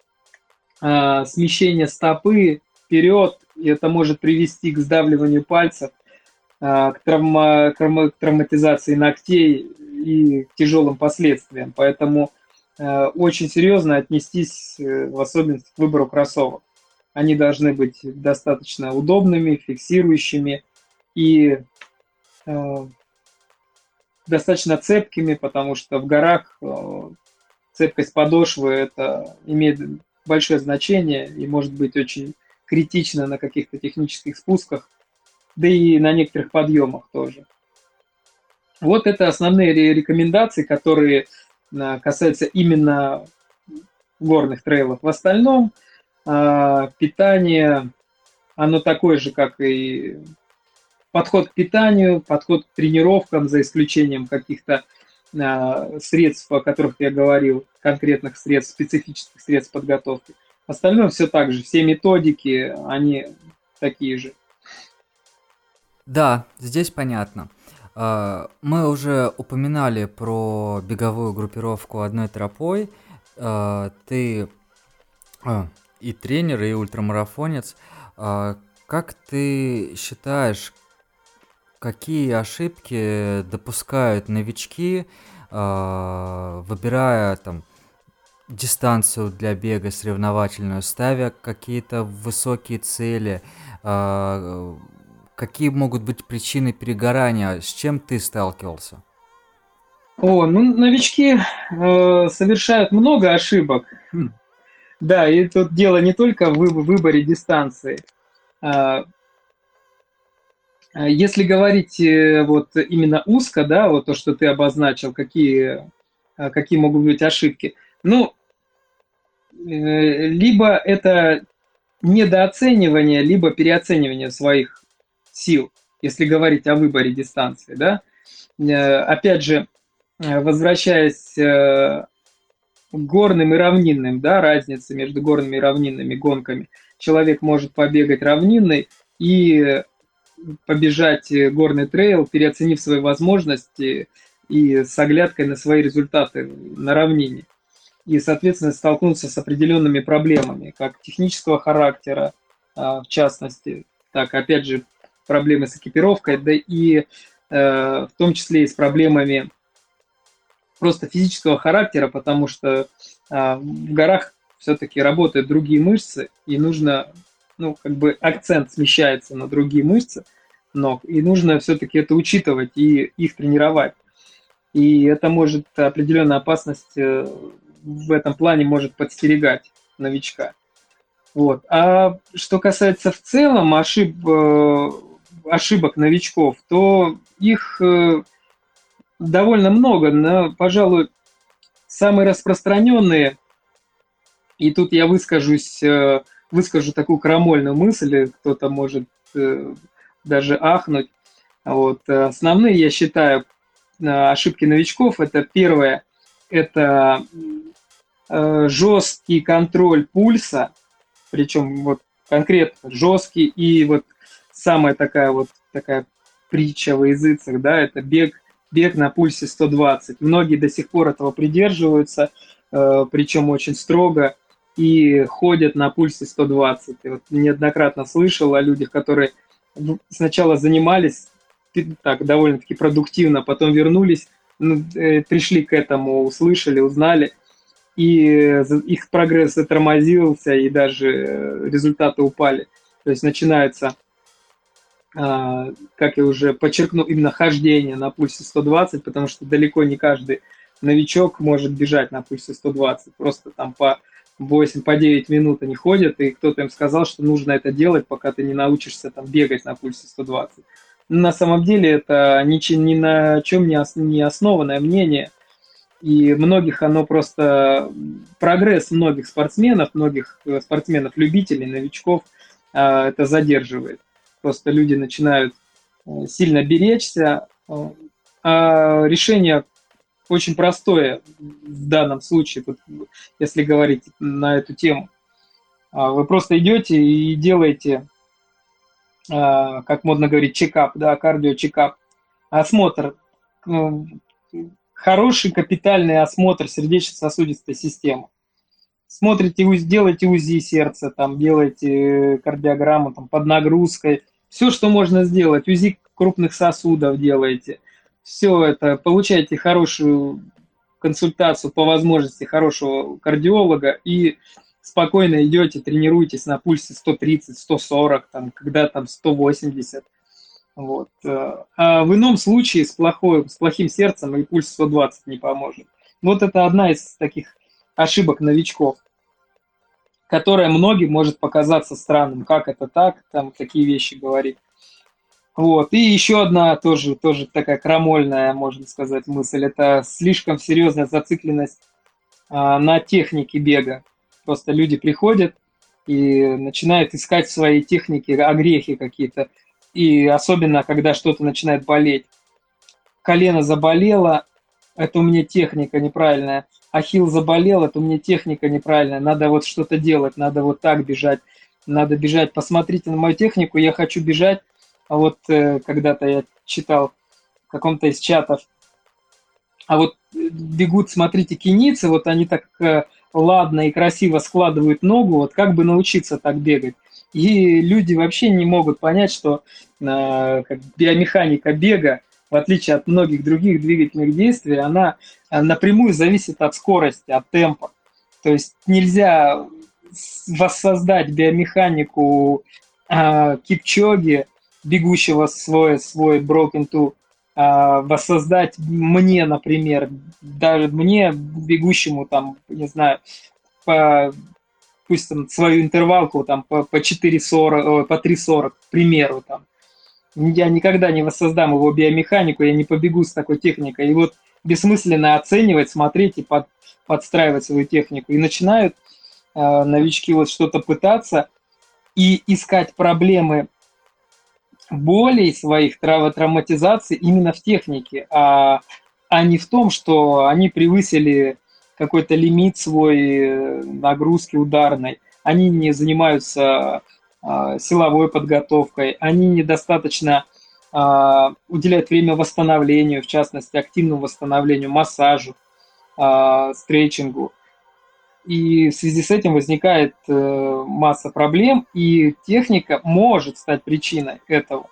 а, смещение стопы вперед, и это может привести к сдавливанию пальцев, а, к, травма, к травматизации ногтей и к тяжелым последствиям. Поэтому э, очень серьезно отнестись, э, в особенности к выбору кроссовок. Они должны быть достаточно удобными, фиксирующими и э, достаточно цепкими, потому что в горах э, цепкость подошвы это имеет большое значение и может быть очень критично на каких-то технических спусках, да и на некоторых подъемах тоже. Вот это основные рекомендации, которые касаются именно горных трейлов. В остальном питание, оно такое же, как и подход к питанию, подход к тренировкам, за исключением каких-то средств, о которых я говорил, конкретных средств, специфических средств подготовки. В остальном все так же, все методики, они такие же. Да, здесь понятно. Мы уже упоминали про беговую группировку одной тропой. Ты и тренер, и ультрамарафонец. Как ты считаешь, какие ошибки допускают новички, выбирая там дистанцию для бега соревновательную, ставя какие-то высокие цели? Какие могут быть причины перегорания? С чем ты сталкивался? О, ну, новички э, совершают много ошибок. Да, и тут дело не только в выборе дистанции. Если говорить вот именно узко, да, вот то, что ты обозначил, какие, какие могут быть ошибки. Ну, либо это недооценивание, либо переоценивание своих сил, если говорить о выборе дистанции, да. Опять же, возвращаясь к горным и равнинным, да, разница между горными и равнинными гонками. Человек может побегать равнинный и побежать горный трейл, переоценив свои возможности и с оглядкой на свои результаты на равнине. И, соответственно, столкнуться с определенными проблемами, как технического характера, в частности, так, опять же, проблемы с экипировкой, да и в том числе и с проблемами просто физического характера, потому что в горах все-таки работают другие мышцы, и нужно, ну, как бы акцент смещается на другие мышцы ног, и нужно все-таки это учитывать и их тренировать. И это может, определенная опасность в этом плане может подстерегать новичка. Вот. А что касается в целом ошиб, ошибок новичков, то их довольно много, но, пожалуй, самые распространенные, и тут я выскажусь, выскажу такую крамольную мысль, кто-то может даже ахнуть. Вот. Основные, я считаю, ошибки новичков, это первое, это жесткий контроль пульса, причем вот конкретно жесткий, и вот самая такая вот такая притча во языцах, да, это бег бег на пульсе сто двадцать. Многие до сих пор этого придерживаются, э, причем очень строго, и ходят на пульсе сто двадцать. И вот неоднократно слышал о людях, которые сначала занимались так довольно-таки продуктивно, потом вернулись, ну, э, пришли к этому, услышали, узнали, и их прогресс затормозился, и даже результаты упали. То есть начинается, как я уже подчеркнул, именно хождение на пульсе сто двадцать, потому что далеко не каждый новичок может бежать на пульсе сто двадцать. Просто там по восемь, по девять минут они ходят, и кто-то им сказал, что нужно это делать, пока ты не научишься там бегать на пульсе сто двадцать. Но на самом деле это ни, ни на чем не основанное мнение. И многих оно просто, прогресс многих спортсменов, многих спортсменов-любителей, новичков это задерживает. Просто люди начинают сильно беречься. А решение очень простое в данном случае, если говорить на эту тему. Вы просто идете и делаете, как модно говорить, чекап, да, кардио-чекап, осмотр, хороший капитальный осмотр сердечно-сосудистой системы. Смотрите, делаете УЗИ сердца, там, делаете кардиограмму там, под нагрузкой, все, что можно сделать, УЗИ крупных сосудов делаете, все это, получаете хорошую консультацию, по возможности хорошего кардиолога и спокойно идете, тренируетесь на пульсе сто тридцать, сто сорок, там, когда там сто восемьдесят. Вот. А в ином случае с, плохой, с плохим сердцем и пульс сто двадцать не поможет. Вот это одна из таких ошибок новичков, которая многим может показаться странным. Как это так, там такие вещи говорить. Вот. И еще одна тоже, тоже такая крамольная, можно сказать, мысль. Это слишком серьезная зацикленность а, на технике бега. Просто люди приходят и начинают искать в своей технике огрехи какие-то. И особенно, когда что-то начинает болеть. Колено заболело, это у меня техника неправильная. Ахилл заболел, это у меня техника неправильная. Надо вот что-то делать, надо вот так бежать. Надо бежать. Посмотрите на мою технику, я хочу бежать. А вот э, когда-то я читал в каком-то из чатов, а вот бегут, смотрите, кенийцы, вот они так э, ладно и красиво складывают ногу, вот как бы научиться так бегать. И люди вообще не могут понять, что э, как биомеханика бега, в отличие от многих других двигательных действий, она напрямую зависит от скорости, от темпа. То есть нельзя воссоздать биомеханику э, Кипчоги, бегущего свой, свой Broken two, э, воссоздать мне, например, даже мне, бегущему там, не знаю, по... пусть там свою интервалку там по, по четыре сорок, по три сорок, к примеру, там. Я никогда не воссоздам его биомеханику, я не побегу с такой техникой. И вот бессмысленно оценивать, смотреть и под, подстраивать свою технику. И начинают э, новички вот что-то пытаться и искать проблемы болей своих, травматизаций именно в технике, а, а не в том, что они превысили какой-то лимит свой нагрузки ударной, они не занимаются э, силовой подготовкой, они недостаточно э, уделяют время восстановлению, в частности, активному восстановлению, массажу, э, стретчингу. И в связи с этим возникает э, масса проблем, и техника может стать причиной этого,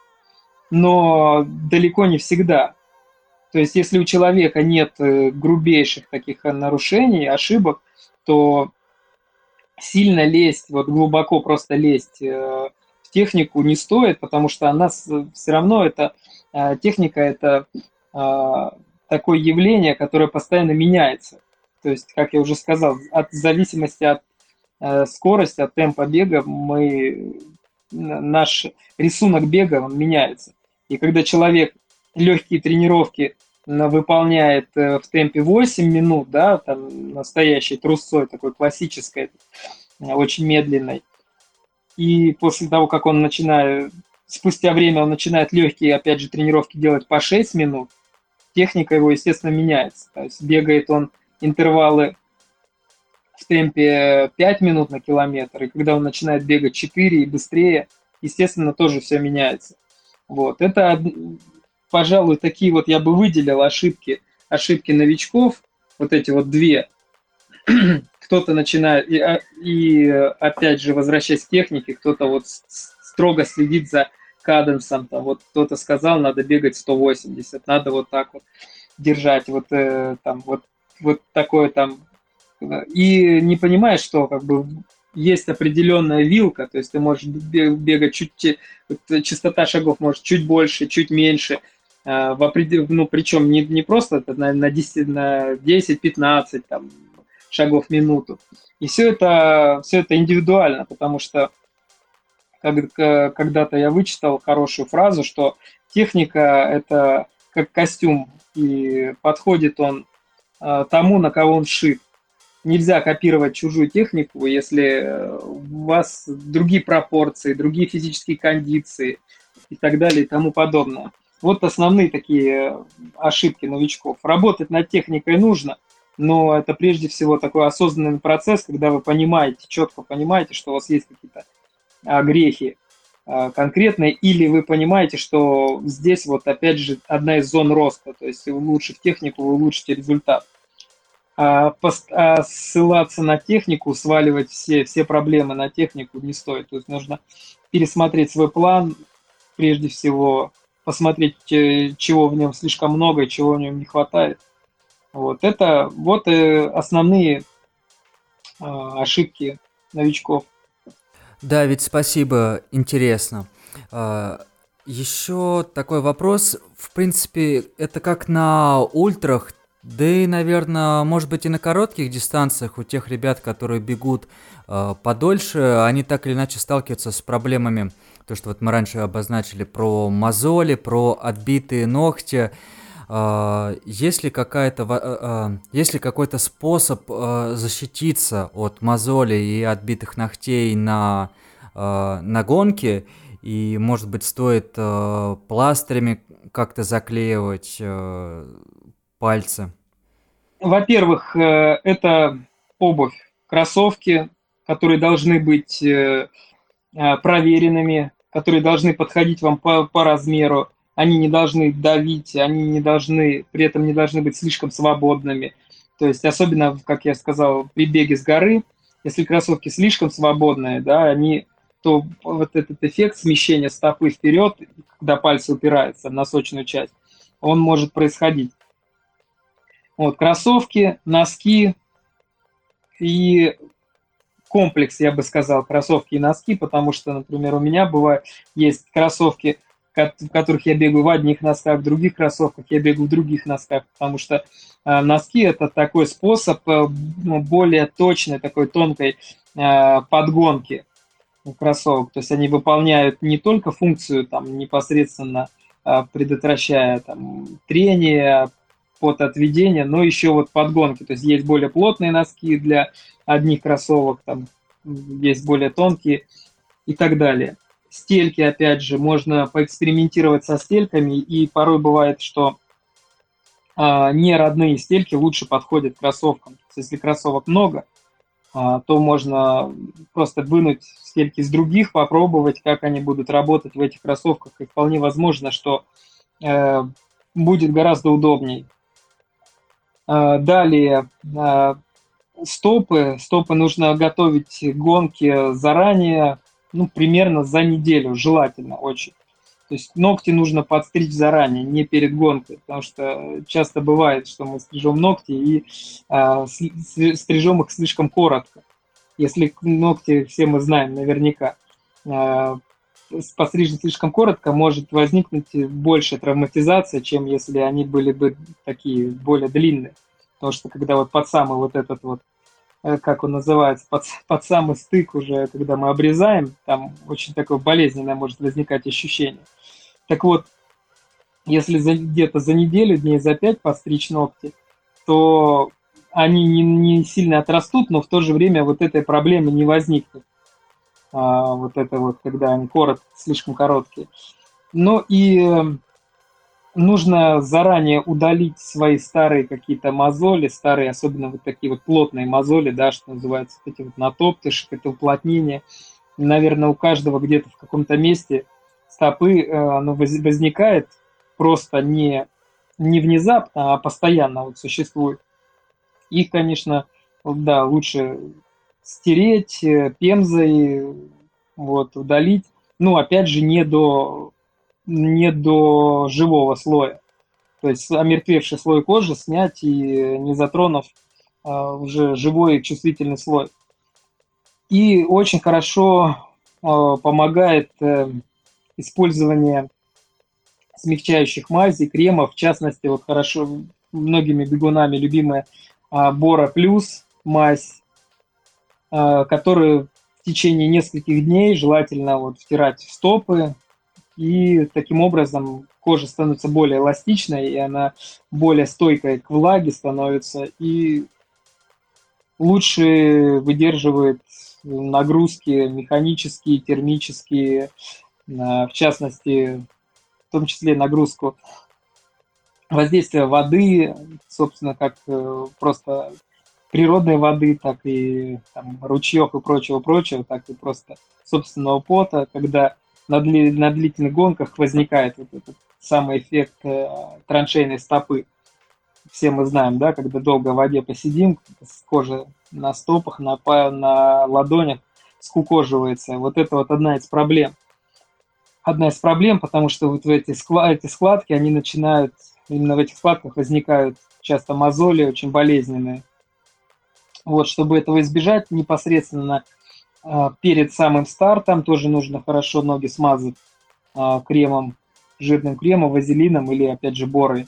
но далеко не всегда. То есть, если у человека нет грубейших таких нарушений, ошибок, то сильно лезть, вот глубоко просто лезть в технику не стоит, потому что она все равно, это, техника – это такое явление, которое постоянно меняется. То есть, как я уже сказал, от в зависимости от скорости, от темпа бега, мы, наш рисунок бега он меняется. И когда человек легкие тренировки выполняет в темпе восемь минут, да, там настоящей трусцой, такой классической, очень медленной. И после того, как он начинает, спустя время он начинает легкие, опять же, тренировки делать по шесть минут, техника его, естественно, меняется. То есть бегает он интервалы в темпе пять минут на километр, и когда он начинает бегать четыре и быстрее, естественно, тоже все меняется. Вот. Это пожалуй, такие вот я бы выделил ошибки, ошибки новичков, вот эти вот две. Кто-то начинает, и, а, и опять же, возвращаясь к технике, кто-то вот строго следит за каденсом, там, вот кто-то сказал, надо бегать сто восемьдесят, надо вот так вот держать, вот, э, там, вот, вот такое там, и не понимаешь, что как бы есть определенная вилка, то есть ты можешь бегать чуть, частота шагов может чуть больше, чуть меньше, в определ... ну, причем не, не просто на, на десять-пятнадцать там, шагов в минуту. И все это, все это индивидуально, потому что когда-то я вычитал хорошую фразу, что техника – это как костюм, и подходит он тому, на кого он шит. Нельзя копировать чужую технику, если у вас другие пропорции, другие физические кондиции и так далее и тому подобное. Вот основные такие ошибки новичков. Работать над техникой нужно, но это прежде всего такой осознанный процесс, когда вы понимаете, четко понимаете, что у вас есть какие-то грехи конкретные, или вы понимаете, что здесь вот опять же одна из зон роста, то есть улучшив технику, вы улучшите результат. А ссылаться на технику, сваливать все, все проблемы на технику не стоит. То есть нужно пересмотреть свой план, прежде всего посмотреть, чего в нем слишком много, чего в нем не хватает. Вот это вот основные ошибки новичков. Да, ведь спасибо, интересно. Еще такой вопрос, в принципе, это как на ультрах, да и, наверное, может быть и на коротких дистанциях у тех ребят, которые бегут э, подольше, они так или иначе сталкиваются с проблемами, то, что вот мы раньше обозначили про мозоли, про отбитые ногти. Э, есть ли какая-то, э, э, есть ли какой-то способ э, защититься от мозолей и отбитых ногтей на, э, на гонке? И, может быть, стоит э, пластырями как-то заклеивать э, пальцы? Во-первых, это обувь, кроссовки, которые должны быть проверенными, которые должны подходить вам по, по размеру. Они не должны давить, они не должны, при этом не должны быть слишком свободными. То есть, особенно, как я сказал, при беге с горы, если кроссовки слишком свободные, да, они, то вот этот эффект смещения стопы вперед, когда пальцы упираются в носочную часть, он может происходить. Вот, кроссовки, носки и комплекс, я бы сказал, кроссовки и носки, потому что, например, у меня бывает, есть кроссовки, в которых я бегаю в одних носках, в других кроссовках я бегаю в других носках, потому что э, носки – это такой способ э, более точной, такой тонкой э, подгонки кроссовок. То есть они выполняют не только функцию там, непосредственно э, предотвращая там, трение, потоотведение, но еще вот подгонки. То есть есть более плотные носки для одних кроссовок, там есть более тонкие и так далее. Стельки, опять же, можно поэкспериментировать со стельками, и порой бывает, что а, неродные стельки лучше подходят к кроссовкам. То есть, если кроссовок много, а, то можно просто вынуть стельки из других, попробовать, как они будут работать в этих кроссовках, и вполне возможно, что э, будет гораздо удобнее. Далее, стопы. Стопы нужно готовить гонки заранее, ну, примерно за неделю, желательно очень. То есть ногти нужно подстричь заранее, не перед гонкой, потому что часто бывает, что мы стрижем ногти и а, стрижем их слишком коротко. Если ногти, все мы знаем наверняка, а, пострижены слишком коротко, может возникнуть большая травматизация, чем если они были бы такие более длинные. Потому что когда вот под самый вот этот вот, как он называется, под, под самый стык уже, когда мы обрезаем, там очень такое болезненное может возникать ощущение. Так вот, если за, где-то за неделю, дней за пять подстричь ногти, то они не, не сильно отрастут, но в то же время вот этой проблемы не возникнет. А, вот это вот, когда они коротко, слишком короткие. Ну и нужно заранее удалить свои старые какие-то мозоли, старые, особенно вот такие вот плотные мозоли, да, что называется, вот эти вот натоптыши, это уплотнение. Наверное, у каждого где-то в каком-то месте стопы оно возникает просто не, не внезапно, а постоянно вот существуют. Их, конечно, вот, да, лучше стереть э, пемзой, вот, удалить. Ну, опять же, не до, не до живого слоя. То есть омертвевший слой кожи снять и не затронув а, уже живой чувствительный слой. И очень хорошо а, помогает э, использование смягчающих мазей, кремов, в частности, вот хорошо многими бегунами любимая а, Бора Плюс мазь, а, которую в течение нескольких дней желательно вот втирать в стопы, и таким образом кожа становится более эластичной, и она более стойкой к влаге становится, и лучше выдерживает нагрузки механические, термические, а, в частности, в том числе нагрузку воздействия воды, собственно, как э, просто природной воды, так и там, ручьев и прочего-прочего, так и просто собственного пота, когда на, дли, на длительных гонках возникает вот этот самый эффект э, траншейной стопы. Все мы знаем, да, когда долго в воде посидим, с кожей на стопах, на, на ладонях скукоживается. Вот это вот одна из проблем. Одна из проблем, потому что вот в эти, эти складки, они начинают, именно в этих складках возникают часто мозоли очень болезненные. Вот, чтобы этого избежать, непосредственно э, перед самым стартом тоже нужно хорошо ноги смазать э, кремом, жирным кремом, вазелином или, опять же, борой.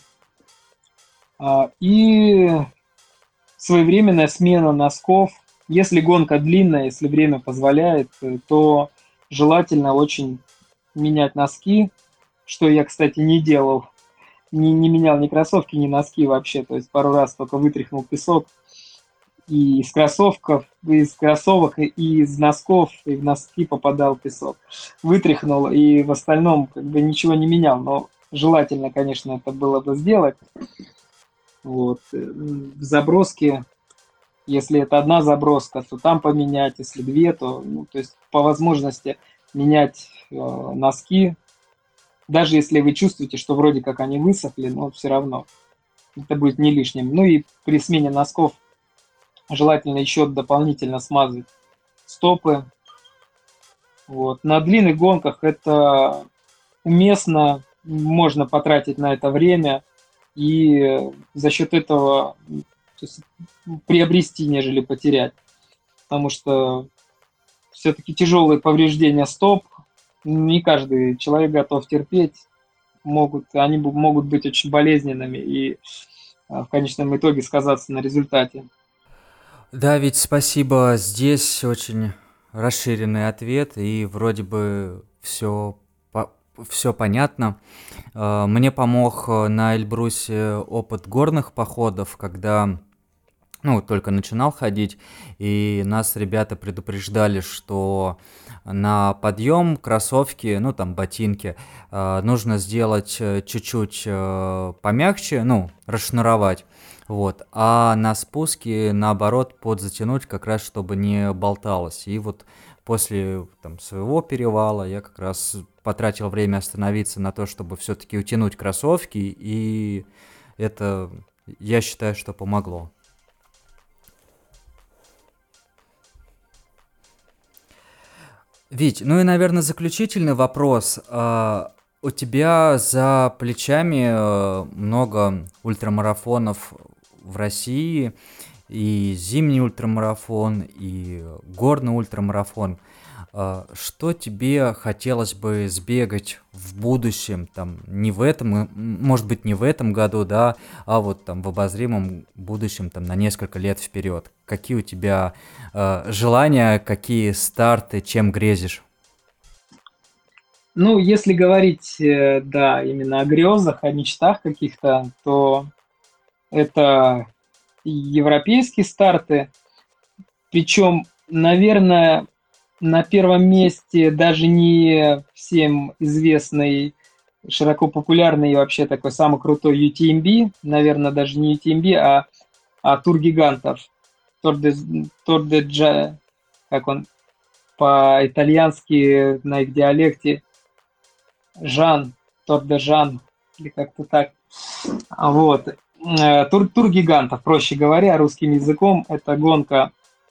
Э, и своевременная смена носков. Если гонка длинная, если время позволяет, то желательно очень менять носки, что я, кстати, не делал. Не, не менял ни кроссовки, ни носки вообще. То есть пару раз только вытряхнул песок. И из кроссовков, из кроссовок, и из носков, и в носки попадал песок. Вытряхнул, и в остальном как бы ничего не менял. Но желательно, конечно, это было бы сделать. Вот. В заброске, если это одна заброска, то там поменять, если две, то, ну, то есть по возможности менять э, носки. Даже если вы чувствуете, что вроде как они высохли, но все равно это будет не лишним. Ну и при смене носков желательно еще дополнительно смазать стопы. Вот. На длинных гонках это уместно, можно потратить на это время и за счет этого то есть, приобрести, нежели потерять. Потому что все-таки тяжелые повреждения стоп не каждый человек готов терпеть. Могут, они могут быть очень болезненными и в конечном итоге сказаться на результате. Да, ведь спасибо. Здесь очень расширенный ответ, и вроде бы все, все понятно. Мне помог на Эльбрусе опыт горных походов, когда ну, только начинал ходить, и нас ребята предупреждали, что на подъем кроссовки, ну, там, ботинки, э, нужно сделать чуть-чуть э, помягче, ну, расшнуровать, вот, а на спуске, наоборот, подзатянуть, как раз, чтобы не болталось. И вот после там, своего перевала я как раз потратил время остановиться на то, чтобы все-таки утянуть кроссовки, и это, я считаю, что помогло. Вить, ну и, наверное, заключительный вопрос. А, у тебя за плечами э, много ультрамарафонов в России, и зимний ультрамарафон, и горный ультрамарафон. А, что тебе хотелось бы сбегать в будущем, там, не в этом, может быть, не в этом году, да, а вот там в обозримом будущем, там, на несколько лет вперед? Какие у тебя э, желания, какие старты, чем грезишь? Ну, если говорить, э, да, именно о грезах, о мечтах каких-то, то это европейские старты. Причем, наверное, на первом месте даже не всем известный, широко популярный и вообще такой самый крутой ю ти эм би, наверное, даже не ю ти эм би, а, а тур гигантов. Тур де, тур де Джа, как он по-итальянски на их диалекте, Жан, Тур де Жан. или как-то так. Вот. Э, Тур, тур гигантов, проще говоря, русским языком, это гонка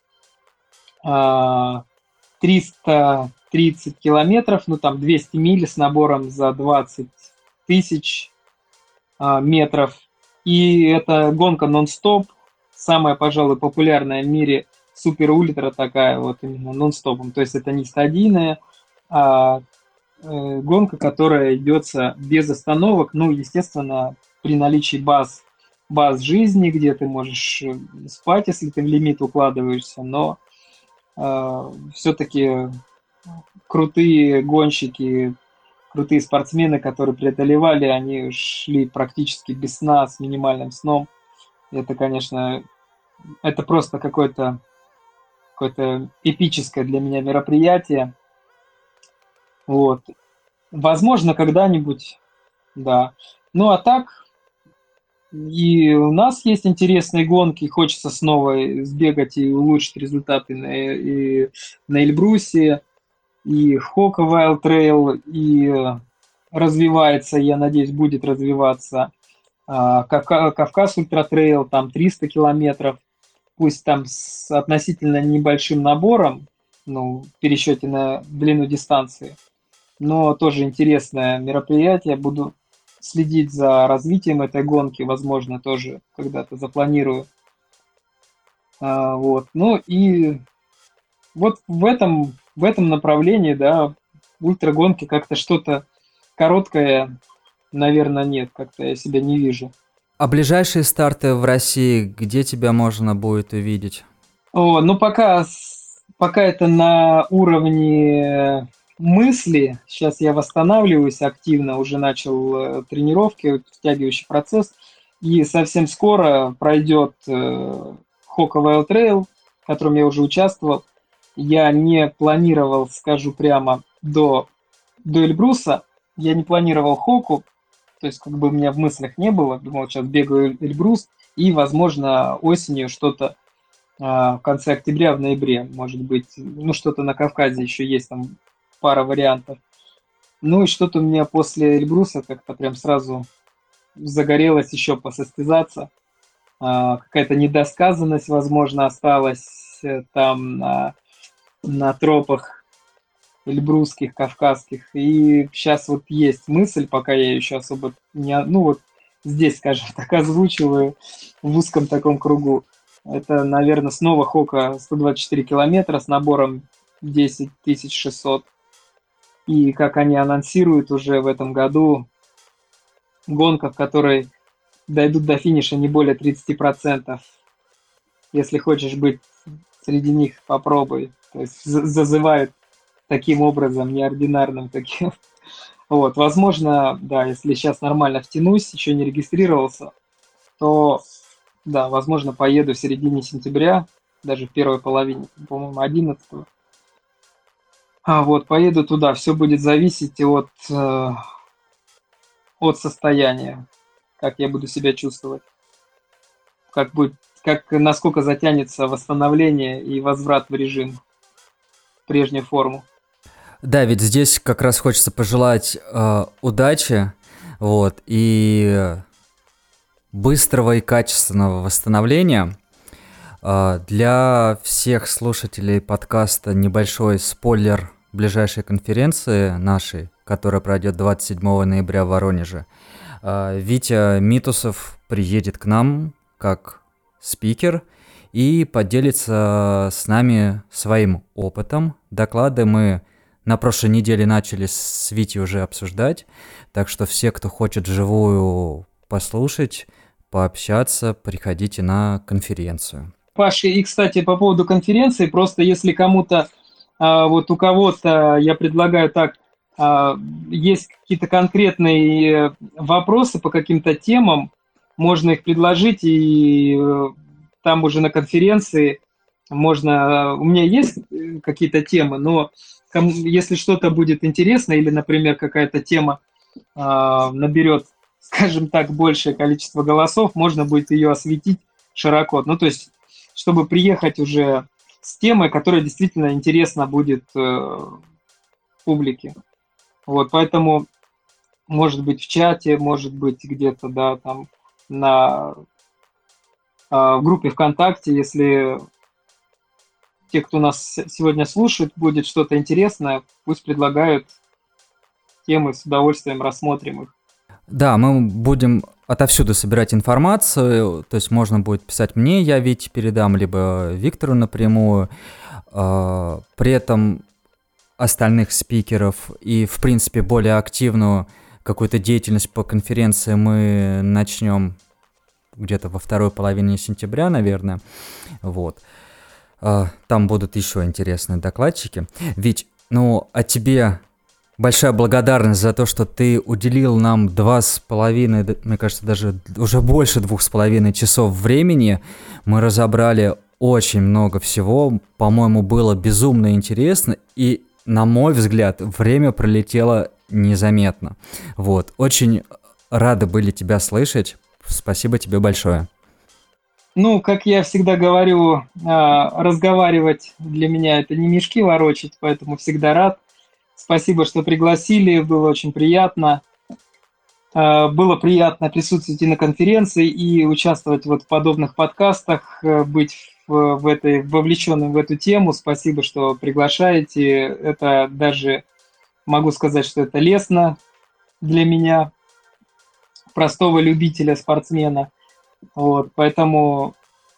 э, триста тридцать километров, ну там двести миль с набором за двадцать тысяч э, метров. И это гонка нон-стоп, самая, пожалуй, популярная в мире супер-ультра такая вот именно нон-стопом. То есть это не стадийная, а э, гонка, которая идется без остановок, ну, естественно, при наличии баз, баз жизни, где ты можешь э, спать, если ты в лимит укладываешься, но э, все-таки крутые гонщики, крутые спортсмены, которые преодолевали, они шли практически без сна, с минимальным сном. Это, конечно, это просто какое-то какое-то эпическое для меня мероприятие. Вот. Возможно, когда-нибудь, да. Ну, а так, и у нас есть интересные гонки, хочется снова сбегать и улучшить результаты на, и на Эльбрусе, и Хока Wild Trail, и э, развивается, я надеюсь, будет развиваться а, Кавка- Кавказ Ультра Трейл, там триста километров, пусть там с относительно небольшим набором, ну, в пересчете на длину дистанции, но тоже интересное мероприятие. Буду следить за развитием этой гонки, возможно, тоже когда-то запланирую. А, вот. Ну и вот в этом, в этом направлении, да, ультрагонки как-то что-то короткое, наверное, нет, как-то я себя не вижу. А ближайшие старты в России, где тебя можно будет увидеть? О, ну пока, с- пока это на уровне мысли. Сейчас я восстанавливаюсь активно, уже начал э, тренировки, втягивающий процесс. И совсем скоро пройдет э, Хока Wild Trail, в котором я уже участвовал. Я не планировал, скажу прямо, до, до Эльбруса. Я не планировал Хоку, то есть как бы у меня в мыслях не было. Думал, сейчас бегаю Эльбрус и, возможно, осенью что-то а, в конце октября, в ноябре, может быть, ну, что-то на Кавказе еще есть, там пара вариантов. Ну, и что-то у меня после Эльбруса как-то прям сразу загорелось еще посостязаться. А, какая-то недосказанность, возможно, осталась э, там на, на тропах эльбрусских, кавказских. И сейчас вот есть мысль, пока я еще особо не... Ну, вот здесь, скажем так, озвучиваю в узком таком кругу. Это, наверное, снова Хока сто двадцать четыре километра с набором десять тысяч шестьсот. И как они анонсируют уже в этом году, гонка, в которой дойдут до финиша не более тридцать процентов. Если хочешь быть среди них, попробуй. То есть за- зазывают таким образом, неординарным таким. Вот, возможно, да, если сейчас нормально втянусь, еще не регистрировался, то, да, возможно, поеду в середине сентября, даже в первой половине, по-моему, одиннадцатого. А вот, поеду туда. Все будет зависеть от, э, от состояния, как я буду себя чувствовать, как будет, как, насколько затянется восстановление и возврат в режим, в прежнюю форму. Да, ведь здесь как раз хочется пожелать э, удачи, вот, и быстрого и качественного восстановления. Э, для всех слушателей подкаста небольшой спойлер ближайшей конференции нашей, которая пройдет двадцать седьмого ноября в Воронеже. Э, Витя Митусов приедет к нам как спикер и поделится с нами своим опытом. Доклады мы на прошлой неделе начали с Витей уже обсуждать, так что все, кто хочет вживую послушать, пообщаться, приходите на конференцию. Паша, и, кстати, по поводу конференции, просто если кому-то, а, вот у кого-то, я предлагаю так, а, есть какие-то конкретные вопросы по каким-то темам, можно их предложить, и э, там уже на конференции можно... У меня есть э, какие-то темы, но кому- если что-то будет интересно, или, например, какая-то тема а, наберет, скажем так, большее количество голосов, можно будет ее осветить широко. Ну, то есть чтобы приехать уже с темой, которая действительно интересна будет э, публике. Вот, поэтому может быть, в чате, может быть, где-то, да, там на, а, в группе ВКонтакте, если те, кто нас с- сегодня слушает, будет что-то интересное, пусть предлагают темы, с удовольствием рассмотрим их. Да, мы будем отовсюду собирать информацию, то есть можно будет писать мне, я Вите передам, либо Виктору напрямую. А, При этом остальных спикеров и, в принципе, более активную какую-то деятельность по конференции мы начнем где-то во второй половине сентября, наверное. Вот. А, Там будут еще интересные докладчики. Вить, ну, а тебе большая благодарность за то, что ты уделил нам два с половиной, д- мне кажется, даже уже больше двух с половиной часов времени. Мы разобрали очень много всего. По-моему, было безумно интересно. И, на мой взгляд, время пролетело незаметно. Вот. Очень рады были тебя слышать. Спасибо тебе большое. Ну, как я всегда говорю, а, разговаривать для меня это не мешки ворочать, поэтому всегда рад. Спасибо, что пригласили, было очень приятно. А, Было приятно присутствовать и на конференции, и участвовать вот в подобных подкастах, э, быть в, в этой, вовлеченным в эту тему. Спасибо, что приглашаете. Это даже могу сказать, что это лестно для меня, простого любителя, спортсмена. Вот, поэтому,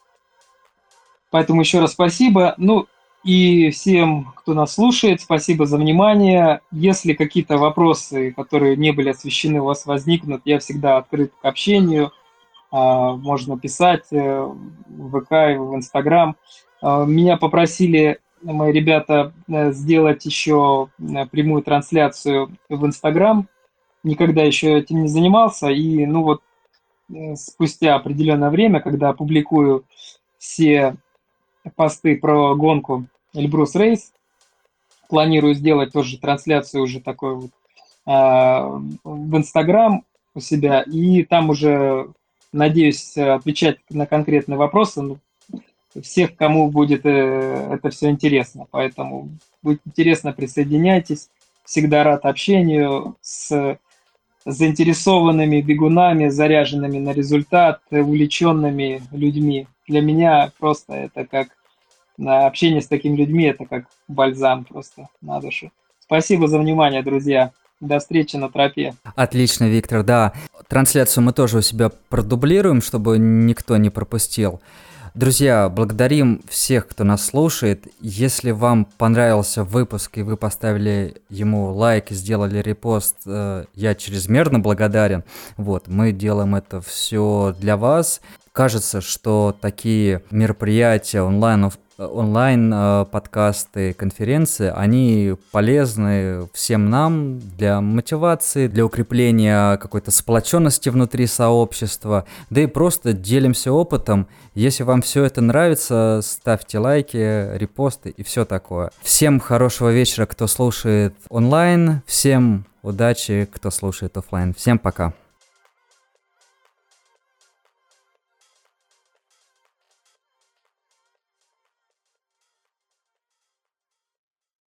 поэтому еще раз спасибо. Ну и всем, кто нас слушает, спасибо за внимание. Если какие-то вопросы, которые не были освещены, у вас возникнут, я всегда открыт к общению. А, Можно писать э, в ВК и в Инстаграм. А, Меня попросили мои ребята э, сделать еще э, прямую трансляцию в Инстаграм. Никогда еще этим не занимался. И ну вот э, спустя определенное время, когда опубликую все посты про гонку Эльбрус Рейс, планирую сделать тоже трансляцию уже такой вот а, в Инстаграм у себя, и там уже надеюсь отвечать на конкретные вопросы, ну, всех, кому будет э, это все интересно. Поэтому будет интересно, присоединяйтесь. Всегда рад общению с заинтересованными бегунами, заряженными на результат, увлеченными людьми. Для меня просто это как на общение с такими людьми, это как бальзам просто на душу. Спасибо за внимание, друзья. До встречи на тропе. Отлично, Виктор, да. Трансляцию мы тоже у себя продублируем, чтобы никто не пропустил. Друзья, благодарим всех, кто нас слушает. Если вам понравился выпуск и вы поставили ему лайк и сделали репост, э, я чрезмерно благодарен. Вот, мы делаем это все для вас. Кажется, что такие мероприятия онлайн, онлайн э, подкасты, конференции, они полезны всем нам для мотивации, для укрепления какой-то сплоченности внутри сообщества, да и просто делимся опытом. Если вам все это нравится, ставьте лайки, репосты и все такое. Всем хорошего вечера, кто слушает онлайн, всем удачи, кто слушает офлайн. Всем пока.